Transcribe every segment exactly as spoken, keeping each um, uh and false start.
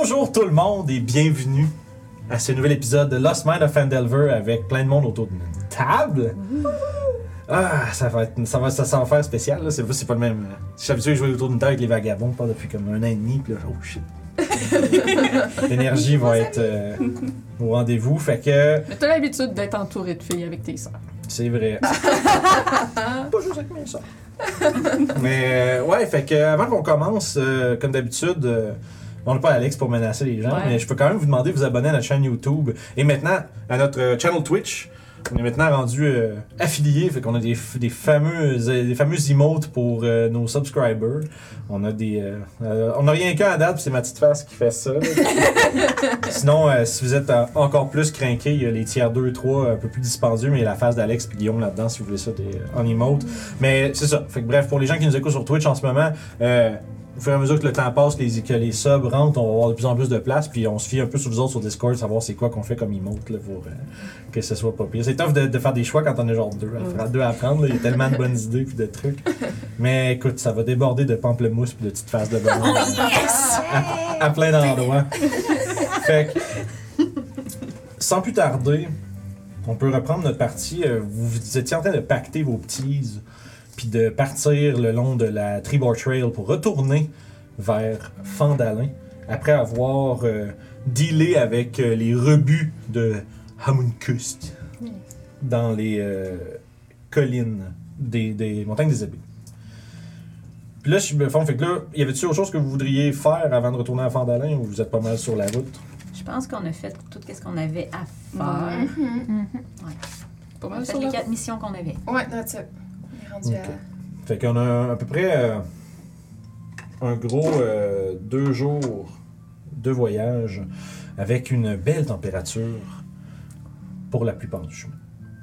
Bonjour tout le monde et bienvenue à ce nouvel épisode de Lost Mine of Phandelver avec plein de monde autour d'une table. Ah, ça va être, ça va, ça, ça va faire spécial là. C'est, c'est pas le même. Je suis habitué à jouer autour d'une table avec les vagabonds, pas depuis comme un an et demi, puis là, oh shit. L'énergie va être euh, au rendez-vous, fait que. Mais t'as l'habitude d'être entouré de filles avec tes sœurs. C'est vrai. Pas juste avec mes sœurs. Mais euh, ouais, fait que avant qu'on commence, euh, comme d'habitude. Euh, On n'est pas Alex pour menacer les gens, Ouais. mais je peux quand même vous demander de vous abonner à notre chaîne YouTube et maintenant à notre euh, channel Twitch. On est maintenant rendu euh, affilié, fait qu'on a des, des fameuses des fameuses emotes pour euh, nos subscribers. On a des euh, euh, on n'a rien qu'un à date, puis c'est ma petite face qui fait ça. Sinon, euh, si vous êtes euh, encore plus craqué, il y a les tiers deux, trois un peu plus dispendieux, mais il y a la face d'Alex et Guillaume là-dedans si vous voulez ça des, euh, en emote. Mais c'est ça. Fait que bref, pour les gens qui nous écoutent sur Twitch en ce moment, euh, au fur et à mesure que le temps passe, les, que les subs rentrent, on va avoir de plus en plus de place, puis on se fie un peu sur vous autres sur Discord, savoir c'est quoi qu'on fait comme emote là, pour euh, que ce soit pas pire. C'est tough de, de faire des choix quand on est genre deux à, deux à prendre, là. Il y a tellement de bonnes idées puis de trucs. Mais écoute, ça va déborder de pamplemousse puis de petites faces de bonheur Yes! à, à plein d'endroits. Fait que, sans plus tarder, on peut reprendre notre partie. Euh, Vous, vous étiez en train de pacter vos petits puis de partir le long de la Tribord Trail pour retourner vers Phandalin après avoir euh, dealé avec euh, les rebuts de Hamunkust dans les euh, collines des, des montagnes des épées. Puis là, je me fond, fait que là, y avait-il autre chose que vous voudriez faire avant de retourner à Phandalin ou vous êtes pas mal sur la route? Je pense qu'on a fait tout ce qu'on avait à faire. Mm-hmm. Pas On mal a fait sur les la... quatre missions qu'on avait. Ouais, that's it. On est rendu Ok. Fait qu'on a à peu près euh, un gros euh, deux jours de voyage avec une belle température pour la plupart du chemin.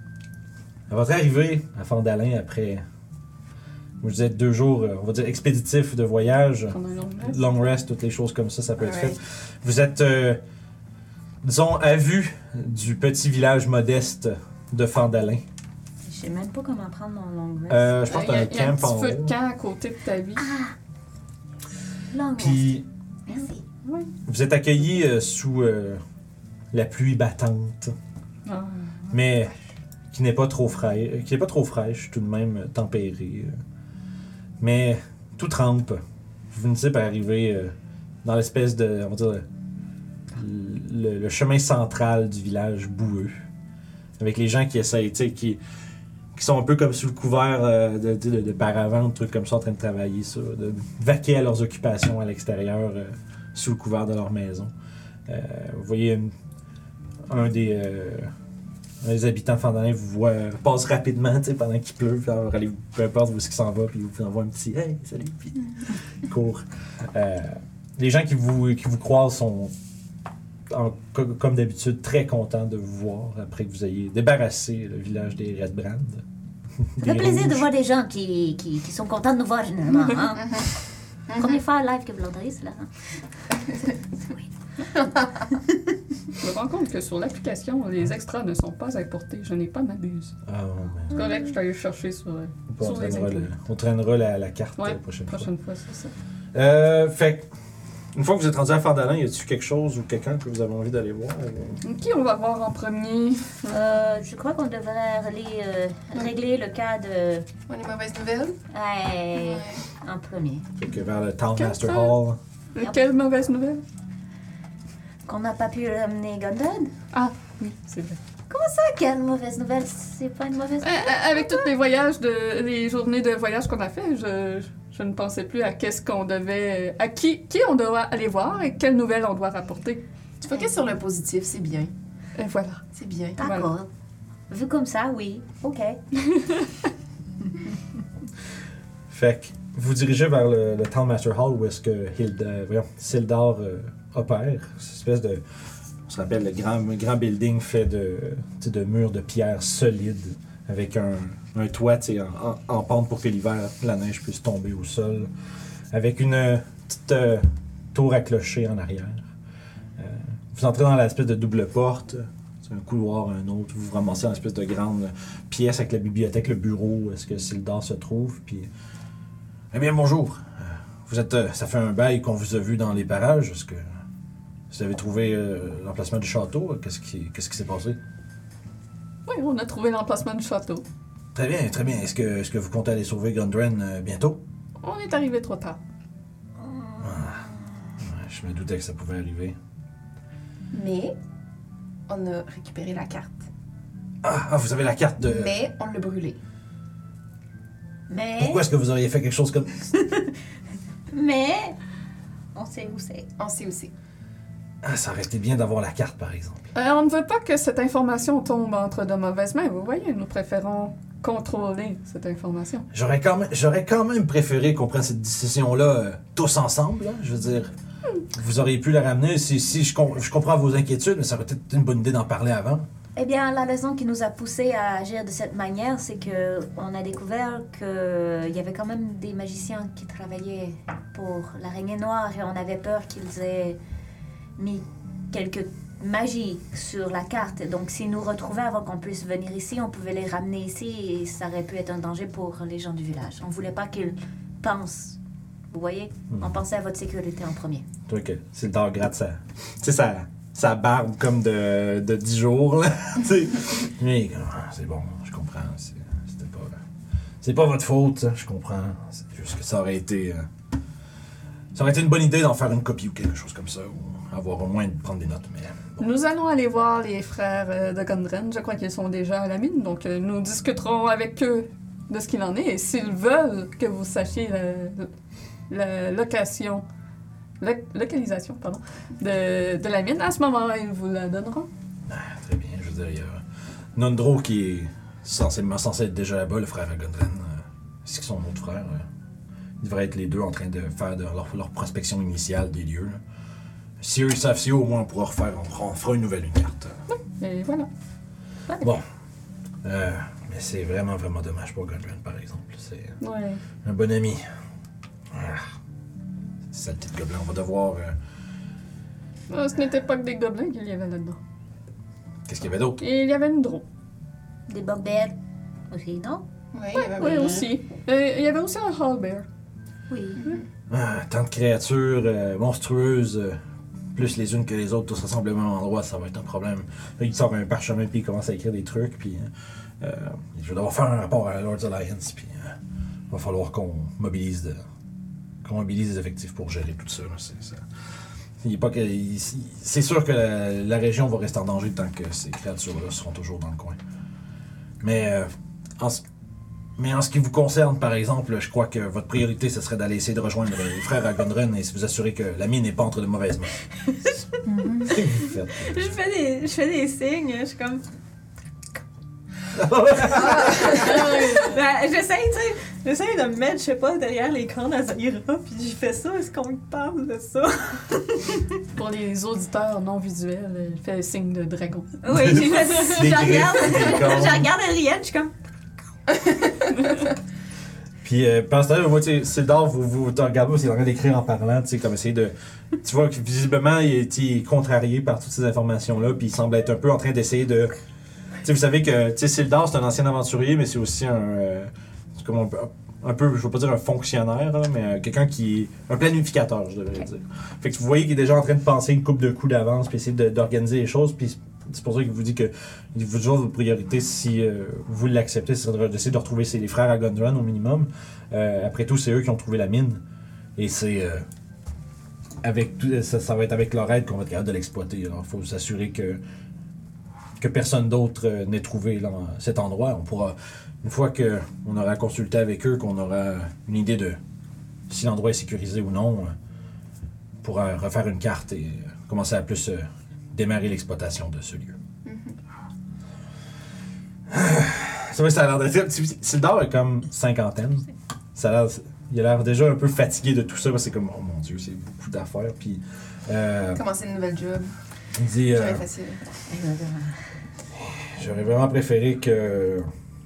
À votre arrivée à Phandalin après, vous êtes deux jours, euh, on va dire expéditifs de voyage, Prendre un long rest. long rest, toutes les choses comme ça, ça peut être Alright. fait. Vous êtes, euh, disons, à vue du petit village modeste de Phandalin. Je sais même pas comment prendre mon long rest. Euh, je pense que Il y t'as a, un il y a un camp en petit feu haut. de camp à côté de ta vie. long rest. Puis Merci. vous êtes accueillis euh, sous euh, la pluie battante, Ah. mais qui n'est pas trop fraîche, qui n'est pas trop fraîche, tout de même euh, tempérée. euh. Mais tout trempe. Vous finissez par arriver euh, dans l'espèce de, on va dire, le, le chemin central du village boueux, avec les gens qui essayent, tu sais, qui qui sont un peu comme sous le couvert euh, de, de, de, de paravent, de trucs comme ça, en train de travailler ça, de vaquer à leurs occupations à l'extérieur, euh, sous le couvert de leur maison. Euh, vous voyez une- un des euh, un des habitants de Phandalin vous voit, euh, passe rapidement, tu sais, pendant qu'il pleut, puis alors, allez, peu importe où est-ce qu'il s'en va, puis il vous envoie un petit « Hey, salut », puis il court. Euh, les gens qui vous, qui vous croisent sont, en- co- comme d'habitude, très contents de vous voir après que vous ayez débarrassé le village des Redbrand. Ça fait plaisir de voir des gens qui, qui, qui sont contents de nous voir généralement. Hein? Première fois live que vous l'entendez, c'est là. Je me rends compte que sur l'application, les extras ne sont pas importés. Je n'ai pas ma buse. Ah, bon, ben, C'est correct, je t'allais chercher sur, euh, on, sur les traînera infos. le- on traînera la, la carte Ouais, la prochaine fois. prochaine fois, c'est ça. Euh, fait que, une fois que vous êtes rendu à Phandalin, y a-t-il quelque chose ou quelqu'un que vous avez envie d'aller voir? ou- Qui on va voir en premier? Euh, je crois qu'on devrait aller, euh, régler le cas de. On est mauvaise nouvelle? Ouais, en premier. Fait que vers le Town Quel Master ça? Hall. Euh, Quelle mauvaise nouvelle? Qu'on n'a pas pu ramener Gundad. Ah, oui, c'est vrai. Ah, quelle mauvaise nouvelle. C'est pas une mauvaise Euh, nouvelle. euh, avec tous les voyages, de, les journées de voyage qu'on a fait, je, je ne pensais plus à qu'est-ce qu'on devait, à qui, qui on doit aller voir et quelles nouvelles on doit rapporter. Tu focuses sur le positif, c'est bien. Et voilà. C'est bien. D'accord. Vu comme ça, oui. OK. Fait que vous dirigez vers le, le Town Master Hall où est-ce que Hilda, voyons, Sildar euh, opère. C'est une espèce de, on se rappelle, le grand, grand building fait de, tu sais, de murs de pierre solides avec un, un toit tu sais, en, en, en pente pour que l'hiver, la neige puisse tomber au sol. Avec une euh, petite euh, tour à clocher en arrière. Euh, vous entrez dans l'espèce de double porte. C'est un couloir, un autre. Vous vous ramassez dans l'espèce de grande pièce avec la bibliothèque, le bureau où est-ce que Sildar se trouve. Puis, eh bien, bonjour. Euh, vous êtes, euh, ça fait un bail qu'on vous a vu dans les parages. Est-ce que Vous avez trouvé euh, l'emplacement du château. Qu'est-ce qui qu'est-ce qui s'est passé? Oui, on a trouvé l'emplacement du château. Très bien, très bien. Est-ce que, est-ce que vous comptez aller sauver Gundren euh, bientôt? On est arrivé trop tard. Ouais, je me doutais que ça pouvait arriver. Mais on a récupéré la carte. Ah, ah, vous avez la carte de... Mais on l'a brûlée. Mais... Pourquoi est-ce que vous auriez fait quelque chose comme... Mais... On sait où c'est. On sait aussi. Ah, ça aurait été bien d'avoir la carte, par exemple. Euh, on ne veut pas que cette information tombe entre de mauvaises mains. Vous voyez, nous préférons contrôler cette information. J'aurais quand même, j'aurais quand même préféré qu'on prenne cette décision-là euh, tous ensemble. Là. Je veux dire, vous auriez pu la ramener. Si, si je, com- je comprends vos inquiétudes, mais ça aurait été une bonne idée d'en parler avant. Eh bien, la raison qui nous a poussé à agir de cette manière, c'est que on a découvert qu'il y avait quand même des magiciens qui travaillaient pour l'araignée noire et on avait peur qu'ils aient mis quelques magies sur la carte. Donc, s'ils nous retrouvaient avant qu'on puisse venir ici, on pouvait les ramener ici et ça aurait pu être un danger pour les gens du village. On voulait pas qu'ils pensent. Vous voyez? Hmm. On pensait à votre sécurité en premier. Toi, que c'est le dard gratte, ça. Tu sais, ça. Sa barbe comme de, de dix jours, là. Tu sais. Mais ah, c'est bon, je comprends. C'est, c'était pas. C'est pas votre faute, ça, je comprends. C'est juste que ça aurait été. Euh, ça aurait été une bonne idée d'en faire une copie ou quelque chose comme ça, ou avoir au moins de prendre des notes, mais. Bon. Nous allons aller voir les frères euh, de Gundren. Je crois qu'ils sont déjà à la mine, donc euh, nous discuterons avec eux de ce qu'il en est. Et s'ils veulent que vous sachiez la, la location. Lo- localisation, pardon, de, de la mine, à ce moment-là, ils vous la donneront. Ah, très bien, je veux dire, il y a Nondro qui est censément censé être déjà là-bas, le frère à Gundren. Euh, c'est son autre frère. Euh, ils devraient être les deux en train de faire de leur, leur prospection initiale des lieux. Là. Si eux ils savent si, au moins on pourra refaire, on fera, on fera une nouvelle une carte. Et voilà. Bon. Euh, mais c'est vraiment, vraiment dommage pour Gundren, par exemple. C'est Ouais. un bon ami. Ah. Saleté de gobelin, on va devoir... Euh, Euh, ce n'était pas que des gobelins qu'il y avait là-dedans. Qu'est-ce qu'il y avait d'autre? Et il y avait une drôle. Des bugbears aussi, non? Oui, il y avait Oui, un- aussi. Euh, il y avait aussi un hallbear. Oui. Ah, tant de créatures euh, monstrueuses, euh, plus les unes que les autres, tous ressemblent au même endroit, ça va être un problème. Là, il sort un parchemin, puis il commence à écrire des trucs, puis euh, euh, je vais devoir faire un rapport à la Lord's Alliance, puis euh, il va falloir qu'on mobilise, de, qu'on mobilise des effectifs pour gérer tout ça. Là. C'est, ça. Il est pas que, il- c'est sûr que la, la région va rester en danger tant que ces créatures-là seront toujours dans le coin. Mais euh, en ce Mais en ce qui vous concerne, par exemple, je crois que votre priorité, ce serait d'aller essayer de rejoindre les frères à Gundren et vous assurer que la mine n'est pas entre de mauvaises mains. Qu'est-ce que vous faites? Je fais des, je fais des signes, je suis comme... Ben, j'essaye, tu sais, j'essaye de me mettre, je sais pas, derrière les cornes à Zaira, puis j'ai fait ça, est-ce qu'on me parle de ça? Pour les auditeurs non visuels, il fait le signe de dragon. Oui, j'ai fait... Des Je griffes, regarde, des cornes. je regarde Ariel, je suis comme... Puis, euh, pendant ce temps-là, moi, tu sais, Sildar, vous, vous te regardez, c'est en train d'écrire en parlant, tu sais, comme essayer de... Tu vois que visiblement, il est, il est contrarié par toutes ces informations-là, puis il semble être un peu en train d'essayer de... Tu sais, vous savez que, tu sais, Sildar, c'est un ancien aventurier, mais c'est aussi un... Euh, c'est comme un peu, un peu, je veux pas dire un fonctionnaire, là, mais euh, quelqu'un qui est... Un planificateur, je devrais dire. Fait que vous voyez qu'il est déjà en train de penser une couple de coups d'avance, puis essayer de- d'organiser les choses, puis c'est pour ça qu'il vous dit que il vous dit votre priorité, si euh, vous l'acceptez, c'est d'essayer de retrouver ses, les frères à Gundren au minimum. Euh, après tout, c'est eux qui ont trouvé la mine. Et c'est euh, avec tout, ça, ça va être avec leur aide qu'on va être capable de l'exploiter. Alors, il faut s'assurer que, que personne d'autre euh, n'ait trouvé là, cet endroit. On pourra, une fois qu'on aura consulté avec eux, qu'on aura une idée de si l'endroit est sécurisé ou non, euh, on pourra refaire une carte et euh, commencer à plus euh, démarrer l'exploitation de ce lieu. Ça, ça a l'air d'être... Sildar est comme cinquantaine. Ça a l'air... Il a l'air déjà un peu fatigué de tout ça, parce que c'est comme, oh mon Dieu, c'est beaucoup d'affaires. Puis, euh, Commencer une nouvelle job. il dit, Ça va euh, être facile. j'aurais vraiment préféré que...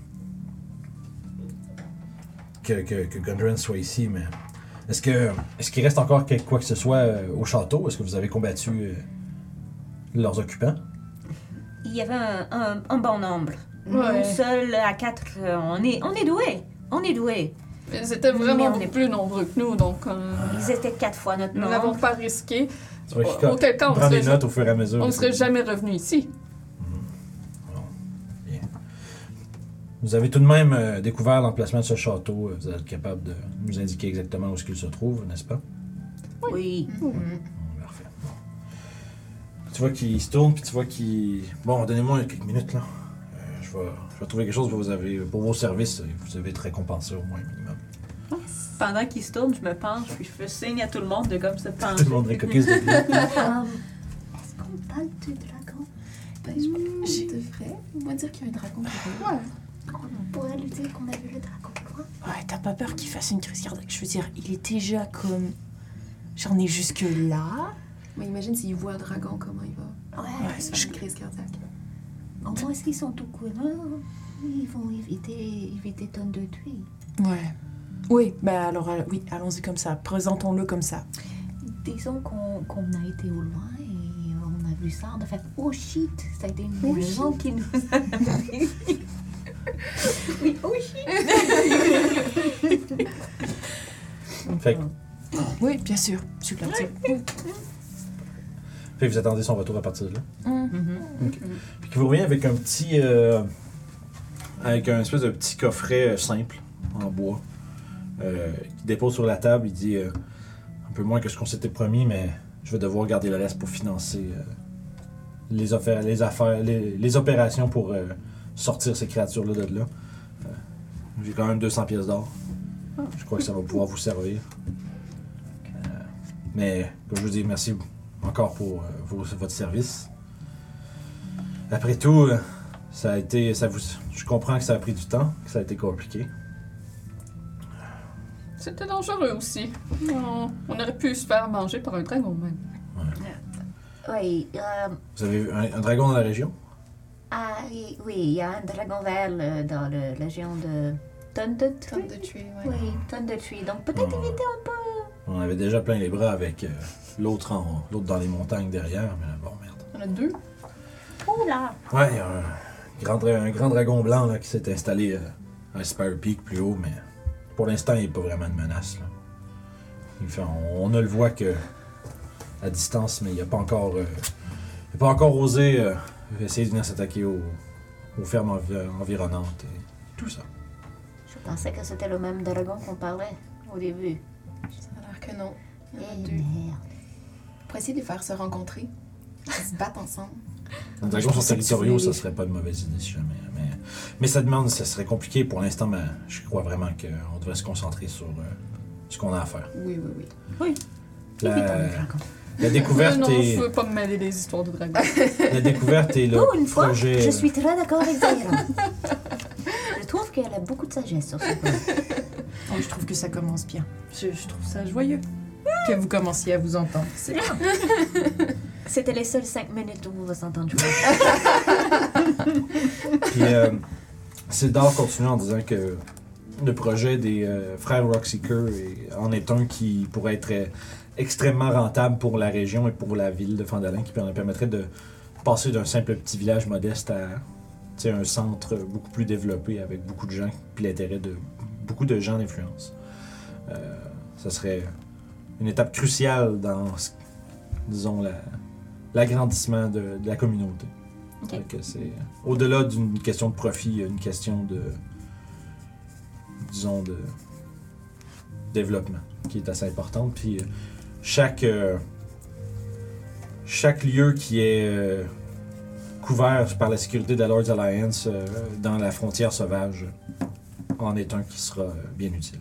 que, que, que Gundren soit ici, mais... Est-ce que est-ce qu'il reste encore quelque, quoi que ce soit euh, au château? Est-ce que vous avez combattu euh, leurs occupants? Il y avait un, un, un bon nombre. Ouais. Nous seuls à quatre, euh, on est, on est doués. On est doués. Ils étaient vraiment Mais on est- plus nombreux que nous, donc euh, Ils étaient quatre fois notre nous n'avons nombre. pas risqué. Tu vois qu'il Auquel cas, on prend des serait, notes au fur et à mesure. on ne serait jamais revenu ici. Bien. Vous avez tout de même euh, découvert l'emplacement de ce château. Vous êtes capable de nous indiquer exactement où est-ce qu'il se trouve, n'est-ce pas? Oui. Mhm. Parfait. Bon. Tu vois qu'il se tourne, puis tu vois qu'il... Bon, donnez-moi quelques minutes, là. Euh, je, vais, je vais trouver quelque chose pour, vous avez, pour vos services. Vous avez été récompensé au moins, minimum. Pendant qu'il se tourne, je me penche, puis je fais signe à tout le monde de comme se pencher. Tout le monde récocuse de lui. Euh, Est-ce qu'on parle du dragon? Ben, je on devrait. On va dire qu'il y a un dragon qui est Ouais. On pourrait lui dire qu'on a vu le dragon loin. Ouais, t'as pas peur qu'il fasse une crise cardiaque? Je veux dire, il est déjà comme... J'en ai jusque là. Mais imagine s'il voit un dragon, comment il va. Ouais. Ouais, c'est une crise cardiaque. Au moins, est-ce qu'ils sont au courant? Ils vont éviter, éviter tonnes de tuer. Ouais. Oui, ben alors, euh, oui, allons-y comme ça. Présentons-le comme ça. Disons qu'on qu'on a été au loin et on a vu ça. On a fait « Oh shit! » Ça a été une maison qui nous a... Oui, oh shit! Fait que, Oui, bien sûr. Super. fait que vous attendez son retour à partir de là. Mm. Puis qu'il vous revient avec un petit... euh, avec un espèce de petit coffret euh, simple, en bois, euh, qu'il dépose sur la table. Il dit euh, un peu moins que ce qu'on s'était promis, mais je vais devoir garder le reste pour financer euh, les, affaires, les, affaires, les, les opérations pour euh, sortir ces créatures-là de là. Euh, J'ai quand même deux cents pièces d'or. Je crois que ça va pouvoir vous servir. Euh, mais, comme je vous dis, merci encore pour euh, vos- votre service. Après tout, euh, ça a été, ça vous, je comprends que ça a pris du temps, que ça a été compliqué. C'était dangereux aussi. On, on aurait pu se faire manger par un dragon même. Oui, euh, Vous avez vu un, un dragon dans la région? ah, oui, oui, il y a un dragon vert le- dans le, la région de Tonne de Tonne Tree. de tuer, ouais. Oui, Tonne de Tree. Donc peut-être Ah. il était un peu... On avait déjà plein les bras avec euh, l'autre en- l'autre dans les montagnes derrière, mais là, bon, merde. Il y en a deux. Oh là! Ouais, il y a un grand, dra- un grand dragon blanc là, qui s'est installé euh, à Spire Peak plus haut, mais pour l'instant, il n'est pas vraiment une menace. Là. Il fait, on, on ne le voit que à distance, mais il n'a pas encore, euh, il a pas encore osé euh, essayer de venir s'attaquer aux, aux fermes envi- environnantes et tout ça. Je pensais que c'était le même dragon qu'on parlait au début. Ça a l'air que non. Il y en a Eh deux. merde. Pour essayer de les faire se rencontrer. Ils se battent ensemble. Les je dragons trouve sont ça territoriaux, tuer. ça serait pas une mauvaise idée si jamais. Mais, mais ça demande, ça serait compliqué pour l'instant, mais je crois vraiment qu'on devrait se concentrer sur euh, ce qu'on a à faire. Oui, oui, oui. La, Évitons le dragon. la découverte non, est, je veux pas me mêler des histoires de dragons. la découverte est le Pour une fois, projet. je suis très d'accord avec Zaira. Je trouve qu'elle a beaucoup de sagesse sur ce point. Oh, je trouve que ça commence bien. Je, je trouve ça joyeux que vous commenciez à vous entendre. C'est bien. C'était les seules cinq minutes où vous vous entendez jouer. Puis euh, Sildar continue en disant que le projet des euh, frères Rockseeker est- en est un qui pourrait être euh, extrêmement rentable pour la région et pour la ville de Fandalin, qui per- permettrait de passer d'un simple petit village modeste à tu sais, un centre beaucoup plus développé avec beaucoup de gens, puis l'intérêt de beaucoup de gens d'influence. Euh, ça serait une étape cruciale dans, ce- disons, la- l'agrandissement de, de la communauté. Ok. Fait que c'est au-delà d'une question de profit, il y a une question de, disons, de développement qui est assez importante. Puis euh, chaque euh, chaque lieu qui est euh, couvert par la sécurité de la Lord's Alliance euh, dans la frontière sauvage en est un qui sera euh, bien utile.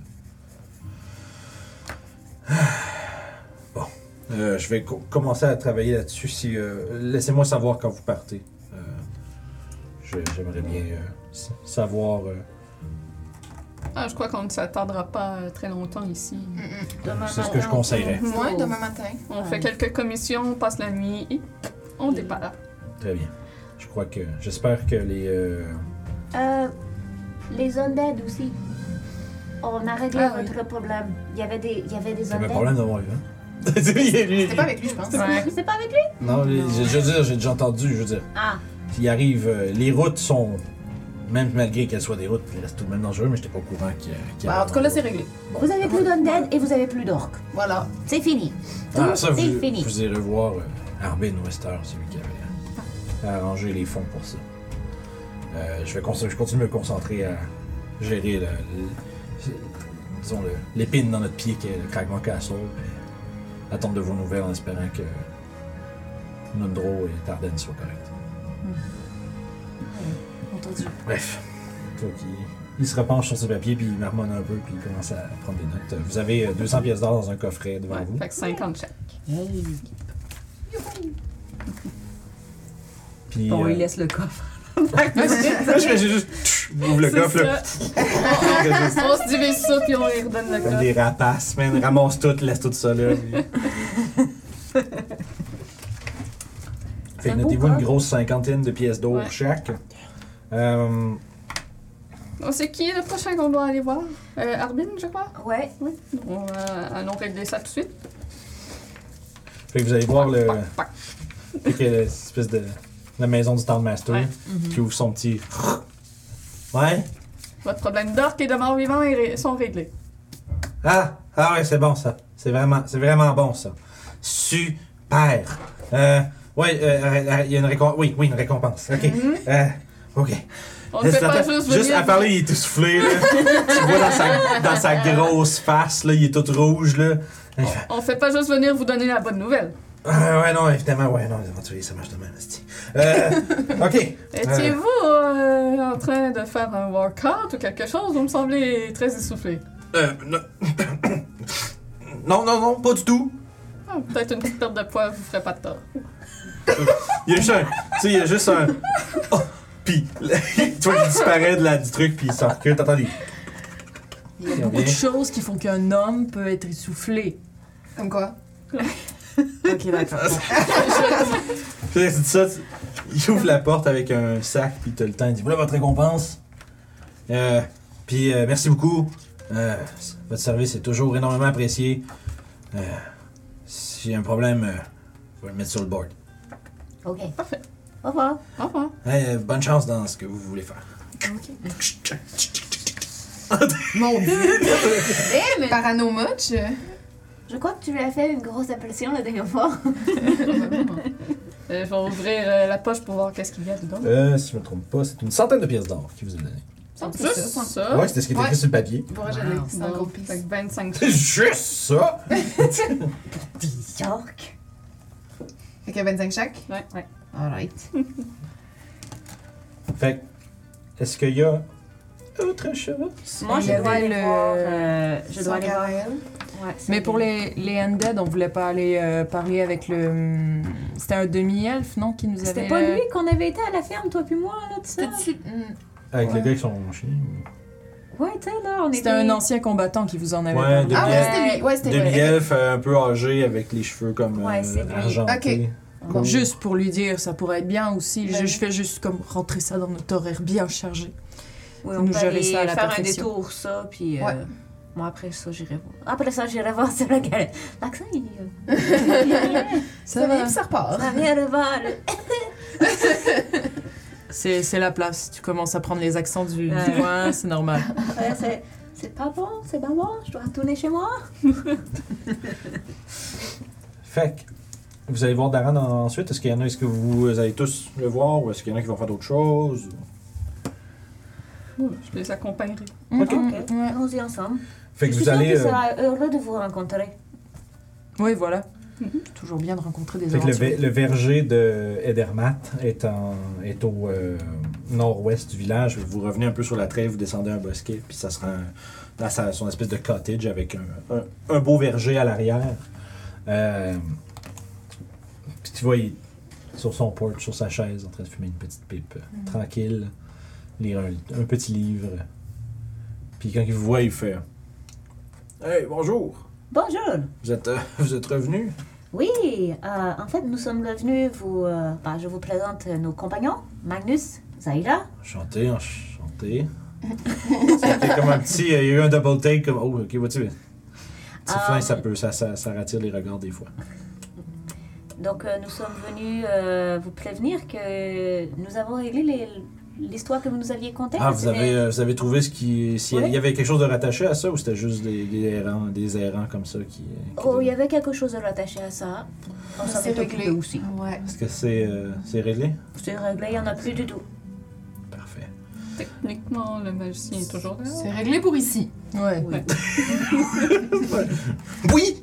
Bon, Euh, je vais co- commencer à travailler là-dessus. Si, euh, laissez-moi savoir quand vous partez. Euh, je- j'aimerais bien euh, s- savoir. euh, Ah, je crois qu'on ne s'attendra pas euh, très longtemps ici. Demain C'est ce que je matin, conseillerais. on- Moi, demain matin. On Ouais. fait quelques commissions, on passe la nuit et on départ. Très bien. Je crois que. J'espère que les. euh, Euh, les undead aussi. On a réglé Ah oui. votre problème. Il y avait des, il y avait des C'est un undead. problème d'avoir eu, hein? Lui- C'était pas avec lui, je pense. Ouais. C'est pas avec lui? Non, les- je, je veux dire, j'ai déjà entendu, je veux dire. Ah, Il arrive. euh, les routes sont même malgré qu'elle soit des routes, il reste tout de même dangereux, mais j'étais pas au courant qu'il y a. qu'il y Bah, avait en tout cas, là, c'est vraiment- réglé. Vous avez plus d'undead et vous avez plus d'orques. Voilà. C'est fini. Tout Ah, ça, est vous, fini. vous irez voir euh, Arbin Wester, c'est lui qui avait arrangé les fonds pour ça. Euh, je vais con- je continue de me concentrer à gérer le, le- disons le- l'épine dans notre pied qui est le Cragmore Castle, puis attendre de vos nouvelles en espérant que Nundro et Tarden soient corrects. Entendu. Bref, donc il, il se repenche sur ses papiers, puis il marmonne un peu, puis il commence à prendre des notes. Vous avez euh, deux cents pièces d'or dans un coffret devant Ouais, vous. fait que cinquante chaque. Puis, Bon, euh, il laisse le coffre. Là, je fais juste. tch, Ouvre le C'est coffre, là. ça. on, on se divise ça, puis on lui redonne le Comme coffre. des rapaces, man. Ramasse tout, laisse tout ça là. puis- Fait que un beau notez-vous une coffre. grosse cinquantaine de pièces d'or Ouais. chaque. Euh, On sait qui est le prochain qu'on doit aller voir? Euh, Arbin, je crois? Ouais. Oui. On va allons régler ça tout de suite. fait que vous allez voir le. Pac, pac. Fait que l'espèce de. La maison du Townmaster Ouais. qui ouvre son petit. Ouais. Votre problème d'orque et de mort vivant est ré- sont réglés. Ah! Ah ouais, c'est bon ça. C'est vraiment, c'est vraiment bon ça. Super! Euh. Ouais, euh, euh, il y a une récompense. Oui, oui, une récompense. Ok. Euh, ok. On ne fait pas Attends, juste juste venir... à parler, il est tout soufflé, là. Tu vois dans sa, dans sa grosse face, là, il est tout rouge, là. Il fait, On fait pas juste venir vous donner la bonne nouvelle. ah, ouais, non, évidemment, ouais, non, les aventuriers, ça marche de même, esti. Euh, ok. Étiez-vous euh, en train de faire un workout ou quelque chose? Vous me semblez très essoufflé. Euh, non. non, non, non, pas du tout. Ah, peut-être une petite perte de poids vous ferait pas de tort. Il y a juste un. Tu sais, il y a juste un. Oh, pis, tu vois qu'il disparaît de la, du truc, pis il s'en recule, t'entends des. Il y a Il beaucoup de revient. choses qui font qu'un homme peut être essoufflé. Comme quoi? Ok, d'accord. Puis là, tu dis ça, tu- il ouvre la porte avec un sac, puis t'as le temps, il dit voilà votre récompense. Euh, puis euh, merci beaucoup. Euh, votre service est toujours énormément apprécié. Euh, S'il y a un problème, euh, faut le mettre sur le board. Ok. Parfait. Au revoir. Au revoir. Euh, bonne chance dans ce que vous voulez faire. Mon dieu! Eh, mais... Parano much? Je crois que tu lui as fait une grosse impression la dernière fois. Euh, je vais ouvrir euh, la poche pour voir qu'est-ce qu'il y a dedans. Euh, si je me trompe pas, c'est une centaine de pièces d'or qui vous est donné. Juste c'est ça. ça. Ouais, c'était ce qui était Ouais. écrit sur le papier. Bon, j'allais. Wow. C'est un Bon, gros pisse. fait que vingt-cinq C'est juste ça! Des orques. Fait que vingt-cinq chaque? Ouais. Ouais. Alright. Fait que, est-ce qu'il y a autre chose? Moi, Il je y dois avait aller le- voir. euh, je dois aller voir. Gaël. Ouais, Mais c'est- pour les, les undead, on voulait pas aller euh, parler avec le. hum, C'était un demi-elfe, non, qui nous avait. C'était pas euh, lui qu'on avait été à la ferme, toi puis moi, là, tout ça? C'était-tu. Hmm. Avec Ouais. le gars avec son chien? Ouais, tu sais, là, on était. C'était un ancien combattant qui vous en avait Ouais, parlé. de Ah, bien- ouais, c'était lui. Ouais, c'était lui. Demi-elfe euh, un peu âgé avec les cheveux comme Ouais, euh, c'est lui. argentés. Cool. Juste pour lui dire, ça pourrait être bien aussi. Je, Ouais. je fais juste comme rentrer ça dans notre horaire bien chargé. Oui, Nous on peut gérer aller ça à la faire un perfection. détour, ça, puis. euh, Ouais. Moi, après ça, j'irai voir. Après ça, j'irai voir sur la galette. L'accent, il. euh, Ça vient, puis ça repart. Ça vient de voir. C'est c'est la place. Tu commences à prendre les accents du, du Ouais. coin, c'est normal. Ouais, c'est. C'est pas bon, c'est pas bon, je dois retourner chez moi. Fait que, vous allez voir Daran en- ensuite. Est-ce qu'il y en a, est-ce que vous allez tous le voir ou est-ce qu'il y en a qui vont faire d'autres choses? Je les accompagnerai. Ok. Mhm, Ok, ouais. allons-y ensemble. Fait je que suis vous sûre allez. qu'il euh, sera heureux de vous rencontrer. Oui, voilà. Mhm. Toujours bien de rencontrer des Fait que le, aventuriers. ve- le verger de Edermatt est, en, est au euh, nord-ouest du village. Vous revenez un peu sur la traîne, vous descendez un bosquet, puis ça sera un- dans sa, son espèce de cottage avec un, un- un beau verger à l'arrière. Euh, puis tu vois, il est sur son porch, sur sa chaise, en train de fumer une petite pipe, euh, tranquille, lire un, un petit livre. Puis quand il vous voit, il fait Hey, bonjour! Bonjour. Vous êtes, euh, vous êtes revenu? Oui, euh, en fait, nous sommes venus vous. euh, bah, je vous présente nos compagnons, Magnus, Zaira. Enchanté, enchanté. C'était comme un petit. euh, Il y a eu un double take comme. Oh, ok, vois-tu. Petit Ah. flingue, ça peut, ça, ça, ça rattire les regards des fois. Donc, euh, nous sommes venus euh, vous prévenir que nous avons réglé les, l'histoire que vous nous aviez contée. Ah, vous c'était- avez, euh, vous avez trouvé ce qui. S'il Ouais. y avait quelque chose de rattaché à ça ou c'était juste des, des errants, des errants comme ça qui. qui Oh, il y avait quelque chose de rattaché à ça. On s'en C'est est occupé réglé. aussi. Ouais. Est-ce que c'est euh, c'est réglé? C'est réglé, il n'y en a plus du tout. Parfait. Techniquement, le magicien est toujours là. C'est réglé pour ici. Ouais. Ouais. Oui!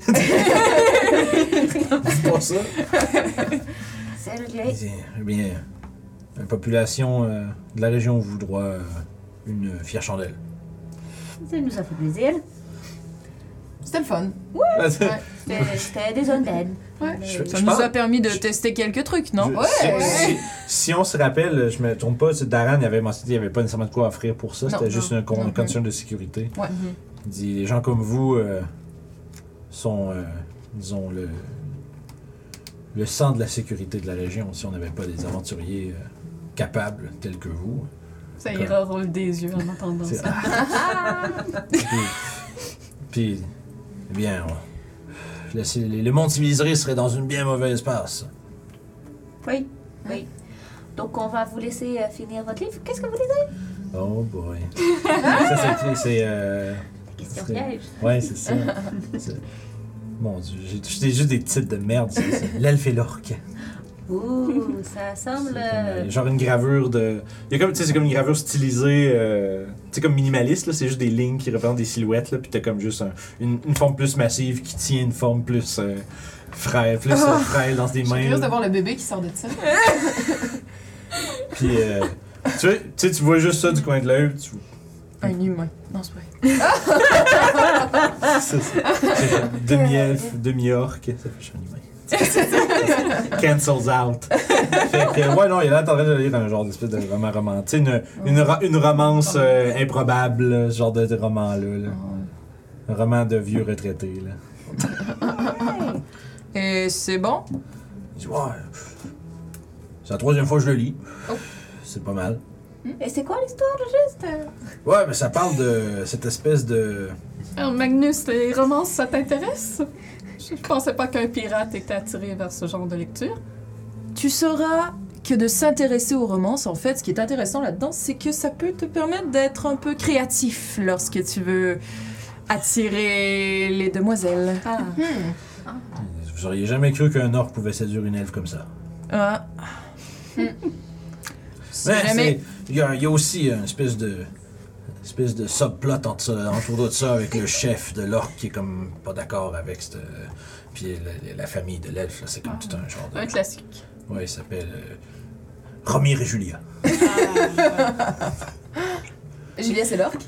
C'est pas ça. C'est réglé. Eh bien, la population euh, de la région vous doit euh, une fière chandelle. Ça nous a fait plaisir. C'était le fun. Ah, c'est- Ouais. C'était c'était des undead. Ouais. Je- Ça je nous pense- a permis de je- tester quelques trucs, non? Je- si, si- si on se rappelle, je me trompe pas, c'est Daran il avait mentionné qu'il n'y avait pas nécessairement de quoi offrir pour ça, Non, c'était non, juste une con- non plus. condition de sécurité. Ouais. Il dit les gens comme vous euh, sont, euh, disons, le, le sang de la sécurité de la région. Si on n'avait pas des aventuriers euh, capables tels que vous. Ça ira roule des yeux en entendant C'est- ça. Puis, puis, eh bien, on- le, le- le monde civilisé serait dans une bien mauvaise passe. Oui, oui. Donc on va vous laisser euh, finir votre livre. Qu'est-ce que vous lisez? Oh boy. ça, c'est écrit, c'est. Euh, Question c'est- piège. Ouais, c'est ça. C'est- Mon dieu, j'ai j'ai juste des titres de merde. c'est- c'est L'elfe et l'orque. Ouh, ça semble... C'est comme, euh, genre une gravure de. Il y a comme, tu sais, c'est comme une gravure stylisée, euh, tu sais, comme minimaliste, là. C'est juste des lignes qui représentent des silhouettes, là. Puis t'as comme juste un- une, une forme plus massive qui tient une forme plus euh, frêle, plus euh, frêle dans des Je suis mains. curieuse là. de voir le bébé qui sort de ça. Puis, euh, tu, vois- tu sais, tu vois juste ça du coin de l'œil. Tu... Un humain. Non, c'est vrai. c'est ça. C'est demi-elfe, demi-orque. Ça fait je suis un humain. Cancels out. Fait que, ouais, non, il a l'air en train de lire un genre d'espèce de roman roman. Tu sais, une, une, ro- une romance euh, improbable, ce genre de, de roman-là. Là. Un roman de vieux retraités, là. Et c'est bon? Il dit, ouais, c'est la troisième fois que je le lis. Oh. C'est pas mal. Et c'est quoi l'histoire, juste? euh? Ouais, mais ça parle de cette espèce de... Alors, Magnus, les romances, ça t'intéresse? Je je pensais pas qu'un pirate était attiré vers ce genre de lecture. Tu sauras que de s'intéresser aux romances, en fait, ce qui est intéressant là-dedans, c'est que ça peut te permettre d'être un peu créatif lorsque tu veux attirer les demoiselles. Ah. Hmm. Vous auriez jamais cru qu'un orc pouvait séduire une elfe comme ça. Ah. Si Mais jamais... c'est- il y, a- il y a aussi une espèce de... une espèce de subplot entre ça, autour de ça avec le chef de l'orc qui est comme pas d'accord avec cette... Puis la, la famille de l'elfe, là, c'est comme tout un genre de... Un classique. Ouais, il s'appelle... euh, Romir et Julia. Julia, c'est l'orque.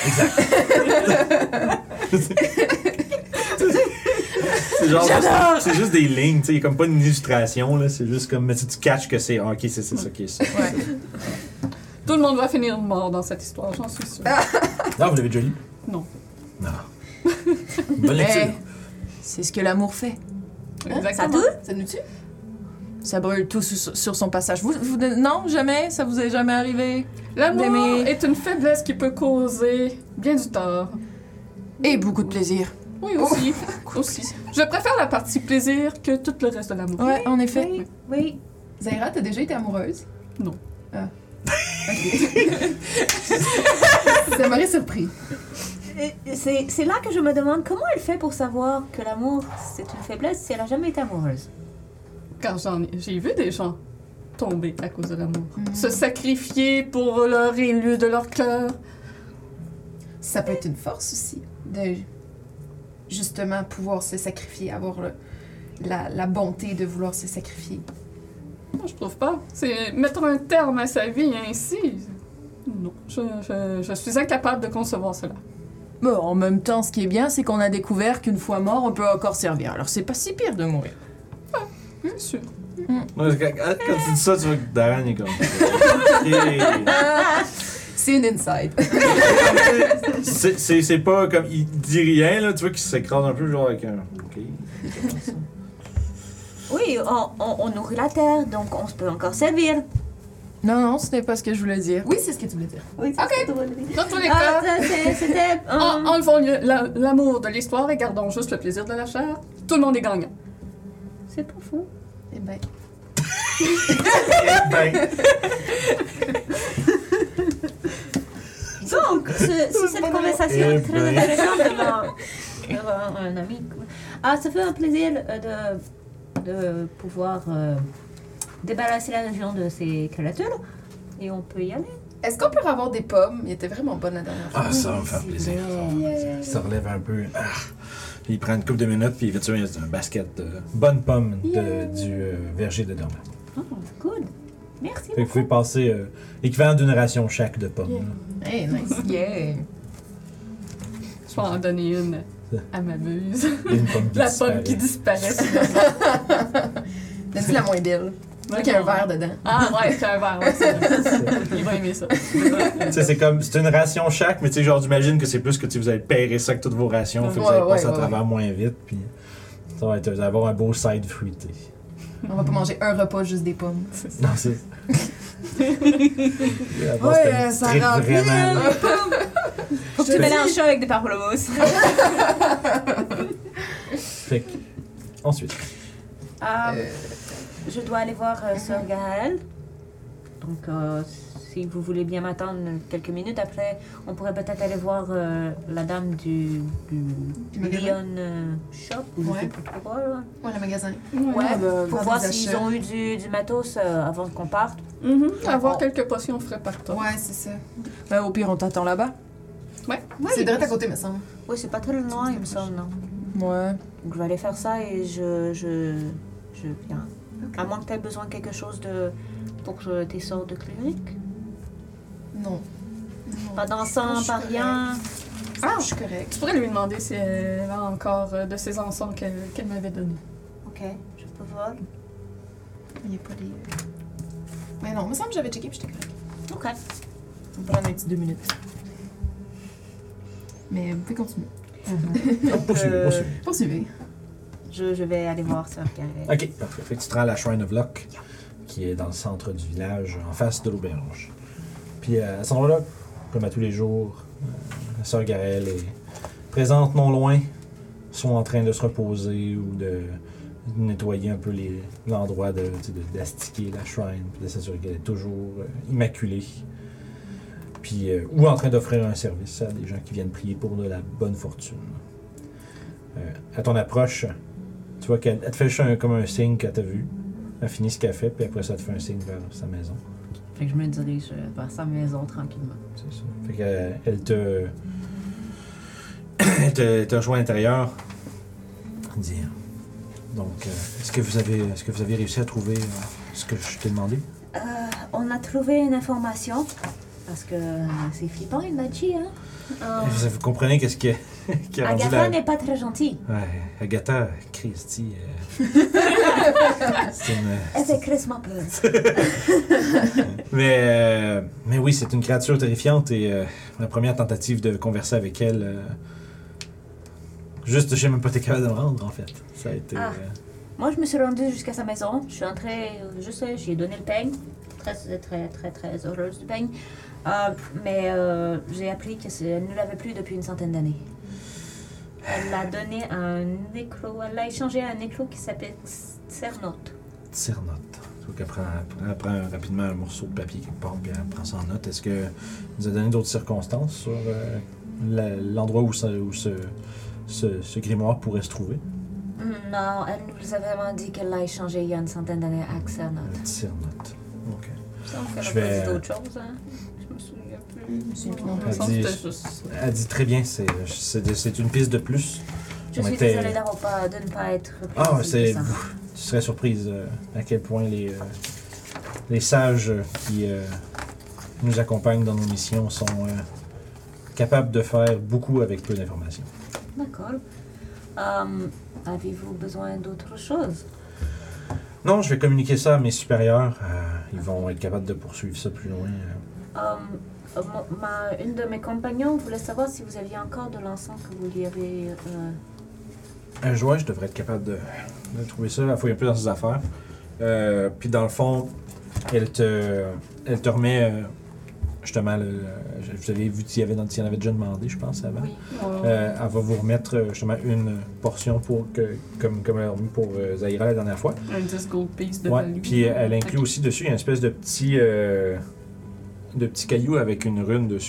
C'est genre... c'est- C'est juste des lignes, tu sais, il y a comme pas une illustration, là, c'est juste comme... Mais tu tu catches que c'est... Ah, ok, c'est c'est ça qui est ça. Ouais. Tout le monde va finir mort dans cette histoire, j'en suis sûre. Non, vous l'avez déjà lu? Non. Non. Bonne lecture. Mais c'est ce que l'amour fait. Exactement. Ça Ça nous tue? Ça brûle tout sur, sur son passage. Vous, vous- non, jamais? Ça vous est jamais arrivé? L'amour D'aimer. est une faiblesse qui peut causer bien du tort. Et beaucoup de plaisir. Oui, aussi. aussi. Je préfère la partie plaisir que tout le reste de l'amour. Ouais, en effet. Oui, oui. Zaira, t'as déjà été amoureuse? Non. Ah. Ça m'aurait surpris. Et C'est c'est là que je me demande comment elle fait pour savoir que l'amour, c'est une faiblesse si elle a jamais été amoureuse. Car j'en ai- j'ai vu des gens tomber à cause de l'amour. Mhm. Se sacrifier pour leur élu de leur cœur. Ça peut être une force aussi, de justement pouvoir se sacrifier, avoir le- la, la bonté de vouloir se sacrifier. Moi, je trouve pas. C'est mettre un terme à sa vie ainsi. Non, je, je, je suis incapable de concevoir cela. Bon, en même temps, ce qui est bien, c'est qu'on a découvert qu'une fois mort, on peut encore servir. Alors c'est pas si pire de mourir. C'est sûr. Ouais, quand, quand tu dis ça, tu vois que Darren est comme... Et- C'est une inside. c'est- C'est c'est pas comme... Il dit rien, là, tu vois qu'il s'écrase un peu, genre avec un... Ok. Oui, on, on, on nourrit la terre, donc on se peut encore servir. Non, non, ce n'est pas ce que je voulais dire. Oui, c'est ce que tu voulais dire. Oui, c'est Ok. ce que tu voulais dire. Dans tous les Ah, cas, ça, c'est- c'était... en- euh, enlevons le- la- l'amour de l'histoire et gardons juste le plaisir de la chair. Tout le monde est gagnant. C'est pas fou. Eh ben. Ben, Donc, ce- si cette conversation est Eh très ben. intéressante devant, devant un ami, ah, ça fait un plaisir euh, de, de pouvoir euh, débarrasser la région de ces créatures. Et on peut y aller. Est-ce qu'on peut avoir des pommes? Il était vraiment bon la dernière fois. Ah, ça va me faire c'est plaisir. vrai. Ça relève un peu. Ah. Puis il prend une couple de minutes, puis il fait tuer un basket de bonnes pommes de- Yeah. du euh, verger de Dormant. Oh, good. Merci. Fait que vous pouvez passer euh, l'équivalent d'une ration chaque de pommes. Yeah. Hey, nice. Yeah. Je vais en donner une à ma muse. Et une pomme qui La disparaît. pomme qui disparaît. T'as dit la moins belle. Là, qu'il y a un verre dedans. Ah ouais, c'est un verre, ouais, c'est vrai. Il va aimer ça. Tu sais, c'est comme, c'est une ration chaque, mais tu sais, genre, j'imagine que c'est plus que tu sais, vous allez pairer ça avec toutes vos rations, fait que vous Ouais, allez ouais, passer à ouais, travers moins vite, puis ça va être, vous allez avoir un beau side fruité. On va pas manger un repas juste des pommes. C'est ça. Non, c'est. Avant, Ouais, c'était une euh, ça trip remplit, vraiment. hein. Faut que tu mélanges ça avec des pamplemousses. Fait que, ensuite. Euh, je dois aller voir euh, Sœur Gaëlle. Donc, euh, si vous voulez bien m'attendre quelques minutes après, on pourrait peut-être aller voir euh, la dame du, du Du magasin? Lion euh, Shop, ou je Ouais. sais plus trop quoi, là. Ouais, le magasin. Ouais, bah, pour faire voir des s'ils achats. ont eu du, du matos euh, avant qu'on parte. Mhm. Avoir quelques potions frais partout. Ouais, c'est ça. Ben, au pire, on t'attend là-bas. Ouais. C'est direct à côté, me semble. Oui, c'est pas très loin, il me semble, non. Ouais. Donc, je vais aller faire ça et je, je, je viens. À moins que tu aies besoin de quelque chose de, pour que tes sorts de cléric. Non. Pas dansant, Je pas suis rien. Ah, je suis correcte. Tu pourrais lui demander si elle a encore euh, de ces encens qu'elle qu'elle m'avait donnés. Ok, je peux voir. Il n'y a pas des. Mais non, il me semble que j'avais checké puis j'étais correcte. Ok. On peut prendre un petit deux minutes. Mais vous pouvez continuer. Donc, Poursuivez, euh, poursuivez. Poursuivez. Je, je vais aller voir Sœur Gaëlle. Ok, parfait. Fait que tu te rends à la Shrine of Luck, qui est dans le centre du village, en face de l'auberge. Puis euh, à cet endroit-là, comme à tous les jours, euh, la sœur Gaëlle est présente non loin, soit en train de se reposer ou de nettoyer un peu les- l'endroit de, tu sais, de- d'astiquer la shrine, puis de s'assurer qu'elle est toujours euh, immaculée. Puis, euh, ou en train d'offrir un service à des gens qui viennent prier pour de la bonne fortune. Euh, à ton approche, tu vois qu'elle elle te fait juste un- comme un signe qu'elle t'a vu. Elle finit ce qu'elle fait, puis après ça, elle te fait un signe vers sa maison. Fait que je me dirige euh, vers sa maison tranquillement. C'est ça. Fait qu'elle elle te. elle te, elle te rejoint à l'intérieur. Elle dit. Donc, euh, est-ce que vous avez est-ce que vous avez réussi à trouver euh, ce que je t'ai demandé? Euh, on a trouvé une information. Parce que euh, c'est flippant, il m'a dit, hein. Euh, Vous, vous comprenez qu'est-ce qui, qui a rendu Agatha la. n'est pas très gentille. Ouais, Agatha, Christy. euh, c'est une. Elle fait crissement peur. Mais, euh, mais oui, c'est une créature terrifiante et euh, ma première tentative de converser avec elle, euh, juste, je sais même pas été capable de me rendre en fait. Ça a été. Ah. euh, Moi, je me suis rendue jusqu'à sa maison. Je suis entrée, euh, je sais, j'ai donné le peigne. Très, très, très, très heureuse du peigne. Euh, mais euh, j'ai appris qu'elle ne l'avait plus depuis une centaine d'années. Elle l'a donné à un éclos. Elle l'a échangé à un éclos qui s'appelle Cernote. Cernote. Donc elle prend, elle prend rapidement un morceau de papier quelque part, puis elle prend ça en note. Est-ce que vous avez donné d'autres circonstances sur euh, la- l'endroit où, ça- où ce, ce, ce grimoire pourrait se trouver? Non, elle nous a vraiment dit qu'elle l'a échangé il y a une centaine d'années à Cernote. Euh, Cernote. Ok. Ça, on Je fait vais- pas d'autres choses, hein. Je me souviens plus. Je me souviens plus non Elle Ça, dit, c'était juste- elle dit très bien, c'est, c'est, c'est une piste de plus. Je On suis était- désolée d'avoir pas, de ne pas être Ah, précise c'est. de ça. Tu serais surprise euh, à quel point les, euh, les sages qui euh, nous accompagnent dans nos missions sont euh, capables de faire beaucoup avec peu d'informations. D'accord. Euh, Avez-vous besoin d'autre chose? Non, je vais communiquer ça à mes supérieurs. Euh, ils vont être capables de poursuivre ça plus loin. euh. Euh, euh, mo- ma- une de mes compagnons voulait savoir si vous aviez encore de l'encens que vous lui avez... euh, Un joueur, je devrais être capable de, de trouver ça. Elle fouille un peu dans ses affaires. Euh, puis dans le fond, elle te, elle te remet euh, justement le. Vous avez vu qu'il y avait, tu en avais déjà demandé, je pense, avant. Oui. Euh, elle va vous remettre euh, justement une portion pour que, comme, comme elle a remis pour euh, Zaira la dernière fois. Un dix gold piece de Ouais. value. Puis elle inclut Ok. aussi dessus, il y a une espèce de petit, euh, de petit caillou avec une rune dessus.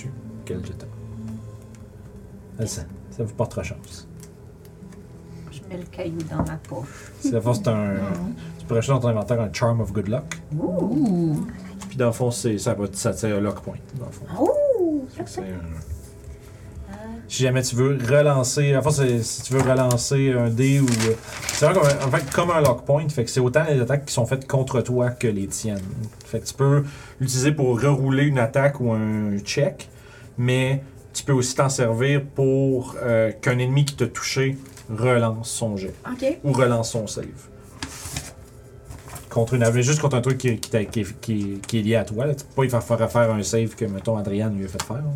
quelque temps. Ça, ça vous portera chance. Je mets le caillou dans ma poche. C'est la force, c'est un. Tu peux acheter dans ton inventaire un Charm of Good Luck. Ouh! Puis dans le fond, c'est, ça va ça tire un lock point. Dans le fond. Oh! Fait que c'est un- Si jamais tu veux relancer, en fait, c'est- si tu veux relancer un dé ou. C'est vraiment comme un, en fait, comme un lock point, fait que c'est autant les attaques qui sont faites contre toi que les tiennes. Fait que tu peux l'utiliser pour rerouler une attaque ou un check, mais tu peux aussi t'en servir pour euh, qu'un ennemi qui t'a touché relance son jet Ok. ou relance son save. Contre une avenue, juste contre un truc qui, qui, t'a- qui, qui- qui est lié à toi. Là. Tu peux pas y faire, faire faire un save que, mettons, Adriane lui a fait faire. Là.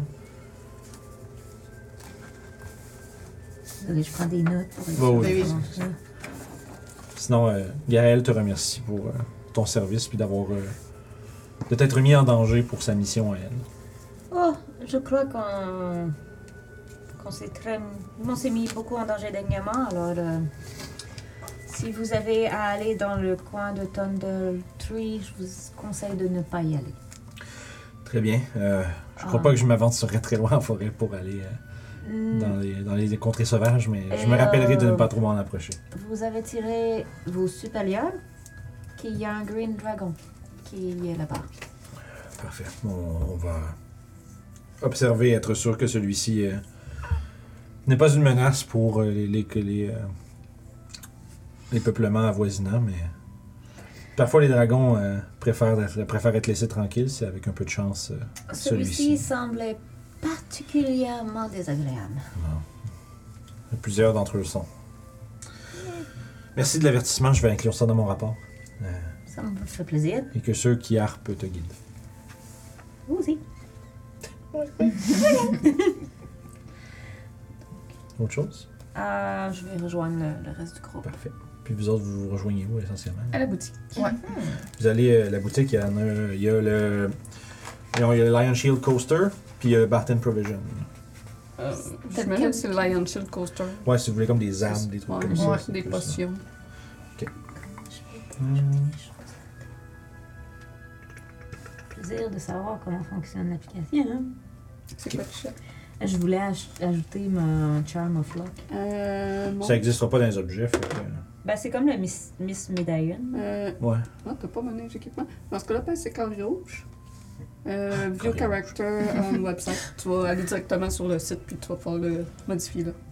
Désolée, je prends des notes pour Bah oui. essayer de Oui. comment ça. Sinon, euh, Gaël te remercie pour euh, ton service puis d'avoir euh, de t'être mis en danger pour sa mission à elle. Oh, je crois qu'on qu'on s'est très, on s'est mis beaucoup en danger dernièrement. Alors, euh, si vous avez à aller dans le coin de Thunder Tree, je vous conseille de ne pas y aller. Très bien. Euh, je crois Ah. pas que je m'aventurerais très loin en forêt pour aller euh, Hmm, dans, les, dans les contrées sauvages, mais je Et me rappellerai de ne euh, pas trop m'en approcher. Vous avez tiré vos supérieurs, qu'il y a un Green Dragon qui est là-bas. Parfait. On, on va observer, être sûr que celui-ci euh, n'est pas une menace pour euh, les, les, que les, euh, les peuplements avoisinants, mais parfois les dragons euh, préfèrent, être, préfèrent être laissés tranquilles, c'est avec un peu de chance euh, Celui-ci celui-ci. semblait particulièrement désagréable. Plusieurs d'entre eux sont. Merci de l'avertissement, je vais inclure ça dans mon rapport. Euh, Ça me fait plaisir. et que ceux qui harpent te guident. Vous aussi. Autre chose? Euh, je vais rejoindre le, le reste du groupe. Parfait. Puis vous autres, vous vous rejoignez où essentiellement? À la boutique. Vous allez à la boutique, il y, en a, il y a le. Il y a le Lion Shield Coaster, puis il y a le Barton Provision. Euh, J'imagine que c'est le Lion Shield Coaster. Ouais, si vous voulez comme des armes, des trucs Ouais, comme ça. ouais, c'est des plus ça. potions. Plaisir de savoir comment fonctionne l'application. Hein? C'est quoi le chat? Je voulais aj- ajouter mon Charm of Luck. Euh, bon. Ça n'existera pas dans les objets, fait que. Ben, c'est comme le Miss, Miss Medallion. Euh, Ouais. ah, t'as pas mon équipement. Dans ce cas-là, c'est carré rouge. Euh, View Carré Character on website. Tu vas aller directement sur le site puis tu vas pouvoir le modifier là.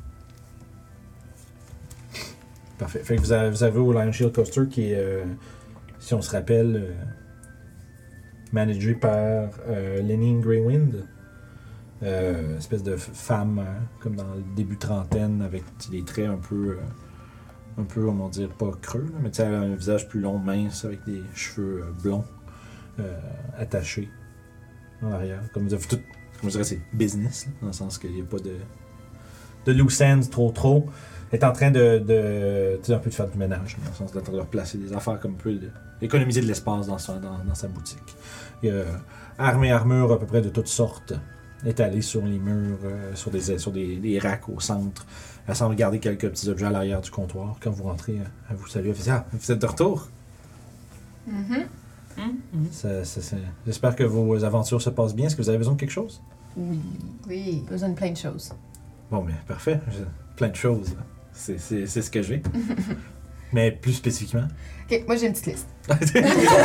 Parfait. Fait que vous avez, vous avez au Lion Shield Coaster qui est, euh, si on se rappelle, euh, managé par euh, Lenny Greywind. Euh, espèce de f- femme, hein, comme dans le début trentaine, avec des traits un peu, euh, un peu, comment dire, pas creux, là, mais tu sais, elle a un visage plus long, mince, avec des cheveux euh, blonds, euh, attachés en arrière. Comme vous avez tout, comme je dirais, c'est business, là, dans le sens qu'il n'y a pas de, de loose ends trop trop. Elle est en train de, de tu sais, un peu de faire du ménage, dans le sens d'être de replacer des affaires comme un peu, de- économiser de l'espace dans, son- dans, dans sa boutique. Il y a armes et armures à peu près de toutes sortes étalées sur les murs, euh, sur, des, sur des, des racks au centre. Elle semble garder quelques petits objets à l'arrière du comptoir. Quand vous rentrez, euh, elle vous salue, elle fait « Ah, vous êtes de retour? Mhm. Ça- ça- ça- J'espère que vos aventures se passent bien. Est-ce que vous avez besoin de quelque chose? Oui. Oui. Besoin de plein de choses. Bon, bien, parfait. J'ai plein de choses. C'est c'est- c'est ce que j'ai. Mais plus spécifiquement. Ok, moi j'ai une petite liste. Parfait.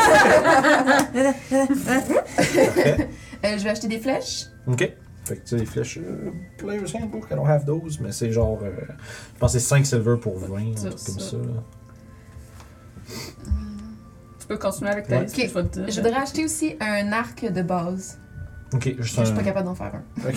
Euh, je vais acheter des flèches. OK. Fait que tu sais, les flèches, euh, Player's Handbook, I don't have those, mais c'est genre, euh, je pense que c'est cinq silver pour vingt, un C'est truc comme ça. ça. là. Tu peux continuer avec ta Ouais. liste. Ok. Je vais te dire. Je voudrais acheter aussi un arc de base. OK, juste Je suis un... pas capable d'en faire un. OK.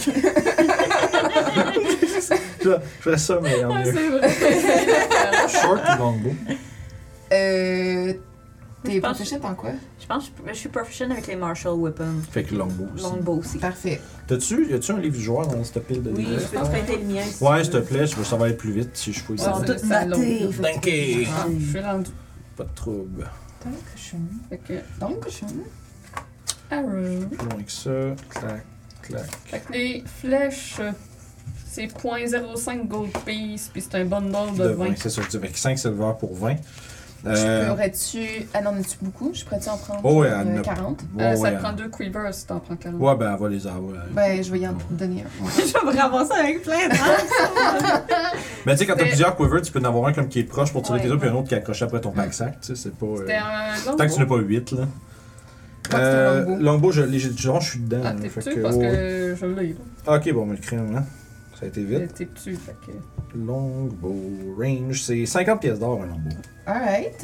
je, je ferais ça, mais en Ah, mieux. c'est vrai. Short ou longbow? Euh. T'es Je pense- proficient en quoi? Je pense que je suis proficient avec les martial weapons. Fait que longbow aussi. Longbow aussi. Parfait. T'as-tu, y a-tu un livre du joueur dans cette pile de Oui, livres? je peux te prêter le mien. si Ouais, tu s'il te veux. plaît, je veux ça va aller plus vite si je fouille Ils ça. sont Ouais, toutes c'est matés. long. fait Thank que- you. Ah, je suis rendu. Pas de trouble. Dankeschön. Fait que, Dankeschön. arrow. Plus loin que ça. Clac, clac. Fait que les flèches, euh, c'est zéro virgule zéro cinq gold piece, puis c'est un bundle de De vingt. vingt, c'est ça. Je dis avec cinq silver pour vingt. Euh... Pourrais-tu... Ah non, en as-tu beaucoup? Je pourrais-tu en prendre oh, ouais, euh, a... quarante? Oh, euh, ça ouais, prend elle... deux quivers si t'en prends quarante. Ouais, ben, elle va les avoir. Ben, je vais y en donner un. Ouais. Je vais me ramasser avec plein d'armes. Mais tu sais, quand t'as C'était- plusieurs quivers, tu peux en avoir un comme qui est proche pour tirer Ouais, tes autres, puis ouais. un autre qui est accroché après ton pack-sac. Tu sais, c'est pas. C'était Euh... un longbow. Tant que tu n'as pas huit, là. c'est un Euh, longbow. longbow, je, les, je, je suis dedans. Ah, là, t'es fait petit que- parce oh, que je l'ai. là. ah, ok, bon, mais le crime, hein. Ça a été vite. T'es petit, fait que... Longbow range, c'est cinquante pièces d'or un longbow. Alright.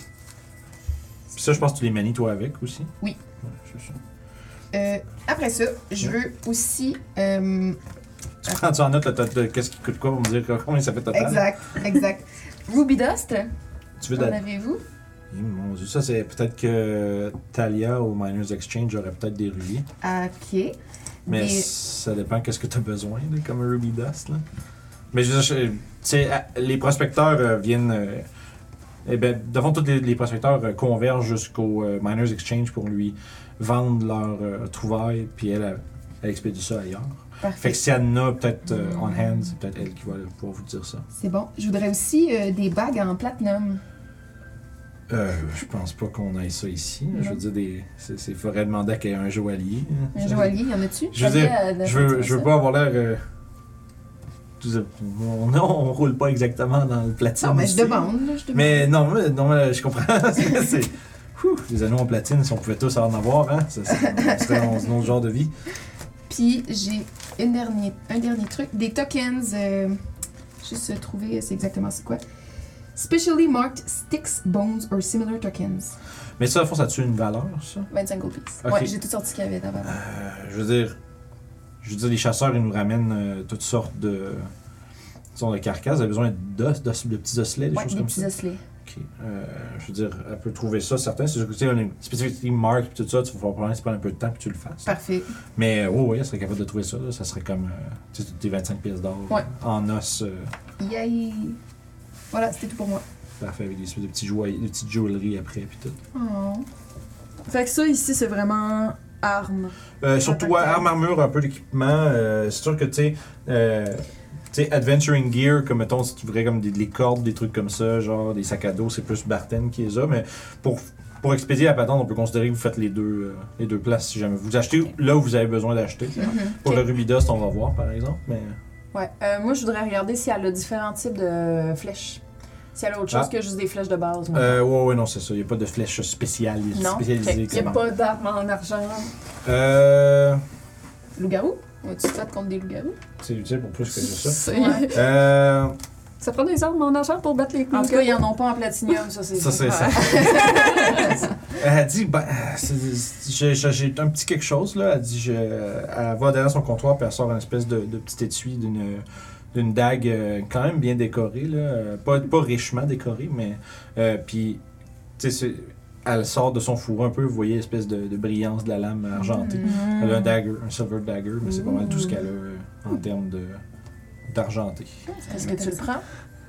Puis ça, je pense que tu les manies toi avec aussi. Oui. Ouais, c'est ça. Euh, après ça, je veux aussi... euh, Tu prends tu en note le tot- de qu'est-ce qui coûte quoi pour me dire combien ça fait total? exact, exact. Ruby Dust, Tu veux en de... avez-vous? Eh, mon Dieu, ça c'est peut-être que Talia au Miners Exchange aurait peut-être des rubis. Ok. Mais Des- ça dépend qu'est-ce que tu as besoin là, comme un Ruby Dust. Là. Mais je veux dire, je- tu sais, à- les prospecteurs euh, viennent. Euh, eh ben, devant tous les, les prospecteurs euh, convergent jusqu'au euh, Miners Exchange pour lui vendre leurs euh, trouvailles, puis elle, elle, elle expédie ça ailleurs. Fait Parfait. que si elle en a peut-être euh, on hand, c'est peut-être elle qui va pouvoir vous dire ça. C'est bon. Je voudrais aussi euh, des bagues en platinum. Euh, je pense pas qu'on ait ça ici. Je veux Non. dire, des, c'est, c'est, faudrait demander qu'il y ait un joaillier. Un joaillier, y en a-tu? Je veux dire, Talia, elle a Je veux, fait je veux ça. pas avoir l'air. Euh, tu sais, on, non, on roule pas exactement dans le platine. Non, mais je ici. demande, là, je demande. Mais non, mais, non, mais je comprends. c'est, c'est- Ouh, les anneaux en platine, si on pouvait tous en avoir, hein, ça, ça, on serait dans un autre genre de vie. Puis j'ai une dernier, un dernier truc, des tokens. Euh, juste trouver, c'est exactement c'est quoi. Specially marked sticks, bones or similar tokens. Mais ça, au fond, ça tue une valeur, ça. vingt-cinq gold piece. Ok. Ouais, j'ai tout sorti ce qu'il y avait d'avant. Euh, je veux dire, je veux dire, les chasseurs, ils nous ramènent euh, toutes sortes de, disons, de carcasses. Vous avez besoin d'os, d'os, de petits osselets, des Ouais, choses des comme petits ça. osselets. Ok. Euh, je veux dire, elle peut trouver ça, certain. C'est sûr que, tu sais, on est spécifiquement marque et tout ça, tu vas pouvoir prendre un peu de temps puis tu le fasses. Parfait. Mais oui, oui, elle serait capable de trouver ça. Là. Ça serait comme, euh, tu sais, tes vingt-cinq pièces d'or Ouais. euh, en os. Euh, Yay! Voilà, c'était tout pour moi. parfait, avec des espèces de petits joyaux, de petites jewelleries après puis tout. Oh. Fait que ça, ici, c'est vraiment armes. Euh, surtout, ouais, arme, armure, un peu d'équipement. Euh, c'est sûr que, tu sais, euh, tu sais, adventuring gear, comme mettons, si tu voudrais comme des, des cordes, des trucs comme ça, genre des sacs à dos, c'est plus Barten qui les a. Mais pour, pour expédier la patente, on peut considérer que vous faites les deux, euh, les deux places si jamais. Vous achetez là où vous avez besoin d'acheter. Pour Ok. le Ruby Dust, on va voir, par exemple. Mais... Ouais. Euh, moi, je voudrais regarder si elle a différents types de flèches. Si elle a autre chose Ah. que juste des flèches de base. mettons. Euh, ouais, ouais, non, c'est ça. Il n'y a pas de flèche spéciale, Non? spécialisée. Ok. Il n'y a comme- pas d'armes en argent. Euh. Loup-garou? Tu te fais contre des loups-garous? C'est utile pour plus que ça. C'est- Ouais. Euh. Ça prend des armes en argent pour battre les En tout cas, ils en ont pas en platinium, ça, c'est Ça, c'est ça. Elle a dit, ben, c'est- j'ai j'ai- j'ai un petit quelque chose, là. Elle dit, je, elle va derrière son comptoir, puis elle sort une espèce de, de petit étui d'une d'une dague euh, quand même bien décorée, là. Euh, Pas, pas richement décorée, mais. Euh, puis, tu sais, c'est- elle sort de son fourreau un peu, vous voyez l'espèce de, de brillance de la lame argentée. Mm. Elle a un dagger, un silver dagger, mais c'est pas mal tout ce qu'elle a euh, en termes de d'argenté. Est-ce que tu le prends?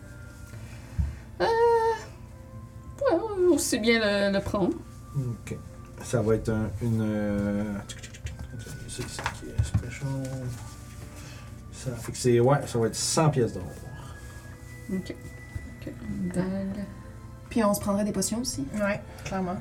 Ouais, aussi bien le, le prendre. Ok. Ça va être un, une. euh, C'est ça qui est special. Ça fait que c'est. Ouais, ça va être cent pièces d'or. Ok. Ok. Dalle. Puis on se prendrait des potions aussi. Ouais, clairement.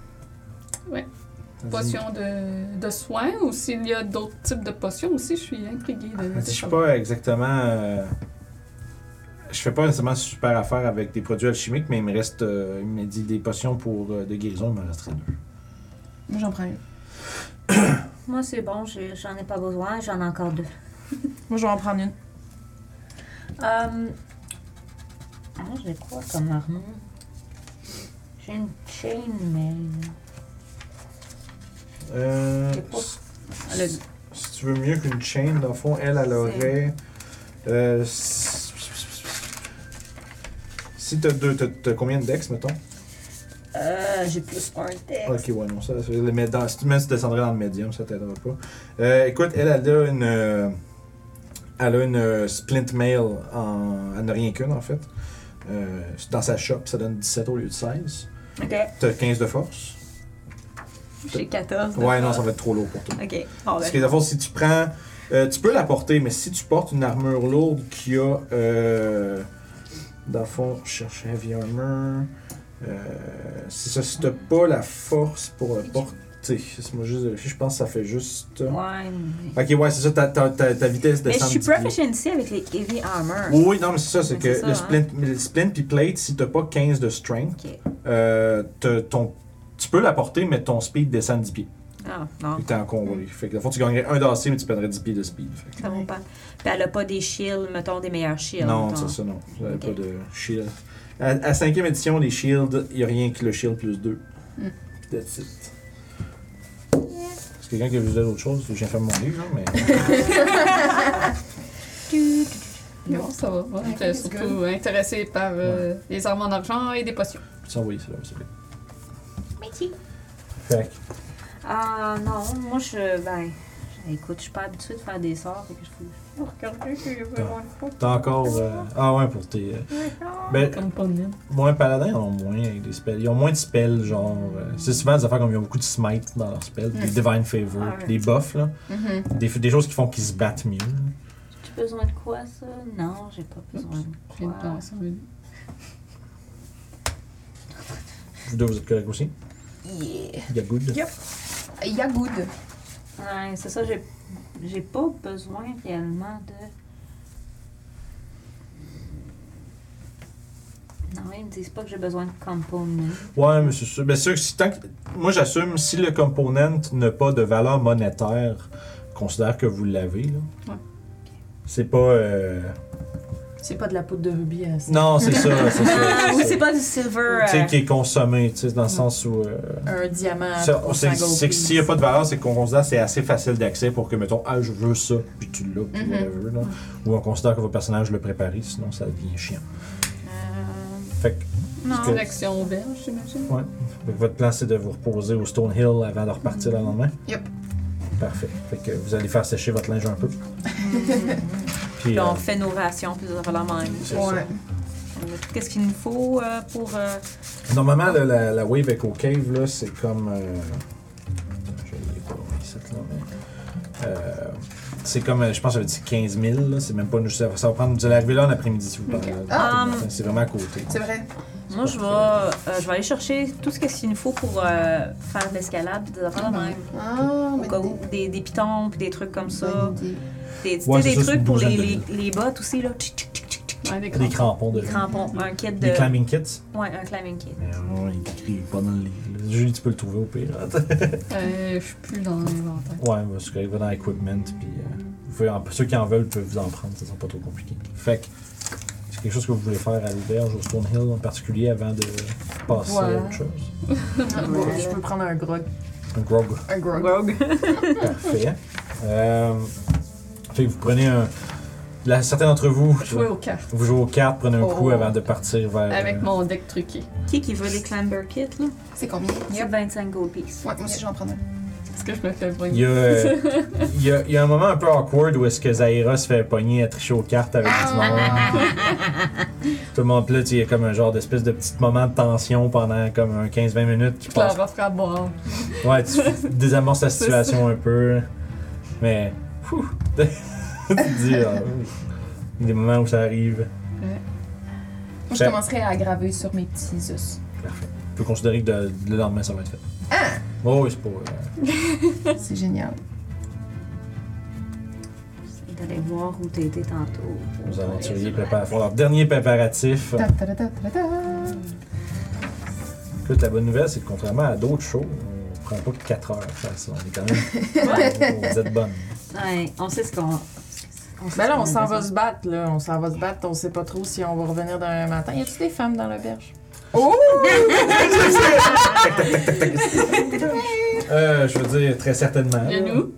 Potion de, de soins ou s'il y a d'autres types de potions aussi, je suis intriguée de, Elle de dit, je suis savoir. pas exactement. euh, je fais pas nécessairement super affaire avec des produits alchimiques, mais il me reste. euh, il m'a dit des potions pour euh, de guérison, il me resterait deux. Moi, j'en prends une. Moi, c'est bon, j'ai- j'en ai pas besoin, j'en ai encore deux. Moi, je vais en prendre une. Euh... Ah, j'ai quoi comme armure? J'ai une chain, mais... Euh, J'ai pas- Elle a- Si tu veux mieux qu'une chain, dans le fond, elle, elle aurait. Euh, si si t'as deux, t'as, t'as combien de dex, mettons? Euh, j'ai plus un dex. Ok, ouais, non, ça, ça le met dans, si tu mets, tu descendrais dans le médium, ça t'aidera pas. Euh, écoute, elle, elle a une. euh, elle a une euh, splint mail en. Elle n'a rien qu'une, en fait. Euh, dans sa shop, ça donne dix-sept au lieu de seize. Ok. T'as quinze de force. J'ai quatorze. de Ouais, non, force. ça va être trop lourd pour toi. Ok. Bon, Parce ben, que, dans le fond, si tu prends. euh, tu peux la porter, mais si tu portes une armure lourde qui a. Euh, dans le fond, je cherche Heavy Armor. Euh, c'est ça, si t'as pas la force pour le porter. Laisse-moi juste vérifier, je pense que ça fait juste. Ouais. Ok, ouais, c'est ça, ta, ta, ta, ta vitesse Mais je descend suis de dix pieds. proficiency avec les heavy armor. Oui, oui, non, mais c'est ça, c'est Mais que c'est ça, le, hein. splint, le splint puis plate, si t'as pas quinze de strength, Ok. euh, t'as ton, tu peux la porter, mais ton speed descend de dix pieds. Ah, non. Fait que t'es en convoi. Fait que la fois, tu gagnerais un d'A C, mais tu perdrais dix pieds de speed. Fait que- Ça vaut pas. Puis elle a pas des shields, mettons des meilleurs shields. non, mettons. c'est ça, non. Vous avez Ok. pas de shield. À, à cinquième édition, les shields, il n'y a rien que le shield plus deux. Mm. That's it. Est-ce que quelqu'un qui a vu d'autres choses? J'ai fait mon livre, hein, mais. Non, ça va. Ouais, J'étais it's surtout intéressé par euh, les armes en argent et des potions. Tu envoyé ça là, c'est bien. Merci. Fait que, Ah non, moi je. Ben. Écoute, je suis pas habituée de faire des sorts, fait que je fous. Oh, regardez, j'ai vraiment le t'as encore. euh, Ah ouais, pour tes. euh, Ben, Comme pas de mine. moins paladins, ils en ont moins avec des spells. Ils ont moins de spells, genre. euh, C'est souvent des affaires comme ils ont beaucoup de smite dans leurs spells, des divine favor, Ah ouais. des buffs, là. Mhm. Des, des choses qui font qu'ils se battent mieux. J'ai besoin de quoi ça? Non, j'ai pas besoin de Je viens de quoi. penser, mais- Vous deux, vous êtes corrects aussi? Yeah. Il y a good. Yep. Yagoud. Ouais, c'est ça, j'ai. J'ai pas besoin réellement de. Non, ils me disent pas que j'ai besoin de components. Ouais, mais c'est sûr. Ben, sûr que si, tant que- moi, j'assume si le component n'a pas de valeur monétaire, considère que vous l'avez. Là. Ouais. C'est pas. euh, C'est pas de la poudre de rubis à ça. Non, c'est ça, c'est ça. Ah, ou c'est c'est ça. pas du silver. Tu sais, euh, qui est consommé, tu sais, dans le sens où. euh, Un diamant. à ça- trois c'est cents gold c'est que piece. s'il n'y a pas de valeur, c'est qu'on considère que c'est assez facile d'accès pour que, mettons, ah, je veux ça, puis tu l'as, puis Mhm. whatever. Là. Ou on considère que votre personnage l'a préparé, sinon ça devient chiant. euh, Fait que, non. Parce que- Direction belge, j'imagine. ouais. Fait que votre plan, c'est de vous reposer au Stone Hill avant de repartir le lendemain? Yep. Parfait. Fait que vous allez faire sécher votre linge un peu. Puis, Puis euh, on fait nos rations, puis ça va la même. c'est ça. Ouais. On a tout Qu'est-ce qu'il nous faut euh, pour. euh, Normalement, là, la, la wave Echo Cave, là, c'est comme. Euh... Je l'ai pas ici, là, mais. Euh... C'est comme, euh, je pense que j'avais dit quinze mille, là. C'est même pas. Ça va prendre. Vous allez arriver là en après-midi si vous parlez. là. Ah. Enfin, c'est vraiment à côté. C'est vrai. Moi, je vais, euh, je vais aller chercher tout ce qu'il nous faut pour euh, faire de l'escalade, des affaires de même. Ah, Au bonne cas idée. où, des, des pitons, puis des trucs comme ça. Bonne idée. Des, tu sais, Ouais, c'est des ça, c'est trucs une pour les, douzaine les, les bottes aussi, là. Tchic, tchic, tchic, tchic, tchic. Ouais, des Des crampons de. Des crampons, un kit de. Des climbing kits. Ouais, un climbing kit. Mais euh, il écrit pas dans le livre. là. Julie, tu peux le trouver au pire. Euh, je suis plus dans l'inventaire. Ouais, parce qu'il va dans equipment, puis euh, vous pouvez en- ceux qui en veulent peuvent vous en prendre, ça sera pas trop compliqué. Fait que c'est quelque chose que vous voulez faire à l'auberge, au Stone Hill en particulier, avant de passer Ouais. à autre chose. Ouais, je peux prendre un grog. Un grog. Un grog. Rogue. Parfait. Euh, fait que vous prenez un. Là, certains d'entre vous, Jouer aux cartes vous jouez aux cartes, prenez un Oh. coup avant de partir vers. avec euh, mon deck truqué. Qui qui veut les climber kits, là? C'est combien? C'est vingt-cinq gold pieces. Ouais, moi aussi j'en prends un. Est-ce que je me fais Il poigner? y, a, euh, il, y a, il y a un moment un peu awkward où est-ce que Zaira se fait pogner à tricher aux cartes avec du monde. Tout le monde, puis là, tu sais, il y a comme un genre d'espèce de petit moment de tension pendant comme un quinze vingt minutes qui Je leur passe. offre à boire. Ouais, tu désamorces la situation un peu. Mais, pfff, tu te dis, ah, il y a des moments où ça arrive. Moi, je Fait- commencerai à graver sur mes petits os. Parfait. Tu peux considérer que de- le lendemain, ça va être fait. Ah! Oh, oui, c'est pas. euh, C'est génial. J'essaie d'aller voir où t'as été tantôt. les aventuriers préparent, font leur dernier préparatif. Ta ta ta ta ta ta. Écoute, la bonne nouvelle, c'est que contrairement à d'autres shows, on prend pas que quatre heures à faire ça. On est quand même. Vous êtes bonne. Ouais, on sait ce qu'on. on sait Ben ce là, qu'on on s'en a va besoin. se battre, là. On s'en va se battre. On sait pas trop si on va revenir demain matin. Y a-tu des femmes dans l'auberge? Oh! Euh, je veux dire, très certainement. Et nous?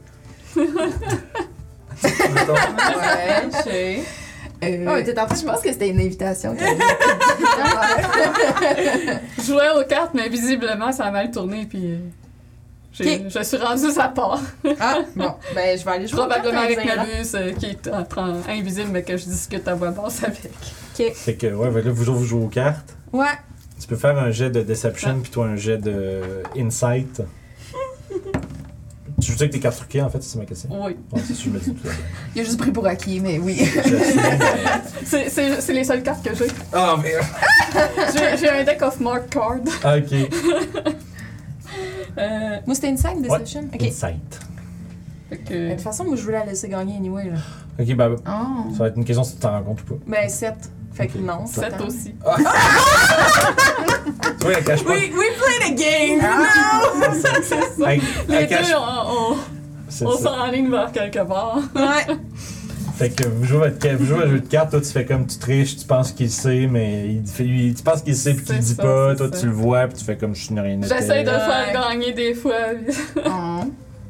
Mettons, Ouais. Je sais. Euh... Oh, t'es en train, je pense que c'était une invitation. Je jouais aux cartes, mais visiblement, ça a mal tourné, puis. euh, j'ai- Je suis rendue sa part. Ah, bon. Ben, je vais aller jouer. aux cartes Probablement avec Zaira. Nabus, euh, qui est en- en- invisible, mais que je discute à voix basse avec. Fait que, ouais, fait que là, vous, vous jouez aux cartes. Ouais. Tu peux faire un jet de Deception, puis toi un jet de Insight. Tu veux dire que t'es cartes truquées, en fait, c'est ma question? Oui. Ouais, c'est ce que je me dis tout à l'heure. Il a juste pris pour acquis, mais oui. J'ai assumé, mais- C'est- C'est c'est les seules cartes que j'ai. Ah, merde! J'ai j'ai un deck of mark cards. Ah, ok. Euh, Moi, c'était Inside Ouais. Deception. Ok. Insight. fait que- De toute façon, moi, je voulais la laisser gagner anyway, là. Ok, bah, Oh. ça va être une question si tu t'en rends compte ou pas. Ben, sept. Fait que Ok. non. Sept tant. aussi. Tu vois, elle cache pas. We, we played a game, you know! C'est ça. Elle, Les elle cache. deux, on, C'est on, on ça. s'enligne vers quelque part. Ouais. Fait que vous jouez, votre, vous jouez à un jeu de cartes, toi tu fais comme tu triches, tu penses qu'il sait, mais il fait, lui, tu penses qu'il sait puis qu'il C'est dit ça, pas, c'est toi ça. tu le vois puis tu fais comme je n'ai rien noté. J'essaie de le Ouais. faire gagner des fois. Oh.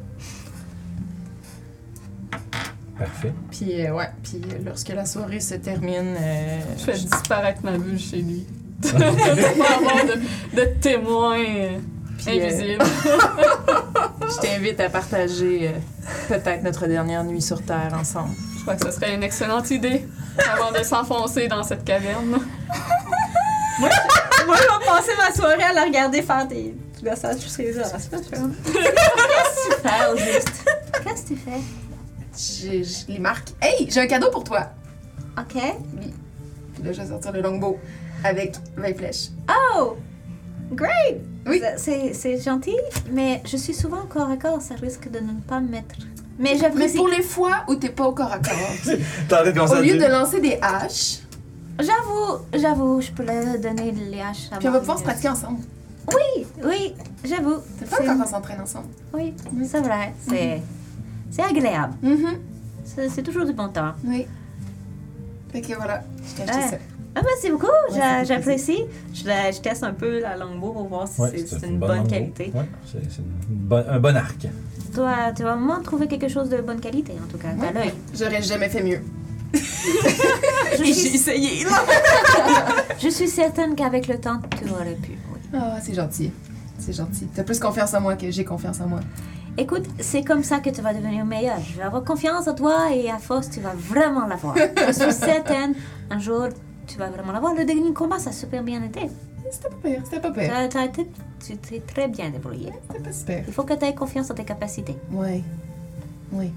Parfait. Puis, euh, ouais. Puis, euh, lorsque la soirée se termine, euh, Je fais disparaître ma bulle chez lui. Pour pas avoir de, de témoins euh, Puis, euh, invisibles. je t'invite à partager euh, peut-être notre dernière nuit sur Terre ensemble. Je crois que ce serait une excellente idée avant de s'enfoncer dans cette caverne. Moi, je vais passer ma soirée à la regarder faire des du gossage sur ses heures. C'est pas différent. Qu'est-ce que tu fais, au juste? Qu'est-ce que tu fais? Je, je les marque. Hey, j'ai un cadeau pour toi! OK. Puis là, je vais sortir le longbow avec vingt flèches. Oh! Great! Oui. Ça, C'est c'est gentil, mais je suis souvent au corps à corps, ça risque de ne pas me mettre. Mais Mais j'apprécie. pour les fois où t'es pas au corps à corps, T'es en train de commencer au à lieu dire- de lancer des haches, J'avoue, j'avoue, je peux leur donner les haches. puis on va pouvoir se pratiquer ensemble. Oui, oui, j'avoue. C'est pas quand on s'entraîne ensemble. Oui, c'est vrai. C'est c'est agréable. Mhm. C'est c'est toujours du bon temps. Oui. Fait que voilà, je t'ai acheté Ouais. ça. Ah, merci beaucoup, Ouais, j'a- ça fait j'apprécie. Je, la- je teste un peu la longbow pour voir si Ouais, c'est c'est c'est une bonne longue qualité. bow. Ouais, c'est c'est une bonne- un bon arc. Toi, tu vas au moins trouver quelque chose de bonne qualité, en tout cas. T'as l'œil. J'aurais jamais fait mieux. Je Et j'ai suis, essayé, là! je suis certaine qu'avec le temps, tu aurais pu. Oui. Ah, c'est gentil. C'est gentil. T'as plus confiance en moi que j'ai confiance en moi. Écoute, c'est comme ça que tu vas devenir meilleur. Je vais avoir confiance en toi et à force, tu vas vraiment l'avoir. Je suis certaine, un jour, tu vas vraiment l'avoir. Le dernier combat, ça a super bien été. C'était pas pire, c'était pas pire. T'as- t'as été- tu t'es très bien débrouillé. C'était pas super. Il faut que tu aies confiance en tes capacités. Oui. Oui.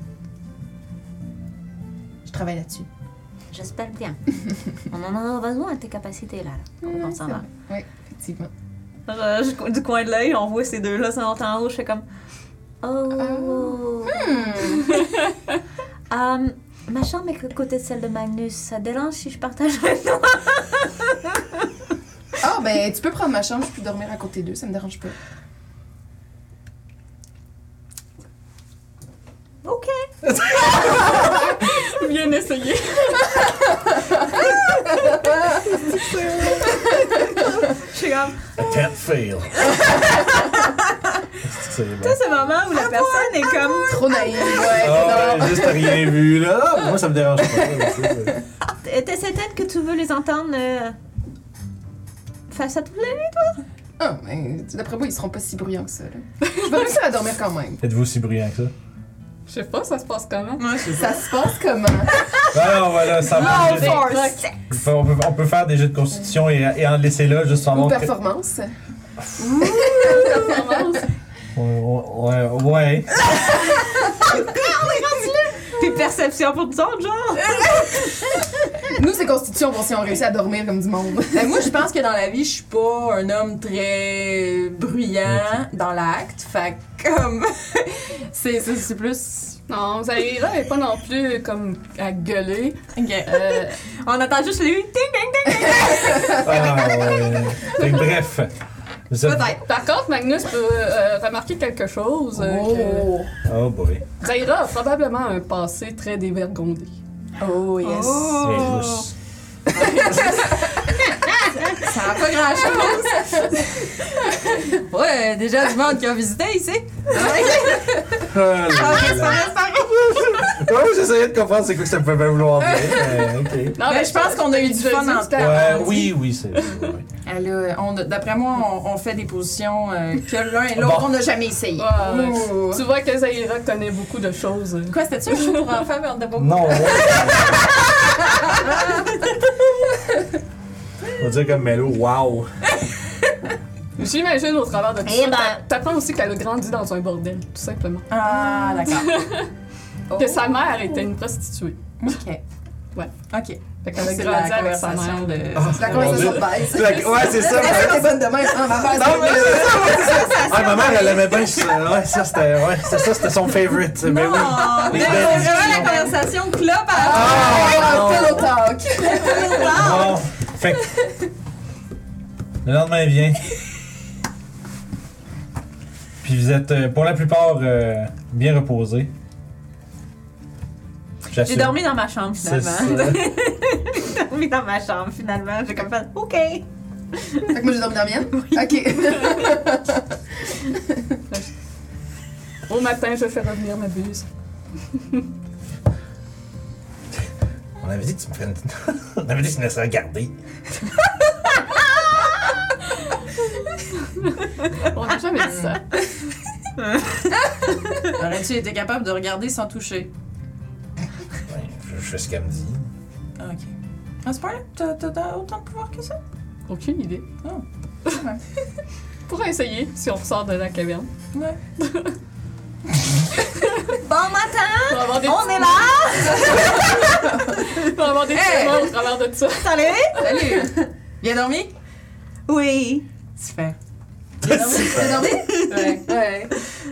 Je travaille là-dessus. J'espère bien. On en aura besoin de tes capacités, là. Comment on s'en va? Oui, effectivement. Euh, je- du coin de l'œil, on voit ces deux-là sont en haut, je fais comme. Oh! Hum, ma chambre est à côté de celle de Magnus. Ça te dérange si je partage avec toi? Ah, ben, tu peux prendre ma chambre, je peux dormir à côté d'eux, ça me dérange pas. OK. Bien essayé. Je suis comme. A cat fail. C'est bon. Tu sais, ce moment où la personne est comme. Trop naïve, ouais. Ah non. ouais, juste rien vu là. Ah, moi ça me dérange pas. Ouais, c'est- T'es certaine que tu veux les entendre euh, faire ça toute la nuit? Ah, ben, d'après moi, ils seront pas si bruyants que ça, là. Je vais réussir à dormir quand même. Êtes-vous aussi bruyant que ça? Je sais pas, ça se passe comment? Ça se passe comment? Ah non, voilà, ça va. Oh, force! On peut, on peut faire des jeux de constitution et, et en laisser là juste sans Ou montrer. performance? Performance. Ouais, ouais, ouais. Puis perception pour nous autres, genre? Nous, c'est Constitution, bon, si on réussit à dormir comme du monde. Ben, moi, je pense que dans la vie, je suis pas un homme très bruyant dans l'acte. Fait que, comme. c'est, c'est, c'est plus. Non, Zaira est pas non plus comme à gueuler. Ok. Euh, On entend juste les ding ding ding! Ah, ouais. Fait que bref. Vous êtes- Peut-être. par contre, Magnus peut euh, remarquer quelque chose. euh, Oh! Oh boy. que Zaira a probablement un passé très dévergondé. Oh, yes. C'est rousse. Ça a pas grand chose. Ouais, déjà du monde qui a visité ici. Ah, là, là. Ouais, j'essayais de comprendre c'est quoi que ça pouvait vouloir dire. mais ok. Non, Ben, je pense qu'on a eu du fun en temps. Ouais, oui, oui, c'est. ouais. Elle a- on a- d'après moi, on, on fait des positions euh, que l'un et l'autre, Bon. on n'a jamais essayé. Ouais, ouais. Oh. Tu vois que Zaira connaît beaucoup de choses. Quoi, c'était-tu un jeu pour enfants, mais on n'a pas Non, ouais. On va dire comme Mello, wow. J'imagine au travers de tout Eh ça, ben. t'a- t'apprends aussi qu'elle a grandi dans un bordel, tout simplement. Ah, d'accord. Que sa mère était une prostituée. Ok. Ouais. Ok. Fait qu'elle a C'est grandi la avec sa conversation mère. de. Ah, La conversation de base. Ouais, c'est ça. Elle est bonne de même. Ah, ma mère, Non, mais c'est Ah, ma mère, elle aimait bien ça. Ouais, ça, c'était ouais, c'est ça, c'était son favorite. Ben oui. Oh, Les mais belles c'est vraiment discussions. la conversation club à Ah, Pillow talk. Bon, fait que le lendemain vient. Puis vous êtes, euh, pour la plupart, euh, bien reposés. J'ai J'assume. dormi dans ma chambre C'est finalement. ça. J'ai dormi dans ma chambre finalement. J'ai comme fait OK. Fait que moi, j'ai dormi dans la mienne. Ok. Au matin, je fais revenir ma buse. On avait dit que tu me ferais une... On avait dit que tu me laisserais regarder. On n'a jamais dit ça. Aurais-tu été capable de regarder sans toucher? Ouais, je, je fais ce qu'elle me dit. Ah, ok. Ah, c'est pas vrai? T'as, t'as- t'as autant de pouvoir que ça? Aucune idée. Oh. Pourra essayer si on ressort de la caverne. Ouais. Bon matin! On va avoir des On petits- est là! on va avoir des petits moments au travers de ça. Salut! Salut! Bien dormi? Oui. Super. T'as dormi? Ouais. Ouais.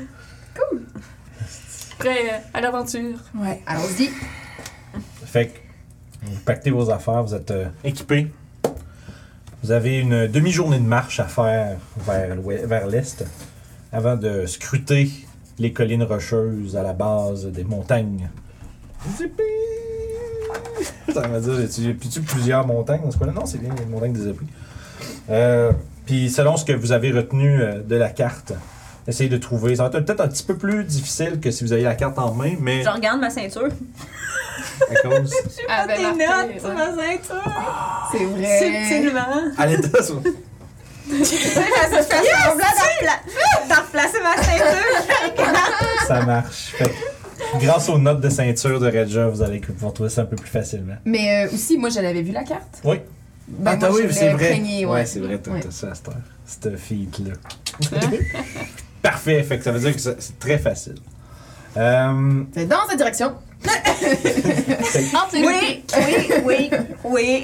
Prêt euh, à l'aventure. Ouais. Allons-y. Fait que vous pactez vos affaires, vous êtes euh, équipés. Vous avez une demi-journée de marche à faire vers, l'ouest- vers l'est avant de scruter les collines rocheuses à la base des montagnes. Zippy! Ça veut dire, j'ai plus plusieurs montagnes dans ce coin-là? Non, c'est bien les montagnes des épées. Euh, Puis selon ce que vous avez retenu euh, de la carte, essayez de trouver. Ça va être peut-être un petit peu plus difficile que si vous aviez la carte en main, mais Je regarde ma ceinture. à cause. Elle avait Des marqué, notes sur ouais. ma ceinture. C'est vrai. Subtilement. À l'état, ça. Je fais semblant d'en repla- d'en replacer ma ceinture. Ça marche. Fait que, grâce aux notes de ceinture de Redja, vous allez pouvoir trouver ça un peu plus facilement. Mais euh, aussi, moi, je l'avais vu la carte. Oui. Ben, ah, moi, t'as je oui, c'est l'ai vrai. imprégné, ouais, ouais. c'est vrai, t'as Ouais. t'as ça à cette heure. Cette feat-là. Parfait, fait que ça veut dire que ça- c'est très facile. Euh, C'est dans cette direction. fait que- Entre les Oui, oui, oui, oui.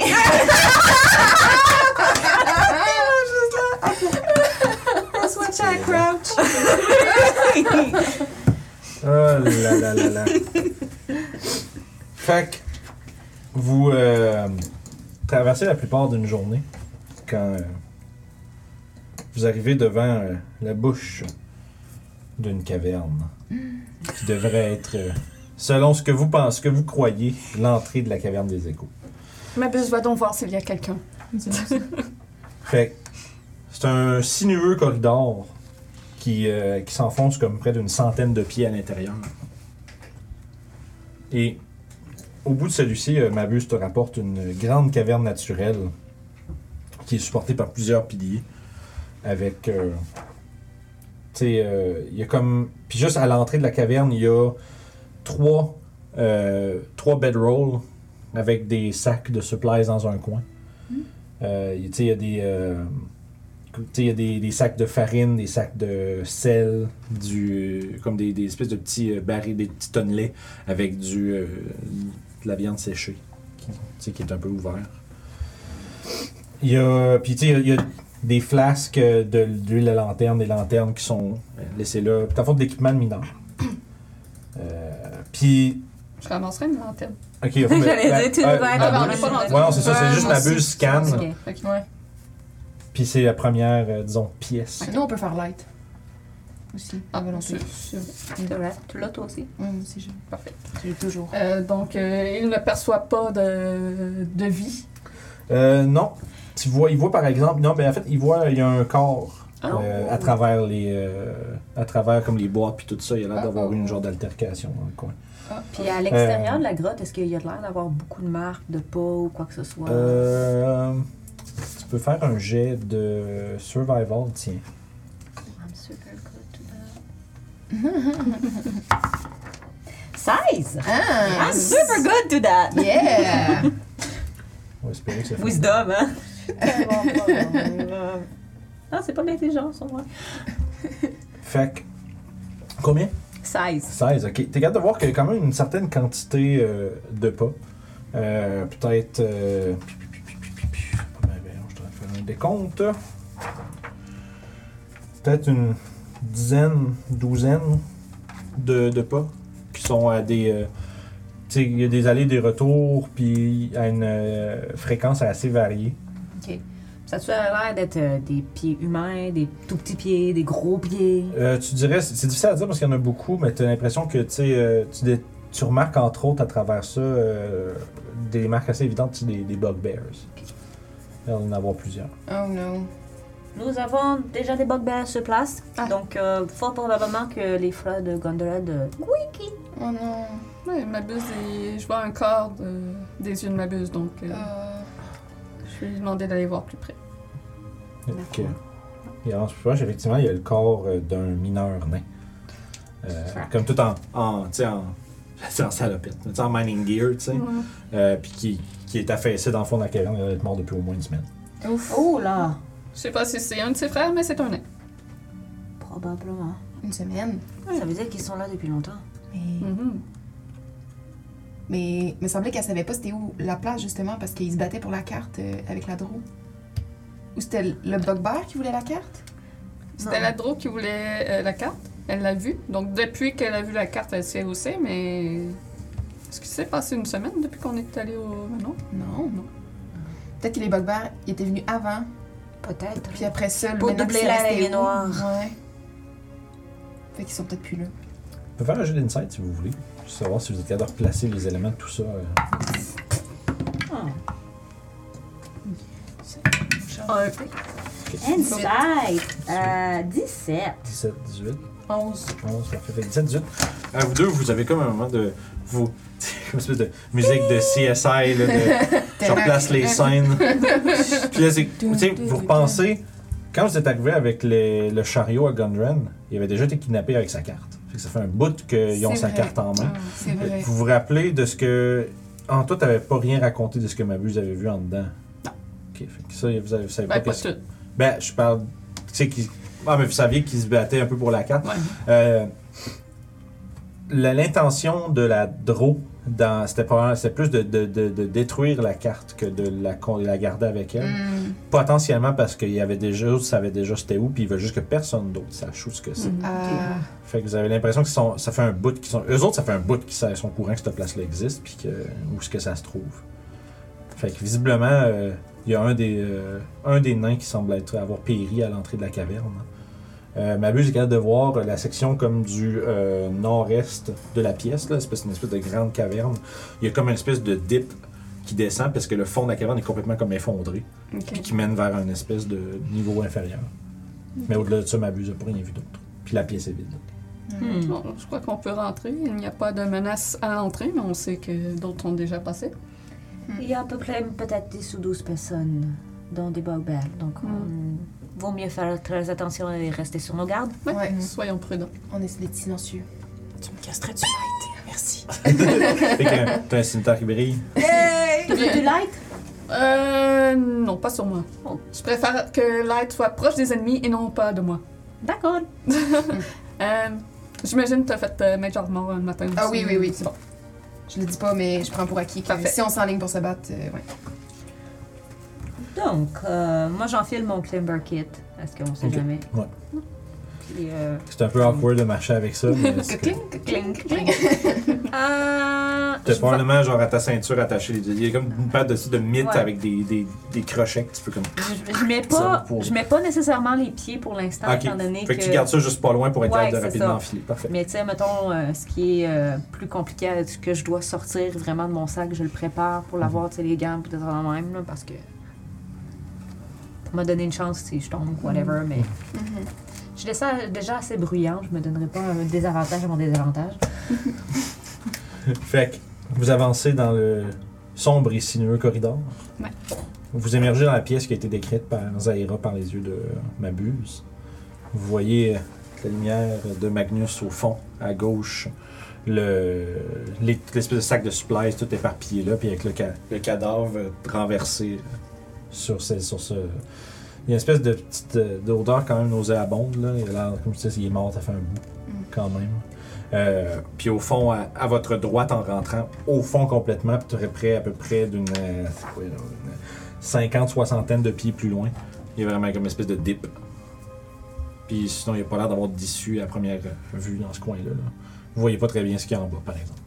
That's what I crouch. Oh là là là là. Fait que vous euh, traversez la plupart d'une journée quand euh, vous arrivez devant euh, la bouche d'une caverne qui devrait être, euh, selon ce que vous pensez, ce que vous croyez, l'entrée de la caverne des échos. Ma buse va donc voir s'il y a quelqu'un. Fait que c'est un sinueux corridor qui, euh, qui s'enfonce comme près d'une centaine de pieds à l'intérieur. Et au bout de celui-ci, euh, Mabuse te rapporte une grande caverne naturelle qui est supportée par plusieurs piliers avec... euh, tu sais, euh, il y a comme... Puis juste à l'entrée de la caverne, il y a trois, euh, trois bedrolls avec des sacs de supplies dans un coin. Euh, tu sais, il y a des... euh, tu sais, il y a des, des sacs de farine, des sacs de sel, du, comme des, des espèces de petits euh, barils, des petits tonnelets avec du, euh, de la viande séchée, qui, tu sais, qui est un peu ouvert. Il y a, puis tu sais, il y a des flasques de, d'huile à lanterne, des lanternes qui sont euh, laissées là. Puis t'as fait de l'équipement de mineur. Euh, puis, Je ramasserai une lanterne. ok, il faut me- J'allais la- dire, tu euh, nous vas ma Ah, ben, on buse- est pas rendu. Ouais, non, c'est ça, c'est Ouais, juste moi ma aussi. buse scanne. Ok. Ok. Ouais. Puis c'est la première, euh, disons, pièce. Nous, on peut faire light. Aussi. Ah, ben non, C'est- c'est sûr. Tu l'as toi aussi? Ouais, moi aussi, j'ai. Parfait. J'ai toujours. Euh, donc, euh, il ne perçoit pas de, de vie. Euh, non. Tu vois, il voit par exemple, non, ben en fait, il voit, il y a un corps Oh. euh, à travers les, euh, à travers comme les boîtes puis tout ça. Il a l'air d'avoir Oh. eu une genre d'altercation dans le coin. Puis à l'extérieur Euh, de la grotte, est-ce qu'il y a l'air d'avoir beaucoup de marques de pas ou quoi que ce soit? Euh, tu peux faire un jet de survival, tiens. I'm super good to that. seize! Ah! I'm super good to that! Yeah! On va espérer que ça fait. Wisdom, hein? Ah, c'est pas de l'intelligence, on voit. Fait que. Combien? seize. seize, ok. T'es capable de voir qu'il y a quand même une certaine quantité euh, de pas. Euh, Peut-être. Euh... Pas mal, je dois faire un décompte. Peut-être une dizaine, douzaine de, de pas qui sont à des. Euh, tu sais, il y a des allées, des retours, puis à une euh, fréquence assez variée. Ok. Ça a-tu l'air d'être euh, des pieds humains, des tout petits pieds, des gros pieds? Euh, tu dirais, c'est c'est difficile à dire parce qu'il y en a beaucoup, mais tu as l'impression que tu sais, euh, tu, dé- tu remarques entre autres à travers ça euh, des marques assez évidentes, tu sais, des, des bugbears. Il va y en avoir plusieurs. Oh non. Nous avons déjà des bugbears sur place, Ah. donc euh, fort probablement que les frères de Gondoled... Euh... Wiki! Oh non. Ouais, Mabuse, et... je vois un corps de... des yeux de Mabuse, donc euh, Euh, je vais lui demander d'aller voir plus près. Ok. Et en plus proche, effectivement, il y a le corps euh, d'un mineur nain. Euh, comme tout en, en, tu sais, en, c'est en salopette, tu sais, en mining gear, tu sais. Ouais. Euh, Puis qui, qui est affaissé dans le fond de la caverne, il doit être mort depuis au moins une semaine. Ouf. Oh là! Je sais pas si c'est un de ses frères, mais c'est un nain. Probablement. une semaine. Ça veut dire qu'ils sont là depuis longtemps. Mais, Mhm. mais il me semblait qu'elle savait pas c'était où la place, justement, parce qu'ils se battaient pour la carte euh, avec la Drou. Ou c'était le- le bugbear qui voulait la carte? C'était la Dro qui voulait euh, la carte. Elle l'a vue. Donc, depuis qu'elle a vu la carte, elle s'est haussée, mais. Est-ce qu'il s'est passé une semaine depuis qu'on est allé au. Non? Non. Non. Peut-être que les bugbears ils étaient venus avant, Peut-être. puis après ça, le Pour Ménox doubler s'est la resté araignée où? noire. Ouais. Fait qu'ils sont peut-être plus là. On peut faire un jeu d'insight si vous voulez. Juste savoir si vous êtes capable de replacer les éléments de tout ça. euh. Un. Insight! Euh, dix-sept. dix-sept, dix-huit. onze. onze, parfait. Fait que dix-sept, dix-huit. Euh, vous deux, vous avez comme un moment de. Vous. Une espèce de musique de C S I, là, de. Je replace les scènes. Puis là, c'est. Tu sais, vous repensez. Quand vous êtes arrivé avec les- le chariot à Gundren, il avait déjà été kidnappé avec sa carte. Fait que ça fait un bout qu'ils ont C'est sa vrai. carte en main. C'est vrai. Vous vous rappelez de ce que. En toi, t'avais pas rien raconté de ce que Mabuse avait vu en dedans. Non. Ok, fait que ça, vous, avez, vous savez Ben, pas pas qu'est-ce tout. Ben, je parle. Tu sais, qui. Ah, mais vous saviez qu'ils se battaient un peu pour la carte. Ouais. Euh, la- L'intention de la Dro, dans, c'était, probablement- c'était plus de, de, de, de détruire la carte que de la, con- la garder avec elle. Hmm. Potentiellement parce qu'il y avait déjà, ils savaient déjà c'était où, puis ils veulent juste que personne d'autre sache où ce que c'est. Mhm. Ah. Fait que vous avez l'impression que sont, ça fait un bout qu'ils sont. Eux autres, ça fait un bout qu'ils sa- sont courants que cette place-là existe, puis que, où est-ce que ça se trouve. Fait que visiblement, euh, il y a un des, euh, un des nains qui semble être, avoir péri à l'entrée de la caverne. Euh, Mabuse est capable de voir la section comme du euh, nord-est de la pièce, là, espèce, une espèce de grande caverne. Il y a comme une espèce de dip qui descend parce que le fond de la caverne est complètement comme effondré, puis Ok. qui mène vers un espèce de niveau inférieur. Mais au-delà de ça, Mabuse n'a pas rien vu d'autre. Puis la pièce est vide. Hmm. Bon, je crois qu'on peut rentrer. Il n'y a pas de menace à l'entrée, mais on sait que d'autres ont déjà passé. Il y a à peu près peut-être dix ou douze personnes dans des bugbears, donc Hmm. on... vaut mieux faire très attention et rester sur nos gardes. Ouais. Ouais. Soyons prudents. On essaie d'être silencieux. Tu me casterais du light. Merci. Fait que euh, t'as un cimetière qui brille. Tu veux du light? Euh. Non, pas sur moi. Oh. Je préfère que Light soit proche des ennemis et non pas de moi. D'accord. Euh. J'imagine que t'as fait euh, Major Mort le matin aussi. Ah oui, oui, oui. C'est bon. Je le dis pas, mais je prends pour acquis que Parfait. si on s'enligne pour se battre, euh, ouais. Donc, euh, moi j'enfile mon Climber Kit, parce qu'on sait Ok. jamais. Ouais. Puis, euh, C'est un peu awkward de marcher avec ça, mais c'est que- Clink, clink, clink. euh, t'as je probablement genre à ta ceinture attaché les deux. Il y a comme une paire de, de mythes Ouais. avec des, des, des crochets que tu peux comme. Je, je mets Ça pas, pour- je mets pas nécessairement les pieds pour l'instant, Ah, ok. étant donné Fait que que... tu gardes ça juste pas loin pour être Ouais, capable de c'est rapidement ça. enfiler. Parfait. Mais tu sais, mettons, euh, ce qui est euh, plus compliqué, ce que je dois sortir vraiment de mon sac, je le prépare pour l'avoir, tu sais, les gants, peut-être en même, là, parce que... Pour me donner une chance si je tombe, whatever, mais... Je laisse ça déjà assez bruyant, je me donnerai pas un désavantage à mon désavantage. Fait que vous avancez dans le sombre et sinueux corridor. Ouais. Vous émergez dans la pièce qui a été décrite par Zaira par les yeux de Mabuse. Vous voyez la lumière de Magnus au fond, à gauche. Le, les- l'espèce de sac de supplies, tout éparpillé là, puis avec le, ca- le cadavre renversé sur, ce, sur ce, Il y a une espèce de petite euh, d'odeur quand même nauséabonde, là. Il a l'air, comme je disais, il est mort, ça fait un bout, quand même. Euh, puis au fond, à, à votre droite, en rentrant, au fond complètement, puis tu aurais près à peu près d'une euh, c'est quoi, là, une cinquante, soixantaine de pieds plus loin. Il y a vraiment comme une espèce de dip. Puis sinon, il n'y a pas l'air d'avoir d'issue à première vue dans ce coin-là. Là. Vous voyez pas très bien ce qu'il y a en bas, par exemple.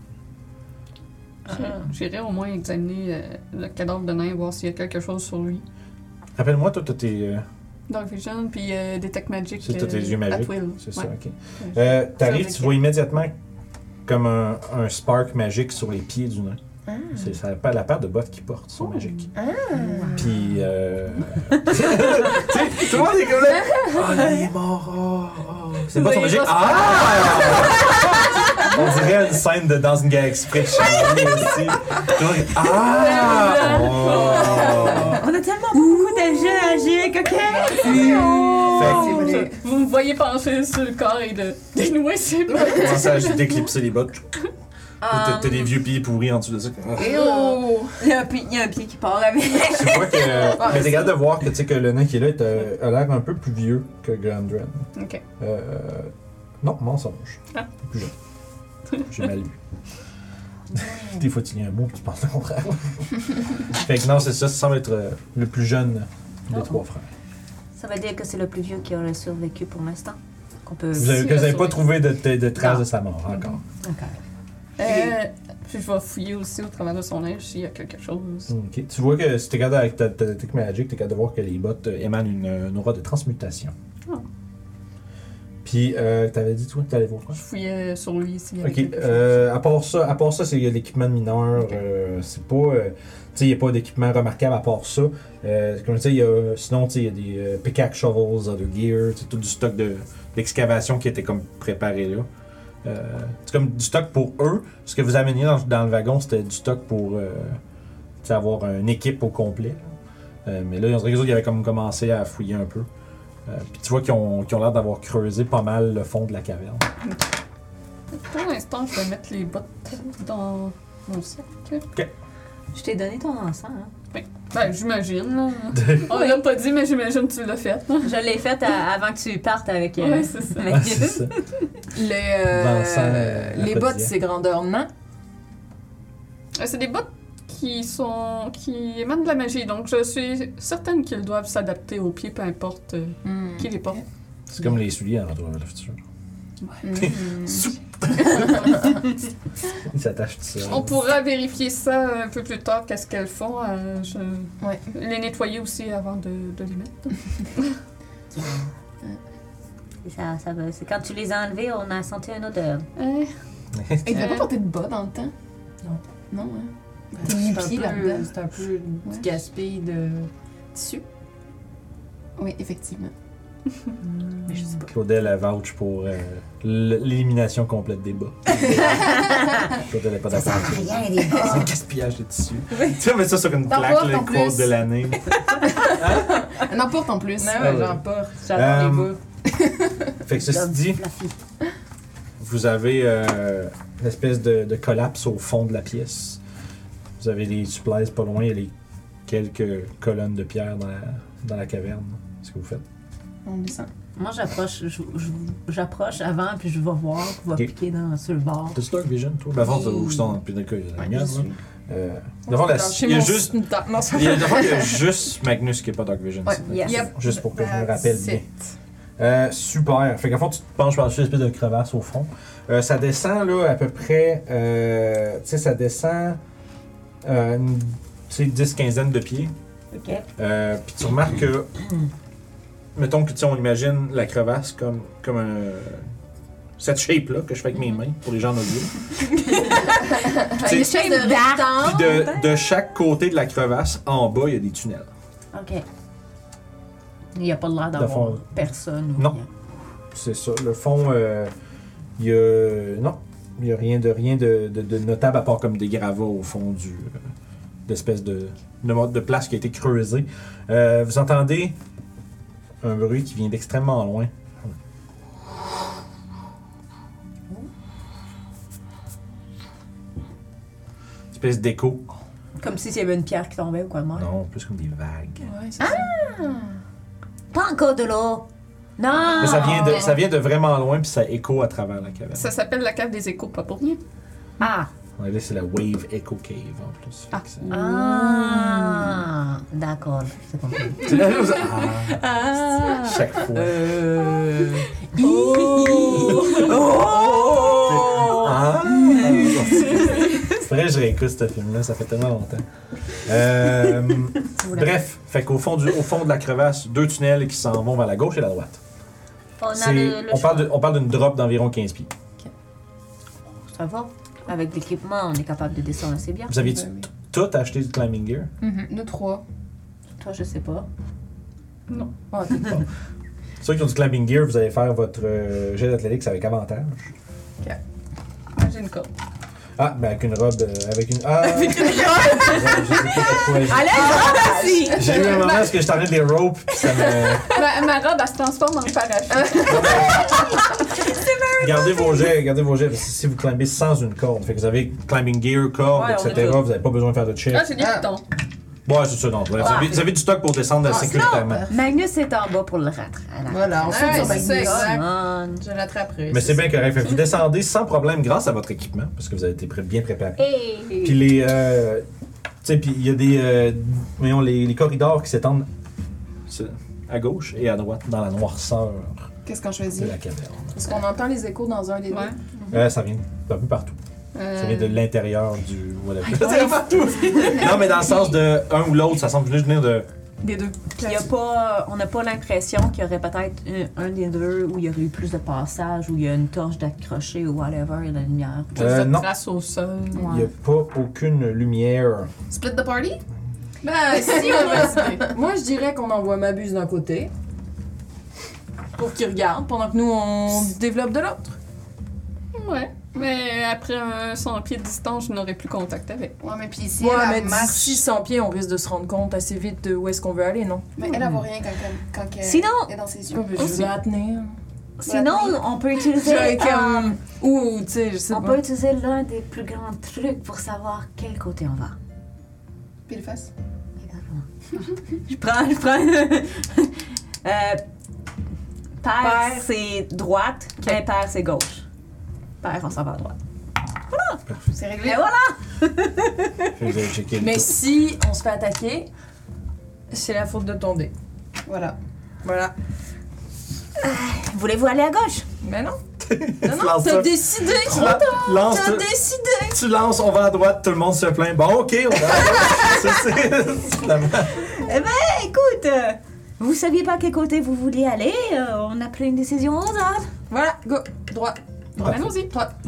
J'irai au moins examiner euh, le cadavre de nain, voir s'il y a quelque chose sur lui. Rappelle-moi, toi, t'as tes. Euh, Dark Vision, puis euh, Detect Magic. c'est t'as tes yeux at magiques. will. C'est Ouais. ça, ok. Euh, T'arrives, tu Surveiller. vois immédiatement comme un, un spark magique sur les pieds du nain. Ah. C'est ça, la, la paire de bottes qu'il porte sont Oh. magiques. Ah. Puis, euh... tu sais, tout le monde est comme là. Oh, là, il est mort. Oh, oh. C'est pas son Oui, magique. pas- Ah! On dirait une scène de dans une gare express chez lui aussi. Tout le monde est- Ah! Oh. On a tellement beaucoup d'agents magiques, ok? Oh, C'est vrai. Vous me voyez pencher sur le corps et de dénouer ses bottes. Commence à juste d'éclipser les bottes. T'as Um, t'as des vieux pieds pourris en dessous de ça. Ew. il, y a un pied, il y a un pied qui part avec. Tu vois que. Mais t'es capable de voir que, tu sais, que le nain qui est là est, euh, a l'air un peu plus vieux que Gandren. Ok. Euh. Non, mensonge. Ah. Plus jeune. J'ai mal lu. Des fois, tu lis un mot et tu penses le contraire. Fait que non, c'est ça, ça semble être euh, le plus jeune des Oh. trois frères. Ça veut dire que c'est le plus vieux qui aurait survécu pour l'instant. Qu'on peut... Vous avez, Si, que vous la n'avez pas souris. trouvé de, de, de traces Non. de sa mort encore. Euh, puis je vais fouiller aussi au travers de son linge s'il y a quelque chose. Ok. Tu vois que si t'es capable avec ta, ta, ta technique magique, t'es capable de voir que les bottes euh, émanent une, une aura de transmutation. Ah. Puis, euh, t'avais dit, toi, que t'allais voir quoi? Je fouillais sur lui s'il y avait Ok, quelque chose. euh, à part ça, à part ça, c'est il y a l'équipement de mineur. Ok. Euh, c'est pas, euh, tu sais, il n'y a pas d'équipement remarquable à part ça. Euh, comme je disais, il y a, sinon, tu sais, il y a des euh, pickaxe shovels, other gear, tu sais, tout du stock de d'excavation qui était comme préparé là. Euh, c'est comme du stock pour eux. Ce que vous ameniez dans, dans le wagon, c'était du stock pour, euh, tu sais, avoir une équipe au complet. là. Euh, mais là, il y a des autres qui avaient comme commencé à fouiller un peu. Euh, Puis tu vois qu'ils ont, qu'ils ont l'air d'avoir creusé pas mal le fond de la caverne. Pour l'instant, je vais mettre les bottes dans mon sac. Je t'ai donné ton encens, hein? Ben, j'imagine. là. On l'a pas dit, mais j'imagine que tu l'as fait. hein. Je l'ai faite à- avant que tu partes avec. euh, Ouais, c'est ça. avec- Ouais, c'est ça. Les, euh, Vincent, euh, les Apodiac. bottes, c'est grandeur nain. Euh, C'est des bottes qui sont qui émanent de la magie, donc je suis certaine qu'ils doivent s'adapter aux pieds, peu importe euh, Hmm. qui les porte. C'est comme les souliers en retour vers le futur. Hmm. Ils s'attachent tout ça. On pourra vérifier ça un peu plus tard, qu'est-ce qu'elles font. euh, je... Ouais. Les nettoyer aussi avant de, de les mettre. Et ça, ça veut- c'est quand tu les as enlevés, on a senti une odeur. Euh, Et il devait Euh. pas porter de bas dans le temps? Non. Non, hein? C'est T'es un nu-pied peu- là-dedans. C'est un peu du Ouais. gaspille de tissu. Oui, effectivement. Mais je sais pas. Claudel elle vouch pour euh, l- l'élimination complète des bas. Claudel n'est pas d'accord. rien, les C'est un gaspillage de tissu. Tu vas mettre ça sur une T'en plaque, portes le en quote plus. de l'année. On en porte en plus. Ouais, Ah ouais, ouais. j'en porte. J'adore Euh, les bas. Fait que ceci dit, vous avez euh, une espèce de, de collapse au fond de la pièce. Vous avez les supplies pas loin, il y a les quelques colonnes de pierre dans la, dans la caverne. Qu'est-ce que vous faites? On descend. Moi, j'approche, je- je- j'approche avant, puis je vais voir, puis je vais Ok. piquer dans, sur le bord. T'as-tu Dark Vision, toi? Ben, avant, t'as où dans le plus de la Ouais, lumière, je là. suis. Euh, d'abord, la- Chez il y a mon- juste. Non, c'est Il y a, d'abord, il y a juste Magnus qui n'est pas Dark Vision. Ouais, c'est- yes. Yep. Juste pour que je me That's rappelle bien. it. Euh, super. Fait qu'à fond, tu te penches par-dessus l'espèce de crevasse au fond. Euh, ça descend là à peu près. Euh, tu sais, ça descend. Euh, une, tu sais, dix quinzaine de pieds. OK. Euh, Puis tu remarques que. Mettons que tu sais, on imagine la crevasse comme, comme un. Cette shape-là que je fais avec mes mains pour les gens en audio. Une Puis espèce de rectangle. de, de chaque côté de la crevasse, en bas, il y a des tunnels. OK. Il n'y a pas l'air De d'avoir fond. personne. ou Non. rien. C'est ça. Le fond, euh, il y a. Non. Il n'y a rien de rien de, de- de notable à part comme des gravats au fond du. euh, d'espèce de, de, mode de place qui a été creusée. Euh, vous entendez un bruit qui vient d'extrêmement loin. Une espèce d'écho. Comme si s'il y avait une pierre qui tombait ou quoi de même. Non, plus comme des vagues. Ouais, c'est ça. pas encore de l'eau. Non. Mais ça vient, de, ça vient de vraiment loin, puis ça écho à travers la caverne. Ça s'appelle la cave des échos, pas pour rien. Ah. Ouais, là, c'est la Wave Echo Cave en plus. Fait Ah. que ça- Ah. D'accord, c'est compris. C'est la chose. Ah, Ah! chaque fois. Euh... Oh! Ah! Faudrait que je réécoute ce film-là, ça fait tellement longtemps. Euh, bref, fait qu'au fond, du, au fond de la crevasse, deux tunnels qui s'en vont vers la gauche et la droite. On, a C'est- le, le on, choix. parle de- on parle d'une drop d'environ quinze pieds. Ça va. Avec l'équipement, on est capable de descendre assez bien. Vous aviez Ben oui. tout acheté du climbing gear? Nous trois. Toi, je sais pas. Non. Ah, t'es pas. Ceux qui ont du climbing gear, vous allez faire votre euh, jet d'athlétiques avec avantage. Ah, j'ai une corde. Ah, ben avec une robe, euh, avec une... Ah! Avec une robe! Je sais pas pourquoi. j'ai- Allez, vas-y! J'ai eu un moment parce que je t'en ai des ropes, puis ça me... Ma, ma robe, elle se transforme en parachute. Gardez vos jets, gardez vos jets, parce que si vous climbez sans une corde, fait que vous avez climbing gear, corde, Ouais, on a et cetera, tout. vous n'avez pas besoin de faire de check. Ah, j'ai des Ah. pitons. Ouais, c'est ça, non. Vous avez, vous avez du stock pour descendre Ah, sécuritairement. Magnus est en bas pour le rattraper. Voilà, on saute Ouais, sur c'est ça, Magnus. exact. Come on. Je l'attraperai. Mais c'est bien correct. Fait que vous descendez sans problème grâce à votre équipement, parce que vous avez été pré- bien préparé. Hey. Puis les. Euh, tu sais, puis il y a des. Euh, voyons, les, les corridors qui s'étendent sur- à gauche et à droite dans la noirceur Qu'est-ce qu'on de choisit? la caverne. Est-ce qu'on entend les échos dans un des deux? Ouais. Euh, ça vient d'un peu partout. Euh, Ça vient de l'intérieur du. Whatever. Ça vient partout! Non, mais dans le sens de un ou l'autre, ça semble venir de. Des deux. Puis y a pas, on n'a pas l'impression qu'il y aurait peut-être un, un des deux où il y aurait eu plus de passages, où il y a une torche d'accrocher ou whatever, et la lumière. Plus Euh, de non. traces au sol. Il n'y a pas aucune lumière. Split the party? Ben, si on va idée. Moi, je dirais qu'on envoie Mabuse d'un côté. Pour qu'il regarde, pendant que nous, on développe de l'autre. Ouais. Mais après un cent pieds de distance, je n'aurai plus contact avec. Ouais, mais puis si Ouais, elle, mais elle marche... d'ici cent pieds, on risque de se rendre compte assez vite de où est-ce qu'on veut aller, non? Mais elle, elle voit rien quand, elle- quand elle Sinon- est dans ses yeux. Oh, ben, je Aussi. vais la tenir. Sinon, on peut utiliser. J'aurais euh, comme... Ou, tu sais, je sais on pas. peut utiliser l'un des plus grands trucs pour savoir quel côté on va. Puis le face. Je prends, je prends. euh, père, Père. c'est droite, impair, c'est gauche. Père, on s'en va à droite. C'est réglé. Et voilà! Fait que vous allez checker le Mais tout. si on se fait attaquer, c'est la faute de ton dé. Voilà. Voilà. Voulez-vous aller à gauche? Mais non. Tu Non, non, lances t'as ça. décidé. Tu la- lances, T'as tu- décidé. tu lances, on va à droite, tout le monde se plaint. Bon, ok, on va à droite. Ça, c'est- finalement. Eh ben, écoute, euh, vous saviez pas à quel côté vous vouliez aller, euh, on a pris une décision au hasard. Voilà, go. Droit. Parfait. Allons-y.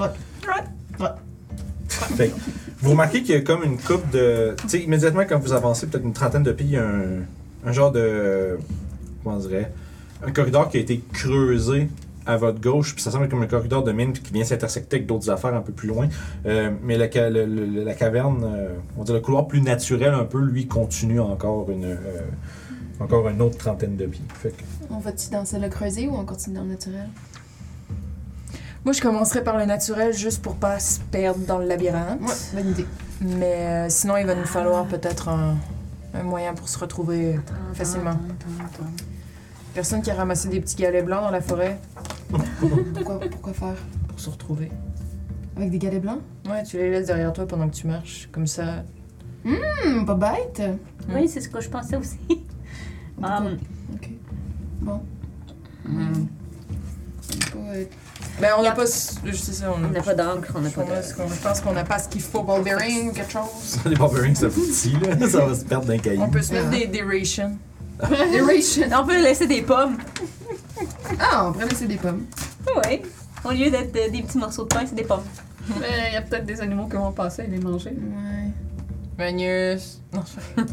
Fait que vous remarquez qu'il y a comme une coupe de. Tu sais, immédiatement quand vous avancez, peut-être une trentaine de pieds, il y a un, un genre de. Comment on dirait? Un corridor qui a été creusé à votre gauche, puis ça semble comme un corridor de mine qui vient s'intersecter avec d'autres affaires un peu plus loin. Euh, mais la, ca- le- le- la caverne, euh, on dirait le couloir plus naturel un peu, lui, continue encore une. euh, encore une autre trentaine de pieds. Fait que. On va-tu dans celle-là creuser ou on continue dans le naturel? Moi, je commencerai par le naturel juste pour pas se perdre dans le labyrinthe. Ouais, bonne idée. Mais euh, sinon, il va nous falloir peut-être un, un moyen pour se retrouver facilement. Personne qui a ramassé des petits galets blancs dans la forêt Pourquoi, pourquoi faire? pour se retrouver. Avec des galets blancs? Ouais, tu les laisses derrière toi pendant que tu marches. Comme ça. Hum, pas bête. Oui, c'est ce que je pensais aussi. Pourquoi? Um, Ok. Bon. hmm, Pas, euh, Ben, on Y a- n'a pas. s- Je sais ça, on on n'a pas d'encre, on n'a pas de. Je pense qu'on- je pense qu'on n'a pas ce qu'il faut. ball bearing ou quelque chose? Les barbarians, c'est petit, là. Ça va se perdre d'un cahier. On peut se mettre Ah. des, des rations. Des rations. On peut laisser des pommes. Ah, on pourrait laisser des pommes. Oui. Au lieu d'être euh, des petits morceaux de pain, c'est des pommes. Mais il y a peut-être des animaux qui vont passer et les manger. Ouais. Magnus. Non,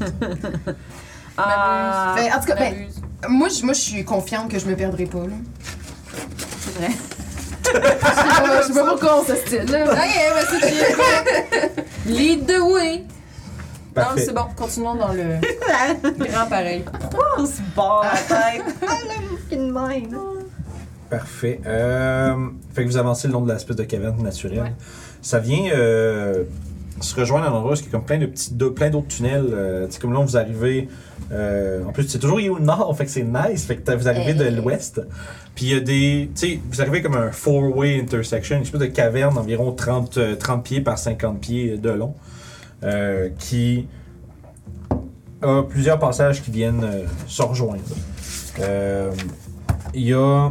Ah, Ben, en tout cas, ben, m'abuse. moi, je, moi, je suis confiante que je me perdrai pas, là. C'est vrai. Je sais pas, je sais pas pourquoi on se style, là. Ok, vas-y, Lead the way. Non, Parfait. c'est bon, continuons dans le grand pareil. On se barre la tête. Ah, la fucking mine. Parfait. Euh, fait que vous avancez le long de l'espèce de caverne naturelle. Ouais. Ça vient. Euh, se rejoignent à un endroit où il y a comme plein de petits, de, plein d'autres tunnels. Euh, tu sais, comme là, vous arrivez. Euh, en plus, c'est toujours au nord, fait que c'est nice. Fait que vous arrivez de Hey. l'ouest. Puis il y a des. Tu sais, vous arrivez comme un four-way intersection, une espèce de caverne d'environ trente, euh, trente pieds par cinquante pieds de long. Euh, qui a plusieurs passages qui viennent euh, se rejoindre. Euh, Il y a.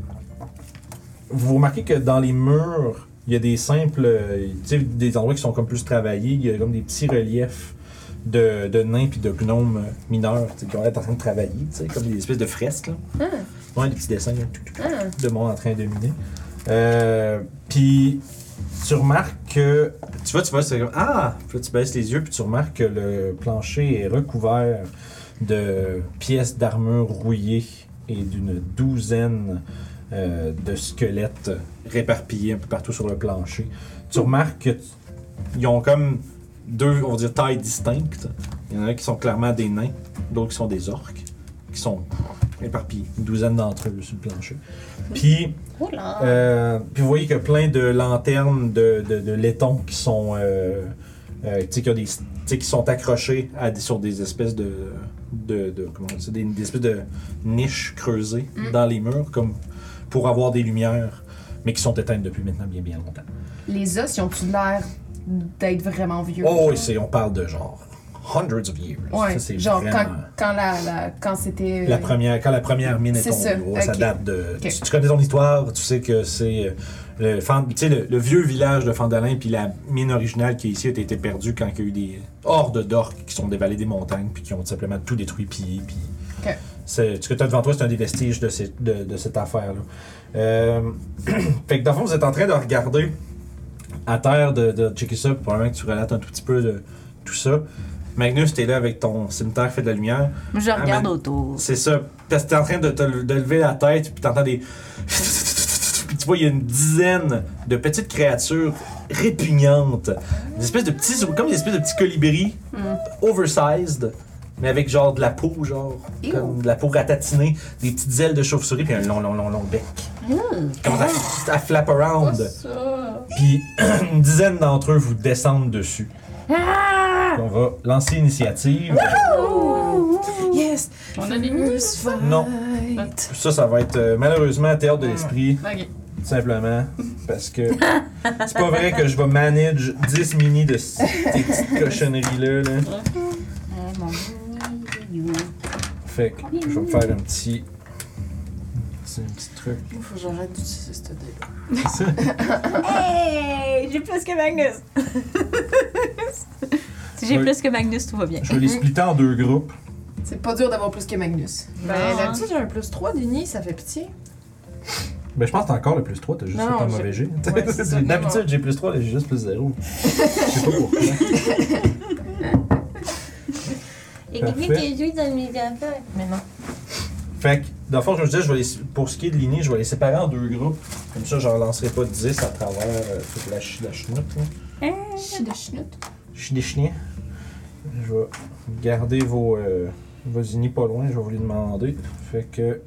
Vous remarquez que dans les murs, il y a des simples. euh, Tu sais, des endroits qui sont comme plus travaillés. Il y a comme des petits reliefs de, de nains puis de gnomes mineurs tu sais, qui ont l'air en train de travailler, tu sais, comme des espèces de fresques. Là. Ah. Ouais, des petits dessins là, tout, tout, tout, Ah. de monde en train de miner. Euh, puis tu remarques que. Tu vois, tu vois, c'est comme. Ah! Puis là, tu baisses les yeux puis tu remarques que le plancher est recouvert de pièces d'armure rouillées et d'une douzaine euh, de squelettes réparpillés un peu partout sur le plancher. Tu remarques qu'ils ont comme deux, on va dire, tailles distinctes. Il y en a qui sont clairement des nains, d'autres qui sont des orques, qui sont éparpillés, une douzaine d'entre eux sur le plancher. Puis, Oula! euh, puis vous voyez qu'il y a plein de lanternes de, de, de laiton qui sont, euh, euh, tu sais, qui, ont des- tu sais, qui sont accrochées à des, sur des espèces de, de, de comment on dit ça, des, des espèces de niches creusées Mm. dans les murs, comme pour avoir des lumières, mais qui sont éteintes depuis maintenant bien bien longtemps. Les os, ils ont-tu l'air d'être vraiment vieux? Oh, oui, c'est, on parle de genre hundreds of years. Ouais, Ça, c'est genre vraiment- quand, quand, la, la- quand c'était... La première, quand la première mine est C'est tombée, ça, gros, ça ok. date de. Ok. Si tu connais ton histoire, tu sais que c'est euh, le, Fan- tu sais, le, le vieux village de Fandalin, puis la mine originale qui est ici a été perdue quand il y a eu des hordes d'orques qui sont dévalées des montagnes, puis qui ont tout simplement tout détruit, pillé. Puis Ok. c'est, ce que tu as devant toi, c'est un des vestiges de, ces- de, de cette affaire-là. Euh, fait que dans le fond, vous êtes en train de regarder à terre, de, de checker ça, puis probablement que tu relates un tout petit peu de tout ça. Magnus, t'es là avec ton cimetière qui fait de la lumière. Je Ah, regarde mais- autour. C'est ça. Parce que t'es en train de, te- de lever la tête, puis t'entends des. Puis tu vois, il y a une dizaine de petites créatures répugnantes. Des espèces de petits. Comme des espèces de petits colibris, oversized, mais avec genre de la peau, genre. Ew. Comme de la peau ratatinée, des petites ailes de chauve-souris, puis un long, long, long, long bec. Comme ça, à flap around. Ça. Puis une dizaine d'entre eux vous descendent dessus. On va lancer l'initiative. Yes! On a des minus. Non. Ça, ça va être euh, malheureusement théâtre de l'esprit. Ok. Tout simplement. Parce que c'est pas vrai que je vais manage dix mini de ces petites cochonneries-là. Là. Eh, mon mini Fait que je vais me faire un petit. C'est un petit truc. Il faut que j'arrête d'utiliser cette dé-là. Hey! J'ai plus que Magnus! Si j'ai Oui. plus que Magnus, tout va bien. Je vais les splitter en deux groupes. C'est pas dur d'avoir plus que Magnus. Ben, Non. d'habitude, j'ai un plus trois d'uni, ça fait pitié. Ben, je pense que t'as encore le plus trois, t'as juste Non, fait un j'ai- mauvais jet. Ouais, c'est ça, D'habitude, non. j'ai plus trois, là, j'ai juste plus zéro. Je sais pas pourquoi. Il y a quelqu'un Parfait. qui joue dans mes affaires. Mais non. Fait que, dans le fond, je me disais, je vais les, pour ce qui est de l'inné, je vais les séparer en deux groupes. Comme ça, je ne relancerai pas dix à travers euh, toute la, ch- la chenoute. là. Chi de chenoute. Je suis des chiens. Je vais garder vos, euh, vos innies pas loin, je vais vous les demander. Fait que.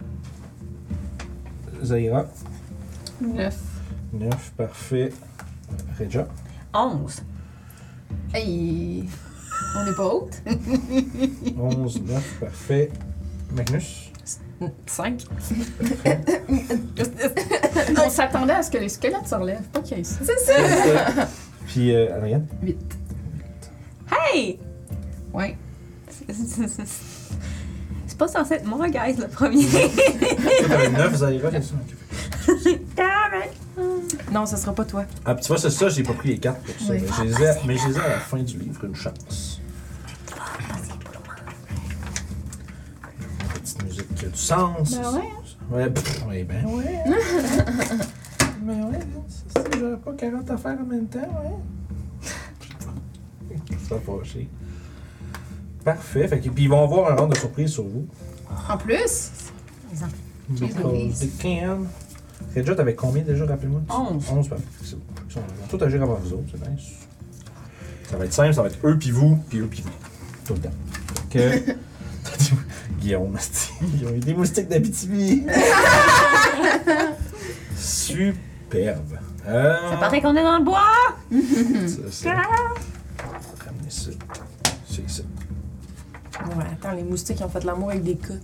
Zaira, Neuf. neuf, parfait. Reja, onze. Hey! On est pas haute? onze, neuf, parfait. Magnus, cinq. On s'attendait à ce que les squelettes se relèvent, pas qu'il y ait ça. puis euh, Ariane. huit. Hey! Ouais. C'est pas censé être moi, guys, le premier. Toi, t'avais neuf, Zaira, c'est ça? Ok. Damn it! Non, ça sera pas toi. Ah, puis tu vois, c'est ça, j'ai pas pris les quatre pour ça. Oui. Mais je les ai, mais je les ai à la fin du livre, une chance. Petite musique qui a du sens. Ben ouais. Ouais, pff, ouais, ben ouais. Mais ouais, si j'aurais pas quarante affaires en même temps, ouais. Ça va fâcher. Parfait. Fait que, puis ils vont avoir un round de surprise sur vous. En plus? Because they can. Redja, t'avais combien déjà, rappelle-moi? onze. onze, parfait. C'est bon. Ils sont- ils vont tous agir avant vous autres, c'est nice. Ça va être simple, ça va être eux puis vous, puis eux puis vous. Tout le temps. Fait que. Guillaume, asti. Ils ont eu des moustiques d'Abitibi. Superbe. Euh, Ça paraît qu'on est dans le bois! c'est ça. ici. C'est ici. Ouais, attends, les moustiques ils ont fait l'amour avec des coques.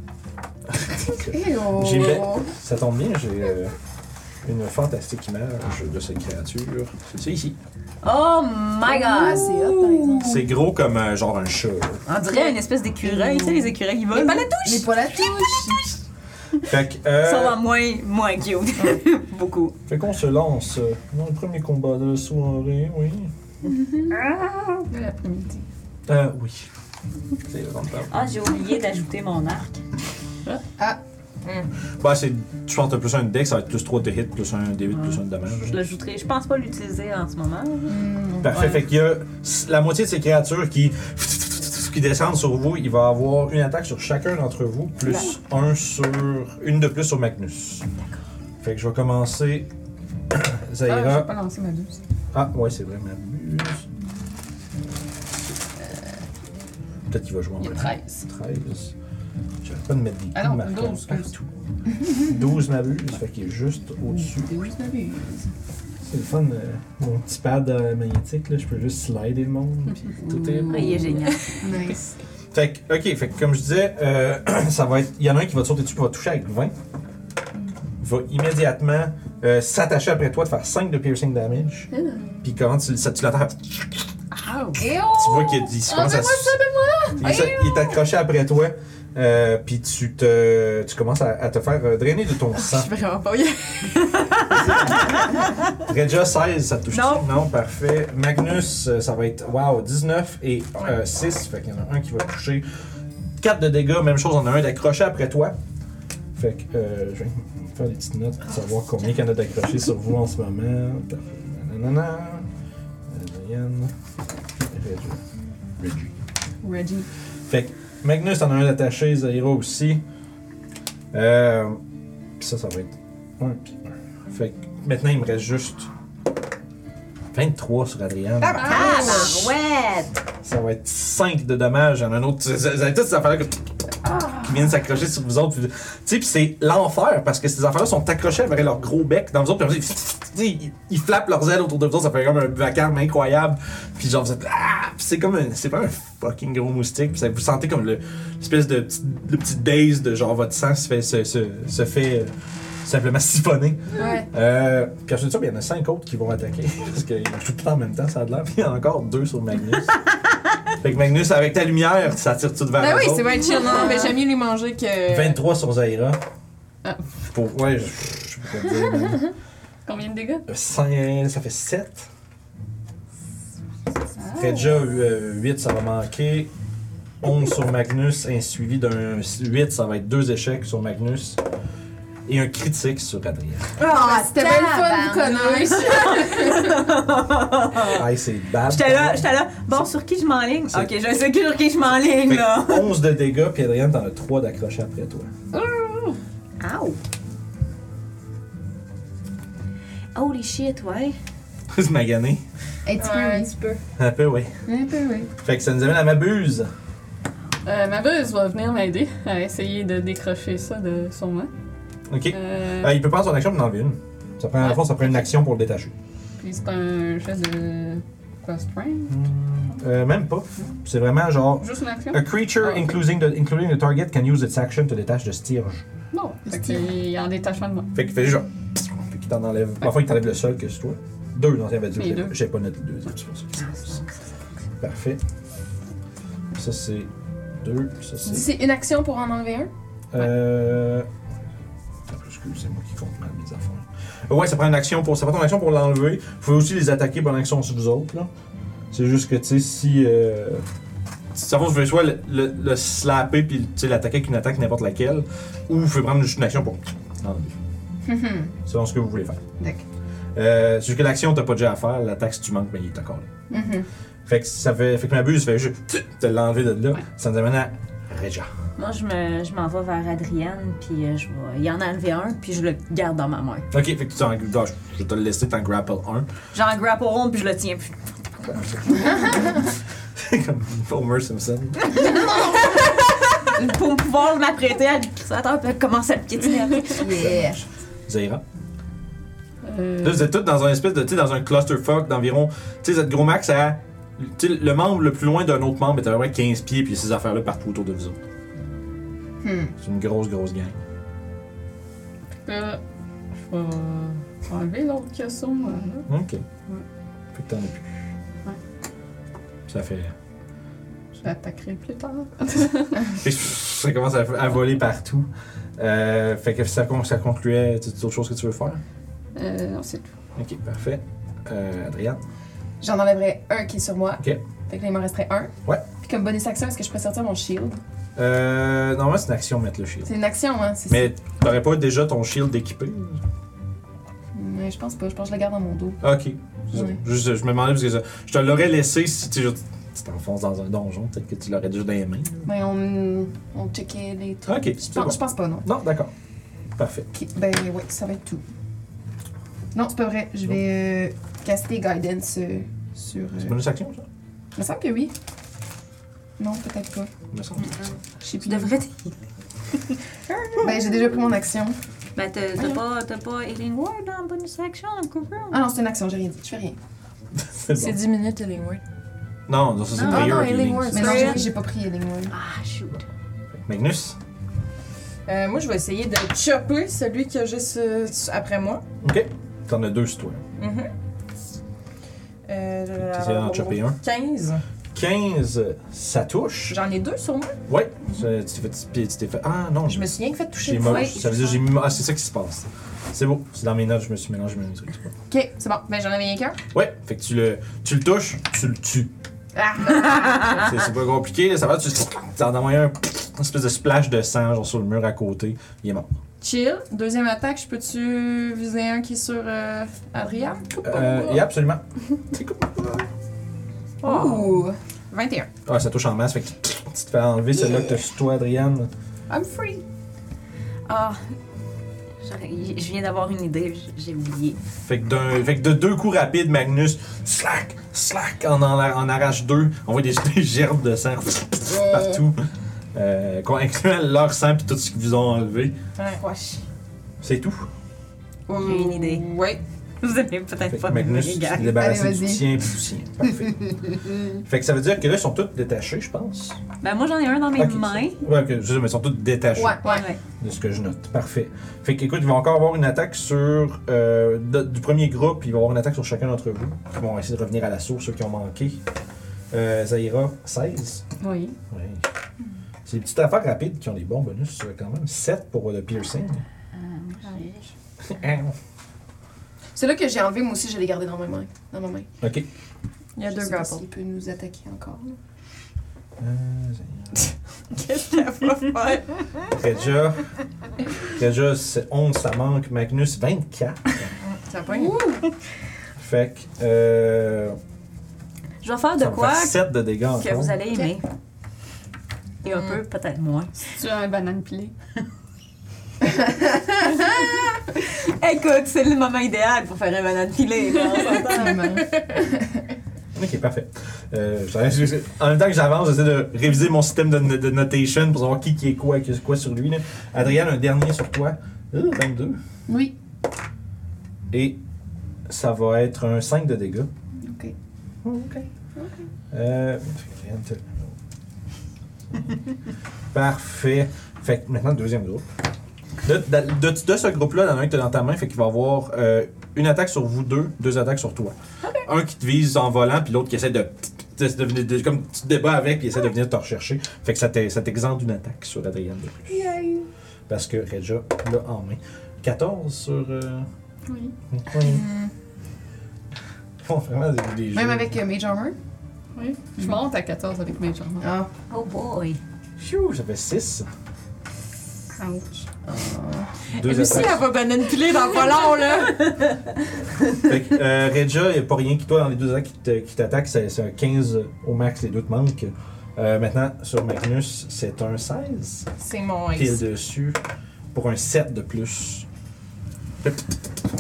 Eh oh! J'ai bien- Ça tombe bien, j'ai euh, une fantastique image de cette créature. C'est ça ici. Oh my Ah, god! c'est hot par exemple. C'est gros comme euh, genre un chat. là. On dirait une espèce d'écureuil, tu sais, les écureuils qui volent. pas la touche! Mais pas la touche! Fait que, euh, Ça va moins, moins cute. Beaucoup. fait qu'on se lance euh, dans le premier combat de la soirée, oui. De l'après-midi. Euh, oui. C'est le temps de Ah, j'ai oublié d'ajouter mon arc. Bah, c'est. Je pense que t'as plus un deck, ça va être plus trois de hit, plus un D huit, plus un de dommage. Je l'ajouterai. Je pense pas l'utiliser en ce moment. Parfait. Ouais. Fait qu'il y a la moitié de ces créatures qui. qui descendent sur vous. Il va avoir une attaque sur chacun d'entre vous, plus un sur. une de plus sur Magnus. D'accord. Fait que je vais commencer. Ah, Zaira. j'ai pas lancé ma douze. Ah, ouais, c'est vrai, Magnus. Peut-être qu'il va jouer en Il y a même. treize. treize. J'arrête pas de mettre des Ah coups non, marquants douze, partout. douze Mabuse, fait qu'il est juste au-dessus. douze m'abuse. C'est le fun, euh, mon petit pad euh, magnétique, là, je peux juste slider le monde, puis tout est beau. Ah, il est génial. Nice. Fait que, ok, fait que comme je disais, euh, ça va être. Il y en a un qui va te sauter dessus, qui va toucher avec vingt. Il va immédiatement euh, s'attacher après toi, de faire cinq de piercing damage. Puis quand tu, ça, tu l'attends, tu vois qu'il il se commence à. Il, se- il est accroché après toi. Euh, puis tu te, tu commences à, à te faire euh, drainer de ton sang. Je suis vraiment pas bien. Regia seize, ça te touche Non. Non, parfait. Magnus, euh, ça va être, wow, dix-neuf et euh, six. Fait qu'il y en a un qui va toucher. quatre de dégâts, même chose, on a un d'accroché après toi. Fait que euh, je vais faire des petites notes pour savoir combien il y en a d'accrochés sur vous en ce moment. Nanana. Adrienne. Regia. Reggie. Reggie. Fait que Magnus en a un d'attaché, Zaira aussi. Euh, pis ça, ça va être un pis un. Fait que maintenant, il me reste juste vingt-trois sur Adrienne. Ah, barouette! Ça va être cinq de dommages. Il y en a un autre. Vous avez toutes ces affaires-là que- qui viennent s'accrocher sur vous autres. Puis, tu sais, pis c'est l'enfer parce que ces affaires-là sont accrochées avec leur gros bec dans vous autres. Puis, ils, ils flappent leurs ailes autour de vous autres. Ça fait comme un vacarme incroyable. Puis, genre, vous êtes. Ah! Pis c'est comme un. C'est pas un fucking gros moustique. Puis, ça- vous sentez comme le- l'espèce de petit, le petit daze de genre votre sang se fait, se, se, se fait euh, simplement siphonner. Ouais. Euh, puis ensuite de ça, ben, il y en a cinq autres qui vont attaquer. Parce qu'ils jouent tout le temps en même temps, ça a l'air. Puis il y en a encore deux sur Magnus. Fait que Magnus, avec ta lumière, ça tire tout vers Ben eux oui, autres. c'est bien chill, non, mais j'aime mieux les manger que. vingt-trois sur Zaira. Ah. Pour, ouais, je, je sais pas quoi te dire. man. Combien de dégâts? Euh, cinq, ça fait sept. Regia, euh, huit, ça va manquer. onze sur Magnus, ainsi suivi d'un huit, ça va être deux échecs sur Magnus. Et un critique sur Adrien. Ah, c'était bien le fun, vous connaissez. Ah, c'est bad. J'étais là, j'étais là. Bon, sur qui je m'enligne? C'est- Ok, je sais sur qui je m'enligne, Fait là. que onze de dégâts, puis Adrien, t'en as trois d'accrochés après toi. Ow! Holy shit, ouais. C'est magané. Un petit peu, Ouais, un oui. petit peu. Un peu, oui. Un peu, oui. Fait que ça nous amène à Mabuse. Euh, ma buse va venir m'aider à essayer de décrocher ça de son main. Ok. Euh, Euh, il peut prendre son action pour en enlever une. Ça prend, à la fois, ça prend une action pour le détacher. Puis c'est un jet de. Quoi, strength? Euh, même pas. C'est vraiment genre. Juste une action? A creature Ah, ok. including, the, including the target can use its action to detach the stierge. Non. Fait qu'il est en détachement de moi. Fait qu'il fait genre. Fait qu'il t'en enlève. Parfois, il t'enlève le seul que c'est toi. Deux, non, il y avait deux. Les J'ai- deux. J'ai pas noté le deuxième, c'est pour ça que c'est ça. Parfait. Ça, c'est deux. Ça, c'est. C'est une action pour en enlever un? Euh. Attends, excuse, c'est moi qui compte mal mes affaires. Euh, ouais, ça prend une action pour. Ça prend ton action pour l'enlever. Vous pouvez aussi les attaquer pendant qu'ils sont sur vous autres, là. C'est juste que, tu sais, si. Euh... Si ça va, vous pouvez soit le, le, le slapper puis tu sais, l'attaquer avec une attaque n'importe laquelle, ou vous pouvez prendre juste une action pour l'enlever. Selon ce que vous voulez faire. D'accord. Euh, c'est juste que l'action, t'as pas déjà à faire. L'attaque, si tu manques, ben, il est encore là. Fait que ça fait. Fait que ma buse fait juste. Te l'enlever de là. Ouais. Ça nous amène à Regia. Moi, je me, je m'en vais vers Adrienne, puis euh, je vais y en enlever un, puis je le garde dans ma main. Ok, fait que tu t'en. Gosh, je vais te le laisser, t'en grapple un. J'en grapple rond, puis je le tiens plus. Comme Homer Simpson. Pour pouvoir m'apprêter à l'utilisateur, puis commencer à le piétiner après. Yeah. Zaira. Euh, Là, vous êtes tous dans un espèce de. Tu sais, dans un clusterfuck d'environ. Tu sais, vous êtes gros max à Tu sais, le membre le plus loin d'un autre membre est à peu près quinze pieds, puis il y a ces affaires-là partout autour de vous autres. Hmm. C'est une grosse, grosse gang. Euh, je vais enlever l'autre caisson. euh, là. Ok. Fait que t'en as plus. Ouais. Ça fait. Je l'attaquerai plus tard. Fait que ça commence à, à voler partout. Euh, fait que ça, con- ça concluait. Tu as d'autres choses que tu veux faire? Euh, non, c'est tout. Ok, parfait. Euh, Adrien? J'en enlèverais un qui est sur moi. Ok. Fait que là, il m'en resterait un. Ouais. Puis comme bonus action, est-ce que je peux sortir mon shield? Euh. Normalement, c'est une action mettre le shield. C'est une action, hein? C'est Mais t'aurais pas déjà ton shield équipé? Mais je pense pas. Je pense que je le garde dans mon dos. Ah, ok. C'est ça. Ouais. Juste, je me demandais parce que ça- je te l'aurais laissé si tu tu t'enfonces dans un donjon, peut-être que tu l'aurais déjà dans les mains. Mais on, on checkait les trucs. Ok, je, c'est pense, bon. je pense pas, non. Non, d'accord. Parfait. Ok, ben ouais, ça va être tout. Non, c'est pas vrai. Je vais euh, caster Guidance euh, sur. C'est Euh... bonus action, ça? Il me semble que oui. Non, peut-être pas. Il me semble. Je sais Tu plus. devrais. t- Ben, j'ai déjà pris mon action. Ben, t'as t'as pas, t'as pas Healing Word en bonus action en cover? Ah non, c'est une action, j'ai rien dit. Je fais rien. C'est C'est bon. dix minutes, Healing Word. Non, non, ça c'est Ah, prayer non, healing. healing word. Mais non, Prayer. j'ai- j'ai pas pris Healing Word. Ah, shoot. Magnus? Euh, moi, je vais essayer de chopper celui qui a juste euh, après moi. Ok. T'en as deux sur toi. Mhm. Euh, T'essayes d'en chopper un. quinze. quinze, ça touche. J'en ai deux sur moi. Ouais. Ça- Tu t'es fait, puis tu t'es fait. Ah non, Je me suis rien que fait toucher j'ai une mo- fois. Ça veut dire j'ai mis. Ah, c'est ça qui se passe. C'est beau. C'est dans mes notes, je me suis mélangé mes trucs. c'est pas- Ok, c'est bon. Ben, j'en avais rien qu'un. Ouais, fait que tu le, tu le touches, tu le tues. Ah! C'est c'est pas compliqué, ça va, tu tu en envoies un, une espèce de splash de sang genre sur le mur à côté, il est mort. Chill. Deuxième attaque, je peux-tu viser un qui est sur euh, Adrien? Euh, et absolument. Oh. Ouh! vingt et un. Ah, ça touche en masse, fait que tu te fais enlever celle-là que t'as sur toi, Adrienne. I'm free. Ah. j'aurais- Je viens d'avoir une idée, j- j'ai oublié. Fait que, d'un, fait que de deux coups rapides, Magnus, slack, slack, en, en, en arrache deux. On voit des, des gerbes de sang partout, euh, qu'on- incluant leur sang puis tout ce qu'ils vous ont enlevé. Ouais. C'est tout. J'ai une idée. Ouais. Vous allez Fait peut-être que pas Magnus, me tu gars. t'es débarrassé Allez, du vas-y. tien puis du sien. Parfait. Fait que ça veut dire que là, ils sont tous détachés, je pense. Ben, moi, j'en ai un dans mes Ok, mains. Ouais, ok, je sais, mais ils sont tous détachés. Ouais, ouais. Ouais. De ce que je note. Parfait. Fait que, écoute, ils vont encore avoir une attaque sur. Euh, de- du premier groupe, ils vont avoir une attaque sur chacun d'entre vous. Ils vont essayer de revenir à l'assaut, ceux qui ont manqué. Euh, Zaira, seize. Oui. Oui. C'est des petites affaires rapides qui ont des bons bonus, euh, quand même. sept pour le piercing. C'est là que j'ai enlevé, moi aussi, je l'ai gardé dans ma main. Dans ma main. Ok. Il y a Je deux sais pas grapples. s'il peut nous attaquer encore. là. Euh, Zaira. Qu'est-ce qu'elle va faire? Regia. Regia, c'est onze, ça manque. Magnus, vingt-quatre. Ça pogne. Fait que. Euh, Je vais faire de ça va quoi faire sept de dégâts que encore. vous allez aimer. Et un Mm. peu, peut-être moins. Tu as un banane pilé. Écoute, c'est le moment idéal pour faire un banane filée. là, on s'entend. Vraiment. Ok, parfait. Euh, je- je- en même temps que j'avance, j'essaie de réviser mon système de, de notation pour savoir qui, qui est quoi, qui est quoi sur lui. Là. Adrien, un dernier sur toi. Euh, vingt-deux. Oui. Et ça va être un cinq de dégâts. Ok. Ok. Euh, Adrien, t'as- Parfait. Fait que maintenant, le deuxième groupe. De, de, de, de ce groupe-là, il y en a un que tu as dans ta main, fait qu'il va avoir euh, une attaque sur vous deux, deux attaques sur toi. Un qui te vise en volant, puis l'autre qui essaie de, de, de, de- de- comme tu te débats avec, puis essaie de venir te rechercher. Fait que ça t'e- ça t'exemple d'une attaque sur Adrienne de plus. Parce que Regia l'a en main. quatorze sur. Euh... Oui. Oui. Ils font vraiment des, des Même jeux. avec euh, Mage Armor? Oui. Je monte à quatorze avec mes jambes. Ah. Oh boy. Phew, ça fait six. Ouch. Deux Elle aussi, attaques. elle va banane pilée dans pas long, là. Fait que euh, Regia, il n'y a pas rien qui toi dans les deux attaques qui te- qui t'attaquent, c'est c'est un quinze au max, les deux te manquent. Euh, maintenant, sur Magnus, c'est un seize. C'est mon Pile ace. dessus pour un sept de plus. Fait que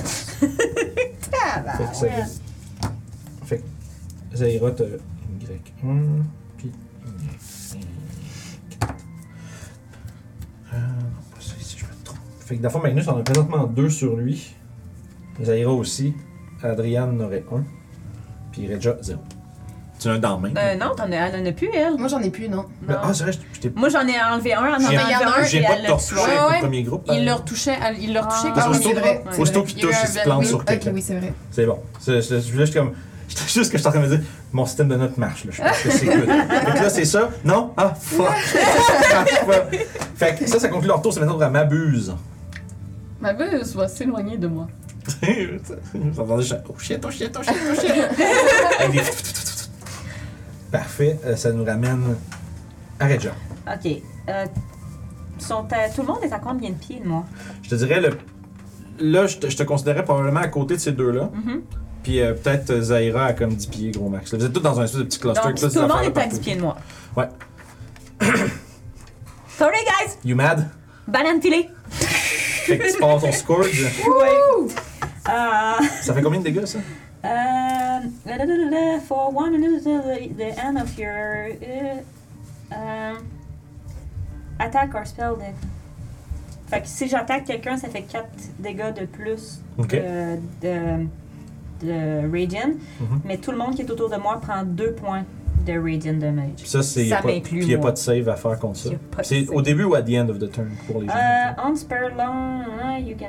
ça- fait que Zaira t'as Y un, puis Y quatre. Euh, non, pas ça ici, je me trompe. Fait que dans le fond, Magnus, on a présentement deux sur lui. Zaira aussi. Adriane en aurait un. Puis Regia, zéro. Tu as un dans la main. Euh, non, t'en as, elle en a plus, elle. Moi, j'en ai plus, non. Ben, Non. Ah, c'est vrai, je je t'ai Moi, j'en ai enlevé un, elle en a J'ai- enlevé un, J'ai et pas elle de l'a torche tué. avec Ouais, le ouais. premier groupe. Il hein. leur touchait, à- il leur touchait Ah. Parce quand que il aussitôt- est vrai. Ouais. Aussitôt qu'il Il y a eu touche, un il se plante oui. sur Ok, quelqu'un. oui, c'est vrai. C'est bon. C'est- c'est- Je voulais juste comme. J'étais juste que je suis en train de me dire, mon système de notes marche, là. Je pense que c'est good. Fait que là, c'est ça. Non? Ah, fuck! Ça marche pas. Fait que ça, ça conclut leur tour. C'est maintenant à m'abuse. Ma buse va s'éloigner de moi. Vous entendez ça? Oh shit, oh shit, oh shit, oh shit! Avec des Parfait. Euh, ça nous ramène à Redja. Ok. Euh, sont à- tout le monde est à combien de pieds de moi? Je te dirais, le... là, je te, je te considérais probablement à côté de ces deux-là. Mhm. Puis euh, peut-être euh, Zaira à comme dix pieds, gros max. Là, vous êtes tous dans un espèce de petit cluster. Donc, avec là, tout des le monde affaires est à partout. dix pieds de moi. Ouais. Sorry, guys! You mad? Banane pilée! Fait que tu pars ton scourge. Ouais. Euh, Ça fait combien de dégâts, ça? euh, la, la, la, la, la, for one minute until the, the end of your uh, um, attack or spell deck. Fait que si j'attaque quelqu'un, ça fait quatre dégâts de plus Ok. de, de, de Radiant. Mhm. Mais tout le monde qui est autour de moi prend deux points de Radiant damage. Puis ça, c'est. y a Ça pas- m'inclut, Puis il n'y a moi. pas de save à faire contre ça. Y a pas de C'est save. au début ou à the end of the turn pour les gens. Uh, on spare long, uh, you can.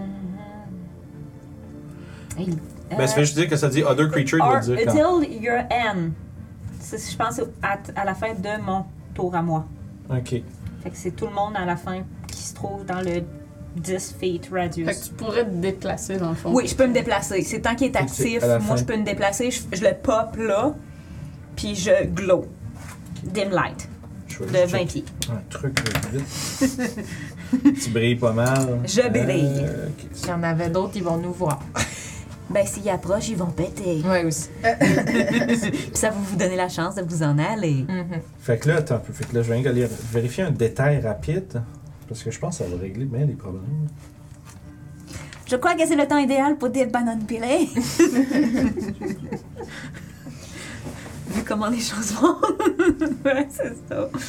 Uh, Ben, ça fait juste dire que ça dit other creature, il or doit dire quand. until your end. C'est- Je pense à, à la fin de mon tour à moi. Ok. Fait que c'est tout le monde à la fin qui se trouve dans le dix feet radius. Fait que tu pourrais te déplacer dans le fond. Oui, je peux me déplacer. C'est tant qu'il est Fait que c'est actif, à la moi fin. je peux me déplacer, je, je le pop là, puis je glow. Dim light Je vais de juste vingt checker pieds. un truc euh, vite. Tu brilles pas mal. Je brille. Euh, ok. S'il y en avait d'autres, ils vont nous voir. Ben, s'ils approchent, ils vont péter. Ouais, aussi. Puis ça va vous donner la chance de vous en aller. Mhm. Fait que là, attends un peu. Fait que là, je viens de lire- vérifier un détail rapide. Parce que je pense que ça va régler bien les problèmes. Je crois que c'est le temps idéal pour des bananes pilées. Vu comment les choses vont. Ouais, c'est ça. Ok.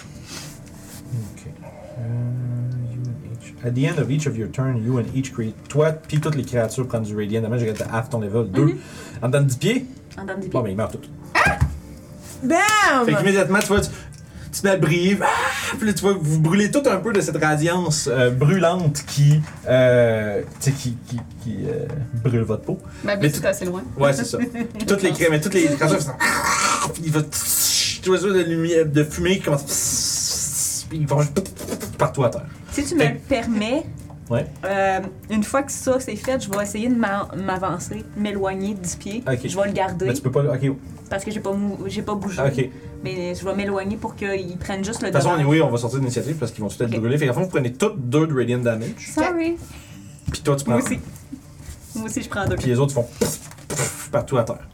Euh, you and each. At the end of each of your turn, you and each create. Toi, puis toutes les créatures prennent du radiant damage. Regarde, t'as half ton level deux. En dedans de dix pieds. En donne des Bon, pieds. ben, ils meurent tous. Bam! Fait qu'immédiatement, tu vois, tu, tu te mets à briller. Ah! Puis là, tu vois, vous brûlez tout un peu de cette radiance euh, brûlante qui, euh, tu sais, qui, qui, qui euh, brûle votre peau. Ma Mais buse tu- est assez loin. Ouais, c'est ça. Puis toutes les crèmes, mais toutes les créatures font. Ah! Puis il va. Tu vois ça de lumière, de fumée qui commence. Puis ils vont juste partout à terre. Si tu me Fait- le permets, Ouais. euh, une fois que ça c'est fait, je vais essayer de m'en- m'avancer, m'éloigner de dix pieds. Ok. Je vais le garder Mais tu peux pas. Ok. De parce que j'ai pas, mou- j'ai pas bougé. Ok. toute Mais je vais m'éloigner pour qu'ils prennent juste le façon, dommage. anyway, on va sortir d'initiative parce qu'ils vont tout être Ok. brûlés. Fait qu'en fond, vous prenez toutes deux de radiant damage. Sorry. Puis toi, tu prends. Moi aussi. Moi aussi, je prends deux. Puis les autres font partout à terre.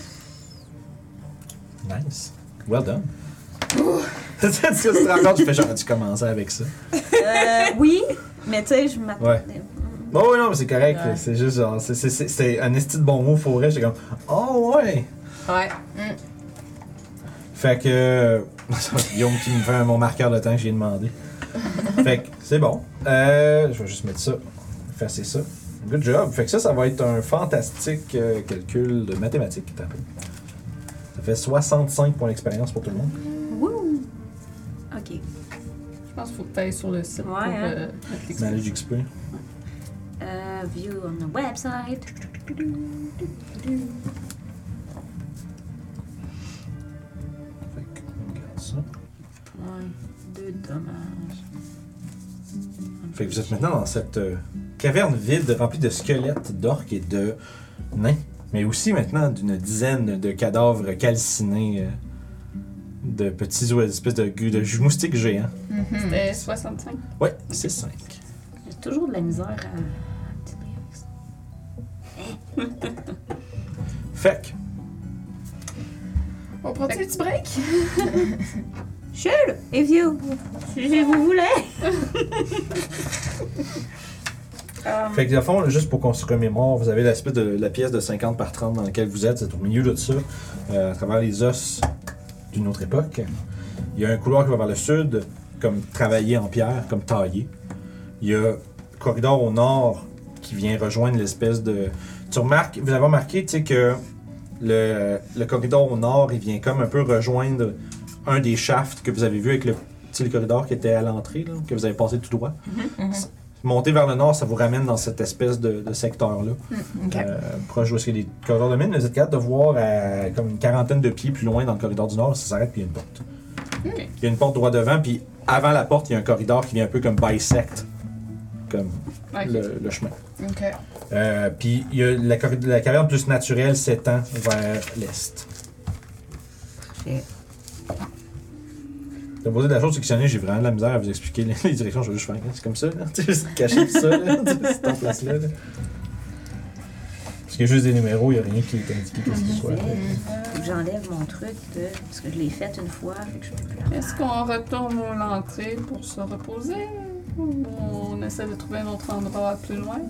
Nice. Well done. C'est ce que tu te rends compte, tu fais genre, tu commençais avec ça. Euh, oui, mais tu sais, je m'attendais. Bon, oui, non, mais c'est correct. Ouais. C'est juste genre, c'est- c'est- c'est c'est un esti de bon mot pour vrai. J'étais comme, oh ouais. Ouais. Fait que. Guillaume qui me fait mon marqueur de temps que j'ai demandé. Fait que c'est bon. Euh, je vais juste mettre ça. Effacer ça. Good job. Fait que ça, ça va être un fantastique euh, calcul de mathématiques. T'as peu. Ça fait soixante-cinq points d'expérience pour tout le monde. Wouh! Ok. Je pense qu'il faut que tu ailles sur le site Ouais, pour hein. euh, mettre l'expérience. Manage X P. Euh, view on the website. Fait que, on regarde ça. Ouais, deux dommages. Fait que vous êtes maintenant dans cette euh, caverne vide remplie de squelettes, d'orques et de nains. Mais aussi maintenant d'une dizaine de cadavres calcinés euh, de petits ou espèces de, gu- de ju- moustiques géants. C'était soixante-cinq. Ouais, c'est cinq. J'ai toujours de la misère à. Fait que, On prend-tu un petit break? Sure, if you, si vous voulez. Um, fait que, dans le fond, juste pour qu'on se remémore, vous avez l'espèce de la pièce de cinquante par trente dans laquelle vous êtes, c'est au milieu de ça, euh, à travers les os d'une autre époque. Il y a un couloir qui va vers le sud, comme travaillé en pierre, comme taillé. Il y a un corridor au nord qui vient rejoindre l'espèce de... Tu remarques, vous avez remarqué, tu sais, que le, le corridor au nord, il vient comme un peu rejoindre un des shafts que vous avez vu avec le petit corridor qui était à l'entrée, là, que vous avez passé tout droit. Mhm. Monter vers le nord, ça vous ramène dans cette espèce de, de secteur-là. Ok. Euh, proche où il y a des corridors de mine, mais vous êtes capable de voir à comme une quarantaine de pieds plus loin dans le corridor du nord, ça s'arrête puis il y a une porte. Ok. Il y a une porte droit devant, puis avant la porte, il y a un corridor qui vient un peu comme bisect, comme Ok. le, le chemin. Ok. Euh, puis il y a la, corri- la caverne plus naturelle s'étend vers l'est. Parfait. La beauté de la chose, c'est que cette année, j'ai vraiment de la misère à vous expliquer les, les directions. Je vais juste faire, c'est comme ça, là. Tu sais, c'est caché tout ça, là. C'est en place là, là. Parce qu'il y a juste des numéros, il n'y a rien qui est indiqué qu'est-ce que ce soit. Faut que j'enlève mon truc de... parce que je l'ai fait une fois, fait que je peux plus la faire. Est-ce qu'on retourne à l'entrée pour se reposer ou on essaie de trouver un autre endroit plus loin?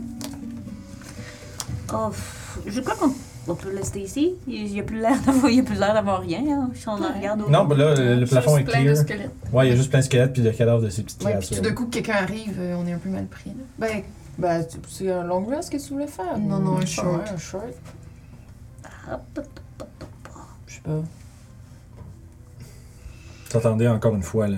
Oh, pff, je crois qu'on on peut le rester ici. Il n'y a plus l'air d'avoir, il y a plus l'air d'avoir rien, hein, si on en regarde autour. Non, ben là, le, le plafond est Juste plein clear. de squelettes. Ouais, il y a juste plein de squelettes puis de cadavres de ces petites Ouais, puis créatures. tout d'un coup, quelqu'un arrive, euh, on est un peu mal pris. Là. Ben, Ben, c'est un long rest que tu voulais faire? Non, non, un Ouais, short. un short. Hop, hop, hop, hop. Je sais pas. T'entendez encore une fois, là.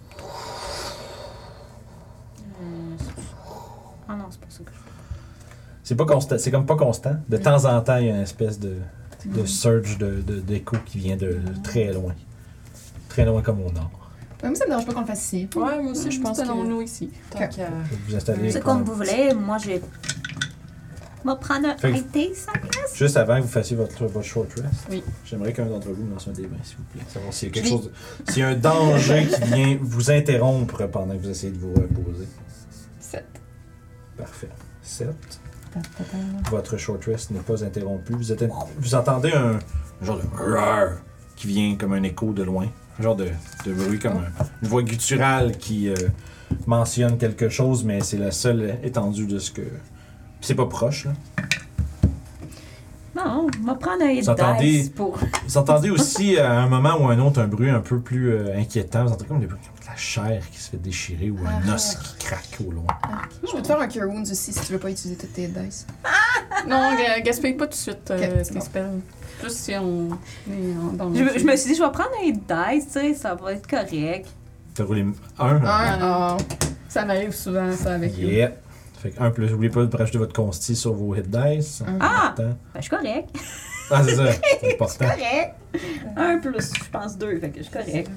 Euh, c'est- Ah non, c'est pas ça que je fais. C'est pas constant, c'est comme pas constant. De temps en temps, il y a une espèce de, de surge de, de- d'écho qui vient de très loin. Très loin comme au nord. Ouais, moi, ça me dérange pas qu'on le fasse ici. Ouais, moi aussi, je pense que... Installons-nous ici. Tant qu'à... Vous vous installez. C'est comme vous voulez, moi je vais. Moi prendre un Fait que- I T, ça. Juste avant que vous fassiez votre, votre short rest, Oui. j'aimerais qu'un d'entre vous me lance un des vingt, s'il vous plaît. Savoir s'il y a quelque chose. de- S'il y a un danger qui vient vous interrompre pendant que vous essayez de vous reposer. Sept. Parfait. sept. Votre short rest n'est pas interrompu. Vous, êtes, vous entendez un, un genre de roar qui vient comme un écho de loin. Un genre de, de bruit comme un- une voix gutturale qui euh, mentionne quelque chose, mais c'est la seule étendue de ce que. Puis c'est pas proche, là. Non, on va prendre un Vous entendez- dice pour. Vous entendez aussi à un moment ou à un autre un bruit un peu plus euh, inquiétant. Vous entendez comme des bruits comme de la chair qui se fait déchirer ou un Ah. os qui craque au loin. Je vais te faire un Cure Wounds aussi si tu veux pas utiliser toutes tes dice. Non, ga- gaspille pas tout de suite euh, Ok, c'est tes bon. spells. Juste si on est en- dans le. Je, je me suis dit, je vais prendre un dice, tu sais, ça va être correct. T'as roulé un. Un, Ah. ah. Ça m'arrive souvent, ça, avec eux. Yeah. Fait que un plus, n'oubliez pas de rajouter votre consti sur vos hit dice. Ah! Important. Ben, je suis correct. Ah, c'est ça. C'est important. Correct. Un plus, je pense deux, fait que je suis correct.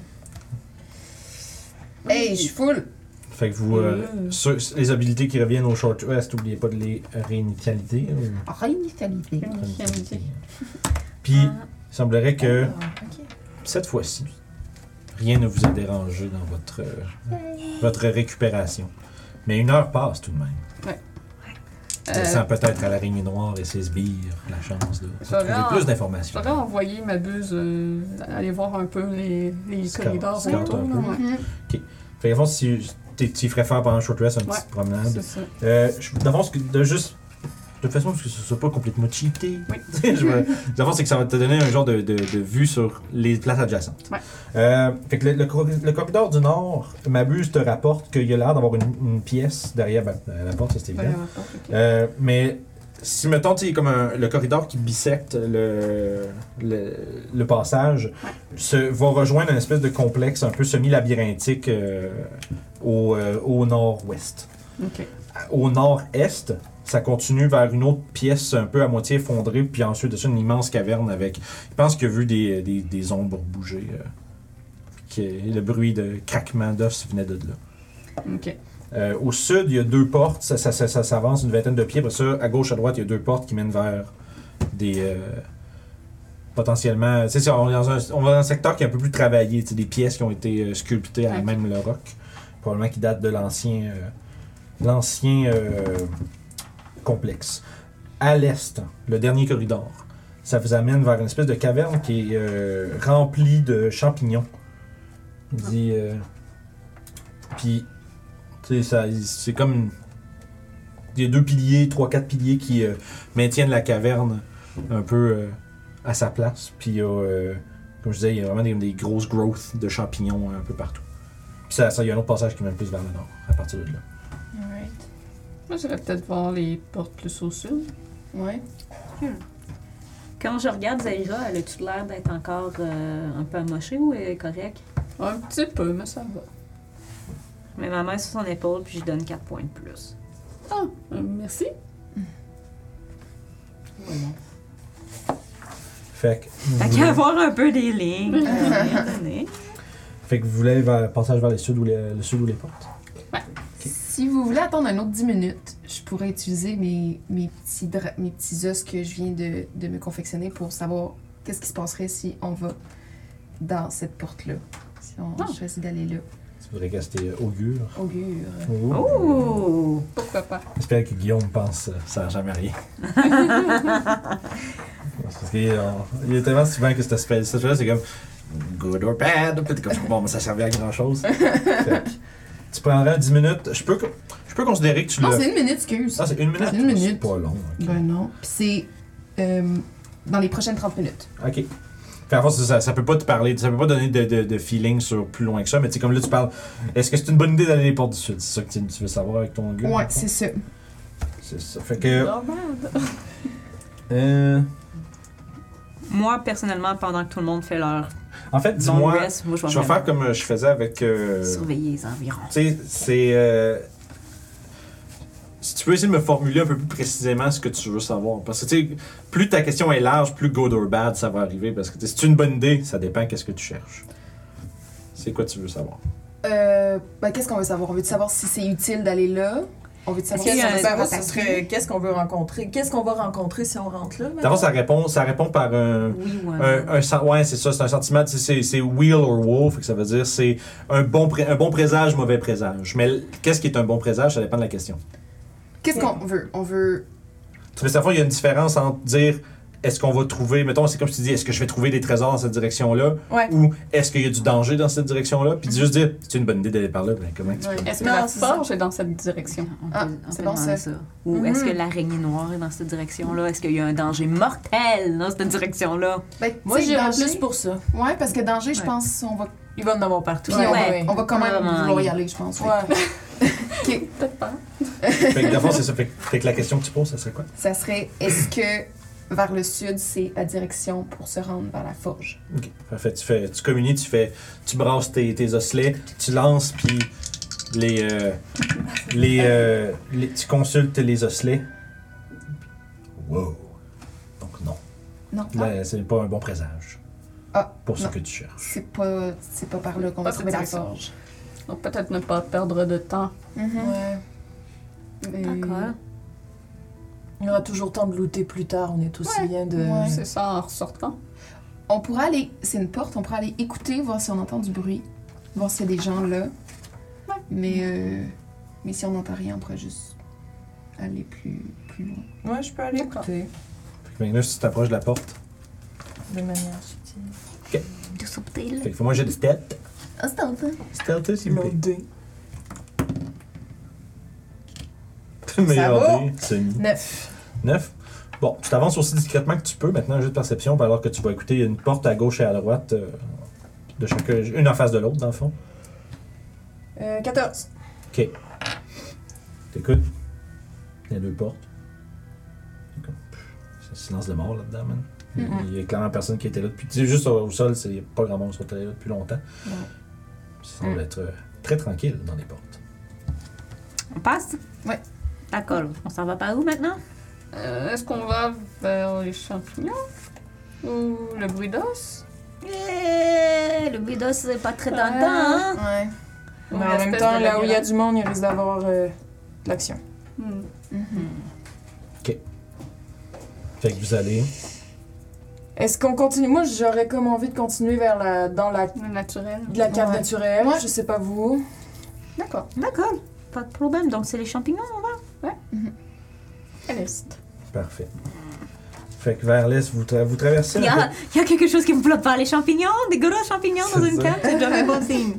Hey, je suis full! Fait que vous. euh, Mm. sur- les habilités qui reviennent au short rest, n'oubliez pas de les réinitialiser. ou- Réinitialité. Réinitialiser. Puis, Ah. il semblerait que Ah, ok. cette fois-ci, rien ne vous a dérangé dans votre, euh, votre récupération. Mais une heure passe tout de même. Euh, Laissant peut-être à l'araignée noire et ses sbires la chance de Ça retrouver va. plus d'informations. J'aurais envoyé ma buse euh, aller voir un peu les, les Scout- corridors scout autour. un là, peu. ouais. Mhm. Fait que, fond, si tu tu ferais faire pendant le short rest une Ouais. petite promenade. C'est ça. Euh, je- d'avance, que de juste. De toute façon, parce que ce soit pas complètement cheaté. Oui. je vais- d'avance, c'est que ça va te donner un genre de, de, de vue sur les places adjacentes. Ouais. Euh, fait que le, le, cor- le corridor du nord, ma buse te rapporte qu'il y a l'air d'avoir une, une pièce derrière ben, la porte, ça c'est Ouais, évident. ouais, ok. Euh, mais si, mettons, tu sais, comme un- le corridor qui bisecte le, le, le passage, se, va rejoindre une espèce de complexe un peu semi-labyrinthique euh, au, euh, au nord-ouest. Ok. Au nord-est, ça continue vers une autre pièce un peu à moitié effondrée, puis ensuite de ça, une immense caverne avec. Je pense qu'il a vu des, des, des ombres bouger. euh, puis que le bruit de craquement d'os venait de là. Ok. Euh, au sud, il y a deux portes, ça, ça, ça, ça s'avance une vingtaine de pieds. Après ça, à gauche, à droite, il y a deux portes qui mènent vers des. euh, potentiellement. Tu sais, c'est- on est dans un, on va dans un secteur qui est un peu plus travaillé, tu sais, des pièces qui ont été euh, sculptées à Ok. même le roc. Probablement qui date de l'ancien. euh, l'ancien euh, complexe. À l'est, le dernier corridor, ça vous amène vers une espèce de caverne qui est euh, remplie de champignons. Il dit. euh, Puis, tu sais, ça- c'est comme. une- Il y a deux piliers, trois, quatre piliers qui euh, maintiennent la caverne un peu euh, à sa place. Puis, il y a, euh, comme je disais, il y a vraiment des, des grosses growths de champignons un peu partout. Puis, ça, ça, il y a un autre passage qui mène plus vers le nord, à partir de là. Alright. Moi, j'irais peut-être voir les portes plus au sud. Ouais. Quand je regarde Zaira, elle a-tu l'air d'être encore euh, un peu amochée ou elle est correcte? Un petit peu, mais ça va. Mais ma main sur son épaule, puis je donne quatre points de plus. Ah, euh, merci. Voilà. Fait que. vous Fait voulez- qu'à avoir un peu des lignes. à donner. Fait que vous voulez vers, passage vers le sud ou les, le sud ou les portes? Si vous voulez attendre un autre dix minutes, je pourrais utiliser mes, mes, petits, dra- mes petits os que je viens de, de me confectionner pour savoir qu'est-ce qui se passerait si on va dans cette porte-là. Si on Ah. choisit d'aller là. Tu voudrais rester euh, augure? Augure. Oh! Oh! Pourquoi pas? J'espère que Guillaume pense euh, ça n'a jamais rien. Parce qu'il est, il est tellement souvent que cette espèce cette espèce-là, c'est comme good or bad. Puis t'es comme bon, mais ça servait à grand chose. Fait que tu prendrais dix minutes. Je peux, je peux considérer que tu Non, l'as. c'est une minute, excuse. Ah, c'est une minute? C'est une minute. C'est pas long. Ok. Ben non. Puis c'est euh, dans les prochaines trente minutes. Ok. Fait, en fait, ça, ça peut pas te parler, ça peut pas donner de, de, de feeling sur plus loin que ça, mais tu sais, comme là, tu parles. Est-ce que c'est une bonne idée d'aller les portes du sud? C'est ça que tu, tu veux savoir avec ton gars? Ouais, c'est ça. C'est ça. Fait que. Normal. Euh, Moi, personnellement, pendant que tout le monde fait leur en fait, long dis-moi. rest, moi, je vais, Je vais vraiment faire comme euh, je faisais avec. euh, surveiller les environs. Tu sais, c'est. euh, si tu peux essayer de me formuler un peu plus précisément ce que tu veux savoir. Parce que, tu sais, plus ta question est large, plus good or bad ça va arriver. Parce que, tu sais, si c'est une bonne idée, ça dépend qu'est-ce que tu cherches. C'est quoi tu veux savoir? Euh, ben, qu'est-ce qu'on veut savoir? On veut savoir si c'est utile d'aller là? On veut savoir Qu'est-ce si on qu'on va veut se savoir, ce rattacher? serait qu'est-ce qu'on veut rencontrer? Qu'est-ce qu'on va rencontrer si on rentre là? D'abord, ça répond, ça répond par un. Oui ou un Un, non. un sen- ouais, c'est ça, c'est un sentiment, tu sais, c'est, c'est wheel or woe, fait que ça veut dire c'est un bon, pré- un bon présage, mauvais présage. Mais l- qu'est-ce qui est un bon présage, ça dépend de la question. Qu'est-ce qu'on veut? On veut... Tu veux savoir, il y a une différence entre dire est-ce qu'on va trouver, mettons, c'est comme si tu dis est-ce que je vais trouver des trésors dans cette direction-là, Ouais. ou est-ce qu'il y a du danger dans cette direction-là, puis juste dire c'est une bonne idée d'aller par là, ben comment tu Ouais. peux. Est-ce que Non, la c'est ça. forge est dans cette direction? On peut, Ah, on c'est peut bon, demander ça. Ou Mhm. est-ce que l'araignée noire est dans cette direction-là? Est-ce qu'il y a un danger mortel dans cette direction-là? Ben, Moi, tu sais, j'irais danger- plus pour ça. Ouais, parce que danger, je Ouais. pense, on va... Il va en avoir partout. Puis on, Ouais. va, on va quand même Vraiment, vouloir y il- aller, je pense. oui. Ouais. Ok. Peut-être pas. Fait que, dans le fond, c'est ça. Fait que, fait que la question que tu poses, ça serait quoi? Ça serait, est-ce que vers le sud, c'est la direction pour se rendre vers la forge? Ok. Fait, tu, fais, tu communies, tu fais. Tu brasses tes, tes osselets, tu lances, puis les. euh, les, euh, les- tu consultes les osselets. Wow. Donc, non. Non. Là, c'est pas un bon présage. Ah, Pour ce non. que tu cherches. C'est pas, c'est pas par là qu'on Pas va cette trouver la direction. forge. Donc peut-être ne pas perdre de temps. Mhm. Ouais. Et- D'accord. Il y aura toujours temps de looter plus tard. On est aussi Ouais. bien de. Ouais. C'est ça en ressortant. On pourrait aller, c'est une porte, on pourrait aller écouter, voir si on entend du bruit, voir s'il y a des gens là. Mais, euh, mais si on n'entend rien, on pourrait juste aller plus, plus loin. Ouais, je peux aller D'accord. écouter Fait que maintenant, si tu t'approches de la porte, de manière subtile. Tout subtil. fait que moi j'ai de stealth. Ah, c'est un peu. Stealth, s'il vous plaît. Loader. Meilleur va? dé, semi. Neuf. neuf. Bon, tu t'avances aussi discrètement que tu peux. Maintenant, un jeu de perception, alors que tu vas écouter une porte à gauche et à droite, euh, de chacun, une en face de l'autre, dans le fond. Euh, quatorze. Ok. T'écoutes. Il y a deux portes. C'est comme, pff, c'est un silence de mort là-dedans, man. Mhm. Il y a clairement personne qui était là depuis. Tu sais, juste au, au sol, c'est- il n'y a pas grand monde qui sont allés là depuis longtemps. Non. Ça semble Mm. être euh, très tranquille dans les portes. On passe? Ouais. D'accord. On s'en va par où maintenant? Euh, Est-ce qu'on va vers les champignons? Ou le bruit d'os? Eh, le bidos, c'est pas très tentant, hein? Ouais. Ou Mais en même l'espèce temps, de là où il y a labyrinthe? du monde, il risque d'avoir euh, de l'action. Hmm. Mhm. Fait que vous allez. Est-ce qu'on continue? Moi, j'aurais comme envie de continuer vers la, dans la, Le naturel. de la cave Ouais. naturelle. Ouais. Je sais pas vous. D'accord. D'accord. Pas de problème. Donc, c'est les champignons, on va? À l'est. Parfait. Fait que vers l'est, vous, tra- vous traversez. Il y un peu- a, il y a quelque chose qui me flotte pas. Les champignons? Des gros champignons dans C'est une ça. cave? C'est jamais bon signe.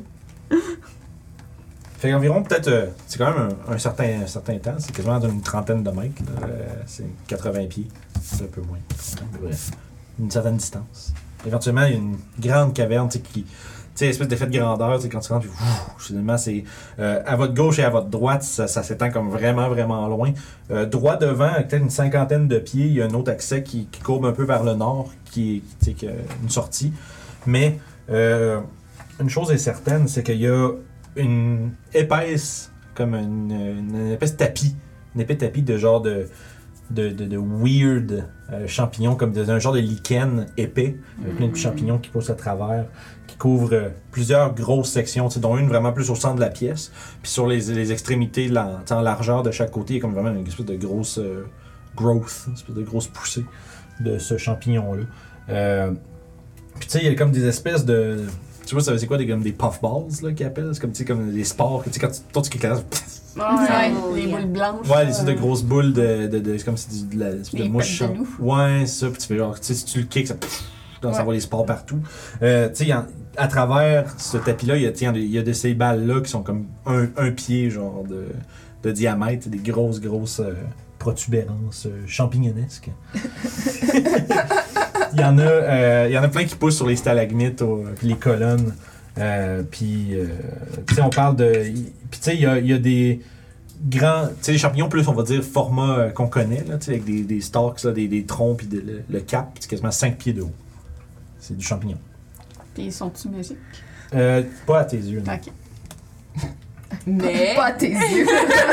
Fait qu'environ peut-être, euh, c'est quand même un, un certain, un certain temps, c'est quasiment une trentaine de mètres, là. Euh, c'est quatre-vingts pieds, c'est un peu moins, bref, une certaine distance. Éventuellement, il y a une grande caverne tu sais, qui, sais, espèce d'effet de grandeur, tu sais, quand tu rentres, puis ouf, finalement, c'est euh, à votre gauche et à votre droite, ça, ça s'étend comme vraiment, vraiment loin. Euh, droit devant, avec peut-être une cinquantaine de pieds, il y a un autre accès qui, qui courbe un peu vers le nord, qui est, tu sais, qui a une sortie. Mais euh, une chose est certaine, c'est qu'il y a une épaisse, comme une, une épaisse tapis, une épais tapis de genre de, de, de, de weird euh, champignons, comme de, un genre de lichen épais, avec plein de petits champignons qui poussent à travers, qui couvrent euh, plusieurs grosses sections, dont une vraiment plus au centre de la pièce. Puis sur les, les extrémités, la, en largeur de chaque côté, il y a comme vraiment une espèce de grosse euh, growth, une espèce de grosse poussée de ce champignon-là. Euh, Puis tu sais, il y a comme des espèces de... Tu vois, c'est quoi, des, comme des puffballs, là, qu'ils appellent? C'est comme, tu sais, comme des sports, tu sais, quand tu, toi, tu cliques là, Ouais, Oh, les yeah. boules blanches. ouais, des, euh, de grosses boules de... de, de c'est comme si du- de, la, de Les mouche. pètes de loup. Ouais, c'est ça, puis tu fais genre, tu sais, si tu le kicks, ça... Donc, ça Ouais. va les sports partout. Euh, tu sais, il y en- à travers ce tapis-là, il y a, tiens, il y a de ces balles-là qui sont comme un, un pied, genre, de, de diamètre, des grosses, grosses euh, protubérances euh, champignonesques. Il y en a, euh, il y en a plein qui poussent sur les stalagmites, au- puis les colonnes. Euh, puis, euh, tu sais, on parle de... Puis, tu sais, il y a, il y a des grands... Tu sais, les champignons plus, on va dire, format euh, qu'on connaît, là, tu sais, avec des, des stalks, là, des, des troncs, puis de- le, le cap, c'est quasiment cinq pieds de haut. C'est du champignon. Puis ils sont-tu magiques? Euh, pas à tes yeux, non. Ok. Mais. Pas à tes yeux.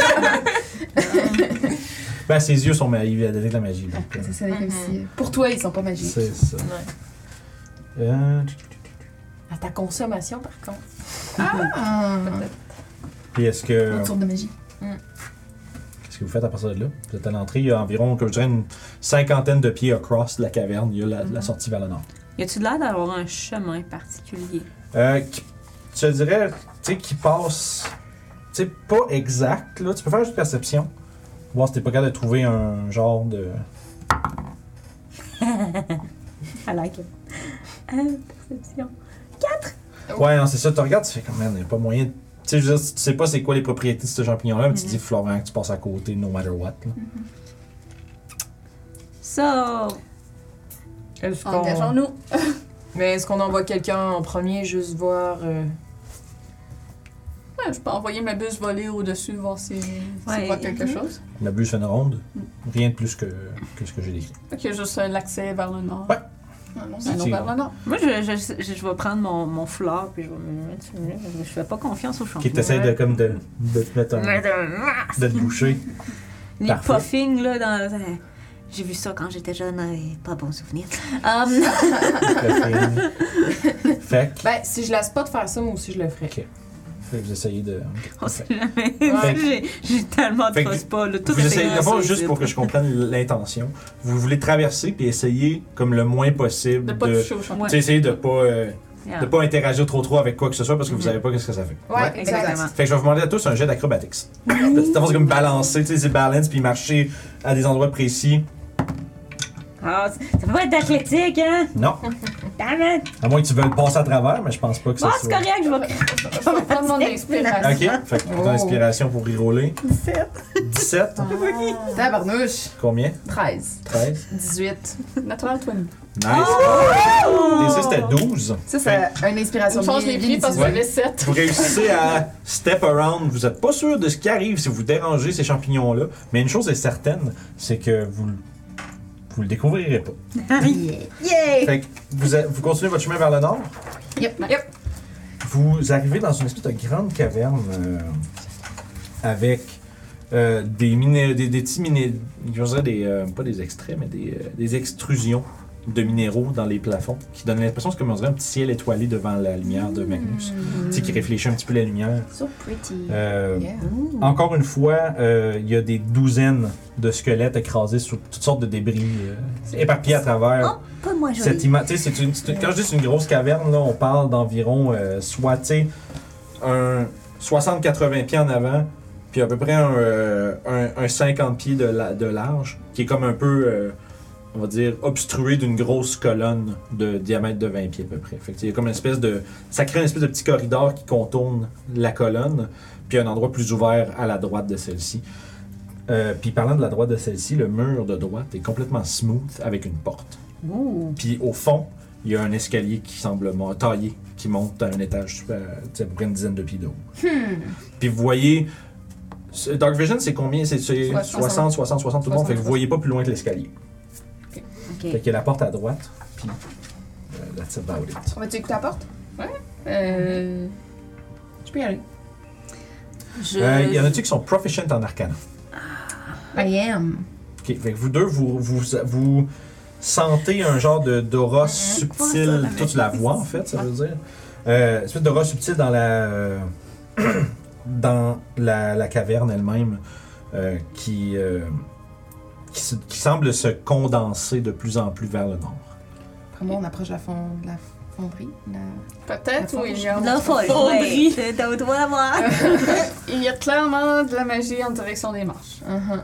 Ben, ses yeux sont magiques, avec la magie. Donc, euh, C'est ça, comme si. Pour toi, ils sont pas magiques. c'est ça. Ouais. Euh, À ta consommation, par contre. Ah. puis est-ce que... Une tour de magie. Qu'est-ce que vous faites à partir de là? Vous êtes à l'entrée, il y a environ, que je dirais, une cinquantaine de pieds across de la caverne. Il y a la, la sortie vers le nord. Y a-tu l'air d'avoir un chemin particulier? Euh, qui, je te dirais, tu sais, qui passe... Tu sais, pas exact, là. Tu peux faire juste perception. Voir si t'es pas capable de trouver un genre de... I like it. Euh, perception. Ouais, non, c'est ça. Tu regardes, tu fais comme, man, il n'y a pas moyen de... Tu sais, je veux dire, tu sais pas c'est quoi les propriétés de ce champignon-là, mais tu te dis, Florent, que tu passes à côté, no matter what. Là. So, Est-ce qu'on... Engageons-nous. Mais est-ce qu'on envoie quelqu'un en premier, juste voir. euh, Ouais, je peux envoyer ma buse voler au-dessus, voir si si Ouais. je vois quelque chose. La buse fait une ronde. Rien de plus que, que ce que j'ai décrit. Ok, juste euh, l'accès vers le nord. Ouais. Allons-y, allons vers le nord. moi, je, je, je, je vais prendre mon, mon foulard puis je vais me mettre sur le... Je fais pas confiance aux Qui champignons. t'essaie de, comme, de, de te mettre un... de te boucher. Les Parfait. puffings, là, dans... J'ai vu ça quand j'étais jeune, et pas bon souvenir. Um, Fait que... Ben, si je laisse pas de faire ça, moi aussi, je le ferais. Ok. Fait que vous essayez de... on sait jamais. Ouais. J'ai- J'ai tellement de Fait que fausses pas, là. Tout Vous est essayez, payant d'abord, sur juste les pour que je comprenne l'intention, vous voulez traverser puis essayer comme le moins possible De de... pas tu toucher au champignon. sais, essayer de pas, euh, Yeah. de pas interagir trop trop avec quoi que ce soit parce que vous Mhm. savez pas qu'est-ce que ça fait. Ouais, Ouais, exactement. exactement. Fait que je vais vous demander à tous un jet d'acrobatics. C'est d'abord, c'est comme balancer, tu sais, c'est balance puis marcher à des endroits précis. Ah, ça peut pas être athlétique, hein? Non. Damn it! À moins que tu veuilles passer à travers, mais je pense pas que ça Bon, c'est soit... correct, je vais... Je vais prendre mon inspiration. Ok, fait que pour ton Oh. inspiration pour y rouler. dix-sept. dix-sept. Tabarnouche. Combien? treize. treize. dix-huit. Natural vingt. Nice. D six, c'était douze. Ça, c'est une inspiration. On change les prix parce que Ouais. j'avais sept. Vous réussissez à step around. Vous n'êtes pas sûr de ce qui arrive si vous dérangez ces champignons-là. Mais une chose est certaine, c'est que vous, le- vous le découvrirez pas. Yeah! Fait que vous, a- vous continuez votre chemin vers le nord. Yep, yep. Vous arrivez dans une espèce de grande caverne euh, avec euh, des, miné- des, des petits minéraux, je dirais des, euh, pas des extraits, mais des, euh, des extrusions de minéraux dans les plafonds qui donnent l'impression que c'est comme on dirait un petit ciel étoilé devant la lumière de Magnus, tu sais, qui réfléchit un petit peu la lumière. So pretty. Euh, Yeah. Encore une fois, euh, il y a des douzaines de squelettes écrasés sur toutes sortes de débris euh, éparpillés à travers. Oh, pas moins joli. Cette ima- tu sais, c'est une, c'est une- quand je dis c'est une grosse caverne, là, on parle d'environ euh, soit tu sais, un soixante à quatre-vingts pieds en avant, puis à peu près un, euh, un, un cinquante pieds de, la- de large, qui est comme un peu, euh, on va dire, obstrué d'une grosse colonne de diamètre de vingt pieds à peu près. Fait que, il y a comme une espèce de. Ça crée une espèce de petit corridor qui contourne la colonne, puis un endroit plus ouvert à la droite de celle-ci. Euh, puis parlant de la droite de celle-ci, le mur de droite est complètement smooth avec une porte. Puis au fond, il y a un escalier qui semble mon- taillé, qui monte à un étage super, tu sais, à peu près une dizaine de pieds de haut. Puis vous voyez, ce- Dark Vision, c'est combien? C'est c'est Ouais, soixante, soixante, soixante, tout le monde. Fait que vous voyez pas plus loin que l'escalier. Ok. Fait qu'il y a la porte à droite, puis euh, that's about it. On va-tu écouter la porte? Euh, Je peux y aller. Je... Euh, Il y en a-tu qui sont proficient en arcana? I am. Ok, fait que vous deux, vous, vous, vous sentez un genre de d'aura subtil, toi tu la vois en fait, ça veut dire. Euh, une espèce d'aura subtil dans la euh, dans la, la caverne elle-même euh, qui, euh, qui, se- qui semble se condenser de plus en plus vers le nord. Après moi, on approche la, fond, de la fonderie. La... Peut-être, La William. La folle. Fonderie. Ouais, c'est- tu dois la voir. Il y a clairement de la magie en direction des marches. Uh-huh.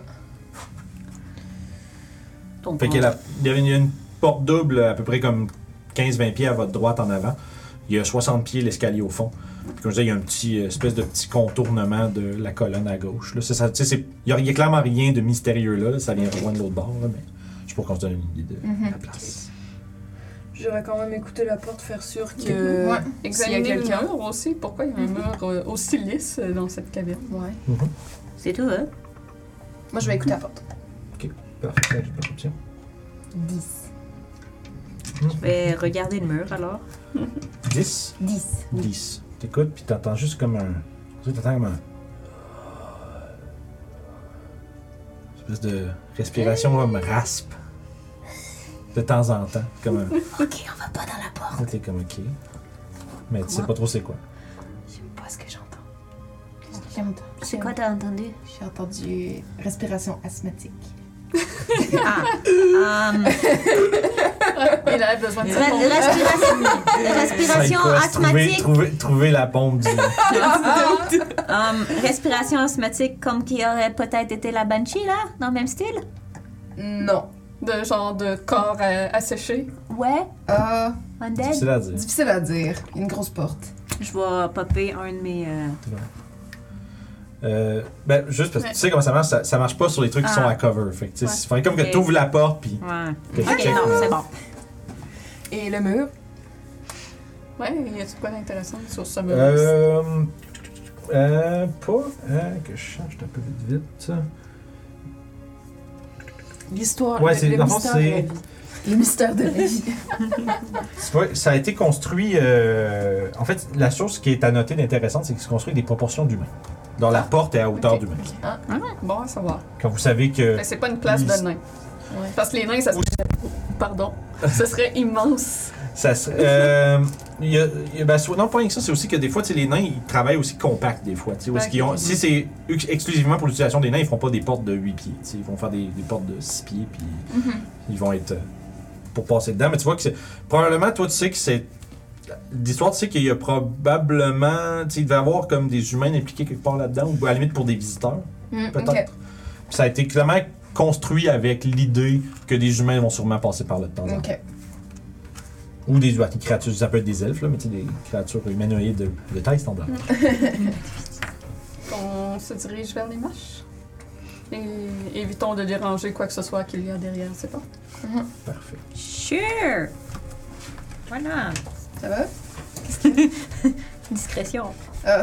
Fait qu'il y a la- il y a une, il y a une porte double à peu près comme quinze vingt pieds à votre droite en avant. Il y a soixante pieds l'escalier au fond. Puis comme je disais, il y a un petit euh, espèce de petit contournement de la colonne à gauche. Là. Ça, ça, tu sais, c'est- il n'y a, il y a clairement rien de mystérieux là. Ça vient rejoindre l'autre bord, là, mais juste pour qu'on se donne une idée de Mhm. la place. J'aurais quand même écouté la porte, faire sûr que... Ouais. Examiner S'il y a le quelqu'un. mur aussi. Pourquoi il y a un mur euh, aussi lisse euh, dans cette caverne? Ouais. C'est tout, hein? Moi, je vais écouter la porte. Parfait, ça, j'ai perception. dix. Je vais regarder le mur alors. dix. dix. dix. T'écoutes, puis t'entends juste comme un. Tu sais, t'entends comme un. Une espèce de respiration comme raspe. De temps en temps. Comme un. Ok, on va pas dans la porte. Là, t'es comme ok. Mais tu sais pas trop c'est quoi. Je sais pas ce que j'entends. Qu'est-ce que j'ai entendu? C'est quoi t'as entendu? J'ai entendu respiration asthmatique. Ah, um, Il a besoin de re- sa pompe. respiration, respiration Side quest, trouver, asthmatique. trouver, trouver la pompe du. Um, respiration asthmatique comme qui aurait peut-être été la Banshee, là, dans le même style? Non. De genre de corps à- asséché. Ouais, Euh, undead. Difficile à dire. difficile à dire. Il y a une grosse porte. Je vais popper un de mes... euh, Euh, ben, juste parce que Ouais. tu sais comment ça marche, ça, ça marche pas sur les trucs qui Ah. sont à cover. Fait que, tu sais, Ouais. il faudrait comme que Ok. tu ouvres la porte, puis Ouais. que tu Ok, checkes, non, euh, c'est bon. Et le mur? Ouais, il y a quoi d'intéressant sur ce mur? Euh. Euh. Pas. Euh, que je change un peu vite vite. L'histoire, Ouais, le- c'est- le dans le fond, mystère de c'est- la vie. Le mystère de la vie. Tu vois, ça a été construit. euh, En fait, la chose qui est à noter d'intéressante, c'est que c'est construit avec des proportions d'humains. Dans la porte est à hauteur Ok. d'humain. Bon à savoir. Quand vous savez que. Fait que c'est pas une place de Oui. nains. Parce que les nains, ça serait... Pardon. Ça serait immense. Ça serait. euh, il y a- il y a- ben, soit- non, pas rien que ça, c'est aussi que des fois, tu sais, les nains, ils travaillent aussi compact des fois. tu sais, où est-ce qu'ils ont- Ok. Si c'est ex- exclusivement pour l'utilisation des nains, ils feront pas des portes de huit pieds. tu sais, Ils vont faire des, des portes de six pieds, puis ils vont être. euh, pour passer dedans. Mais tu vois que c'est. Probablement, toi, tu sais que c'est. L'histoire, tu sais qu'il y a probablement. Tu sais, il devait y avoir comme des humains impliqués quelque part là-dedans, ou à la limite pour des visiteurs, Mm, peut-être. ok. Puis ça a été clairement construit avec l'idée que des humains vont sûrement passer par là de temps en temps. Ok. Ou des, des créatures, ça peut être des elfes, là, mais tu sais, des créatures humanoïdes de, de taille standard. On se dirige vers les marches. Et évitons de déranger quoi que ce soit qu'il y a derrière ces portes. Parfait. Sure! Voilà. Ça va? Discrétion. Ah.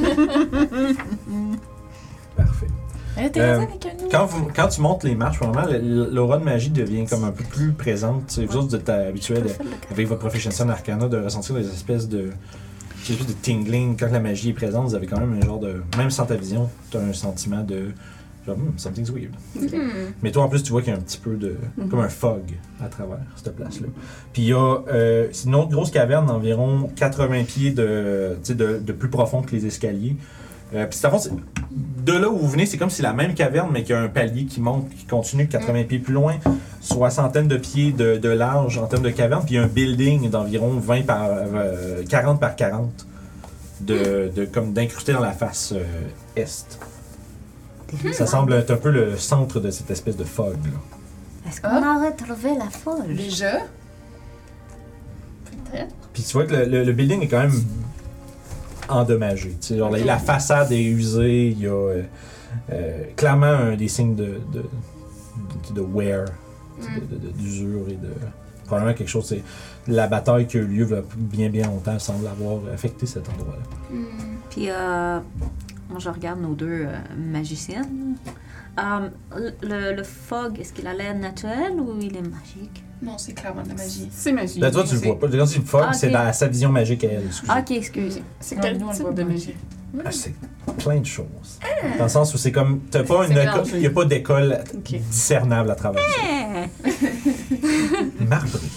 Parfait. Elle était Euh, avec un nous. Quand, vous, quand tu montes les marches, vraiment, l'aura de magie devient comme un peu plus présente. Tu sais, vous autres, vous êtes habitués de- avec votre proficiency en arcana de ressentir des espèces de. Des espèces de tingling. Quand la magie est présente, vous avez quand même un genre de. Même sans ta vision, tu as un sentiment de. Genre, hmm, something's weird. Mais toi, en plus, tu vois qu'il y a un petit peu de. Mhm. Comme un fog à travers cette place-là. Puis il y a. Euh, c'est une autre grosse caverne d'environ quatre-vingts pieds de, tu sais, de, de plus profond que les escaliers. Euh, puis à fond, c'est- de là où vous venez, c'est comme si la même caverne, mais qu'il y a un palier qui monte, qui continue quatre-vingts pieds plus loin, soixantaine de pieds de, de large en termes de caverne, puis il y a un building d'environ vingt par, euh, quarante par quarante de, de, comme d'incrusté dans la face euh, est. Ça semble être un peu le centre de cette espèce de fog. Là. Est-ce qu'on aurait trouvé la folle? Déjà? Peut-être. Puis tu vois que le, le- le building est quand même endommagé. Tu sais, genre, la, la façade est usée, il y a euh, euh, clairement un, des signes de, de, de, de wear, tu sais, de- de- de- d'usure et de. probablement quelque chose, c'est la bataille qui a eu lieu il y a bien bien longtemps semble avoir affecté cet endroit-là. Hmm. Puis, euh, moi, je regarde nos deux euh, magiciennes. Euh, le, le fog, est-ce qu'il a l'air naturel ou il est magique? Non, c'est clairement de la magie. C'est magique. Ben, toi, tu le vois pas. Quand tu le fog, Ah, c'est ok. dans sa vision magique à elle. Excusez. Ah, ok, excuse. C'est Ouais, quel nous, on le type voit de pas. magie? Ah, c'est plein de choses. Dans le sens où c'est comme. T'as pas C'est une mélangé. école. Il n'y a pas d'école Ok. discernable à travers ça. Eh! Marbré.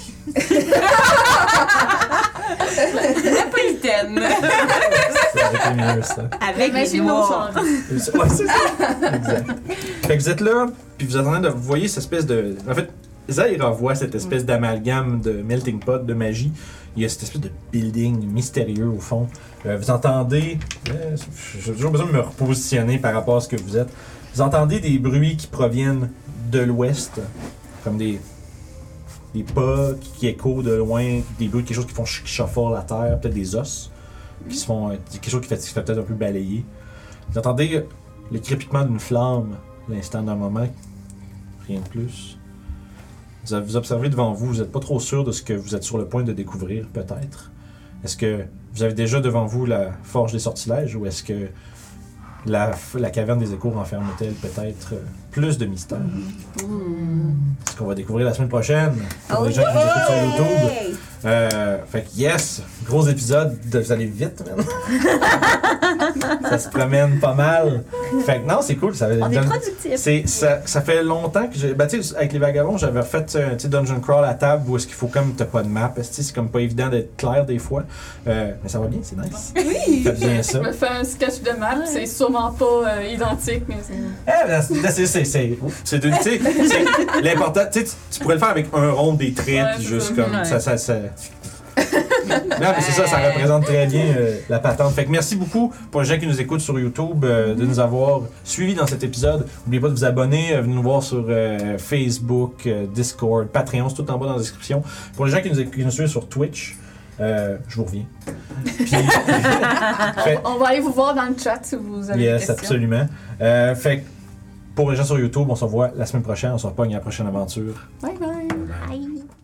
Napolitaine. Ça aurait été mieux, ça. Avec Magie les non noirs. genre. Ouais, c'est ça. Exact. Fait que vous êtes là, puis vous êtes en train de. Vous voyez cette espèce de. En fait, Zaira voit cette espèce d'amalgame de melting pot, de magie. Il y a cette espèce de building mystérieux au fond. Euh, vous entendez. euh, J'ai toujours besoin de me repositionner par rapport à ce que vous êtes. Vous entendez des bruits qui proviennent de l'ouest, comme des. Des pas qui, qui échoent de loin, des bruits, quelque chose qui font ch- qui shuffle la terre, peut-être des os qui se font. euh, quelque chose qui fait, qui fait peut-être un peu balayer. Vous entendez le crépitement d'une flamme l'instant d'un moment, rien de plus. Vous, vous observez devant vous, vous n'êtes pas trop sûr de ce que vous êtes sur le point de découvrir, peut-être. Est-ce que vous avez déjà devant vous la forge des sortilèges ou est-ce que la, la caverne des échos renferme-t-elle peut-être euh, plus de mystères? C'est ce qu'on va découvrir la semaine prochaine pour les gens qui nous écoutent sur YouTube. Hey! Euh, fait que yes, gros épisode, de- vous allez vite, man. Ça se promène pas mal. Fait que non, c'est cool, ça On est donne- productifs. c'est, ça, ça fait longtemps que j'ai. Ben, tu sais, avec les vagabonds, j'avais refait un petit dungeon crawl à table où est-ce qu'il faut comme t'as pas de map. Tu sais, c'est comme pas évident d'être clair des fois. Euh, mais ça va bien, c'est nice. Oui! Faites bien Je ça. me fais un sketch de map, c'est sûrement pas euh, identique, mais c'est. Eh, ben, c'est, c'est, c'est, c'est, c'est, de- tu sais, c'est l'important. Tu sais, tu- tu pourrais le faire avec un rond des traits, Ouais, puis c'est juste ça. comme Ouais. ça, ça, ça. Non, mais c'est ça, ça représente très bien euh, la patente. Fait que merci beaucoup pour les gens qui nous écoutent sur YouTube euh, de nous avoir suivis dans cet épisode. N'oubliez pas de vous abonner, euh, venez nous voir sur euh, Facebook, euh, Discord, Patreon, c'est tout en bas dans la description. Pour les gens qui nous, éc- qui nous suivent sur Twitch, euh, je vous reviens. Puis, fait- On va aller vous voir dans le chat si vous avez des yes, questions. absolument. Euh, fait que pour les gens sur YouTube, on se revoit la semaine prochaine. On se repogne à la prochaine aventure. Bye bye! Bye.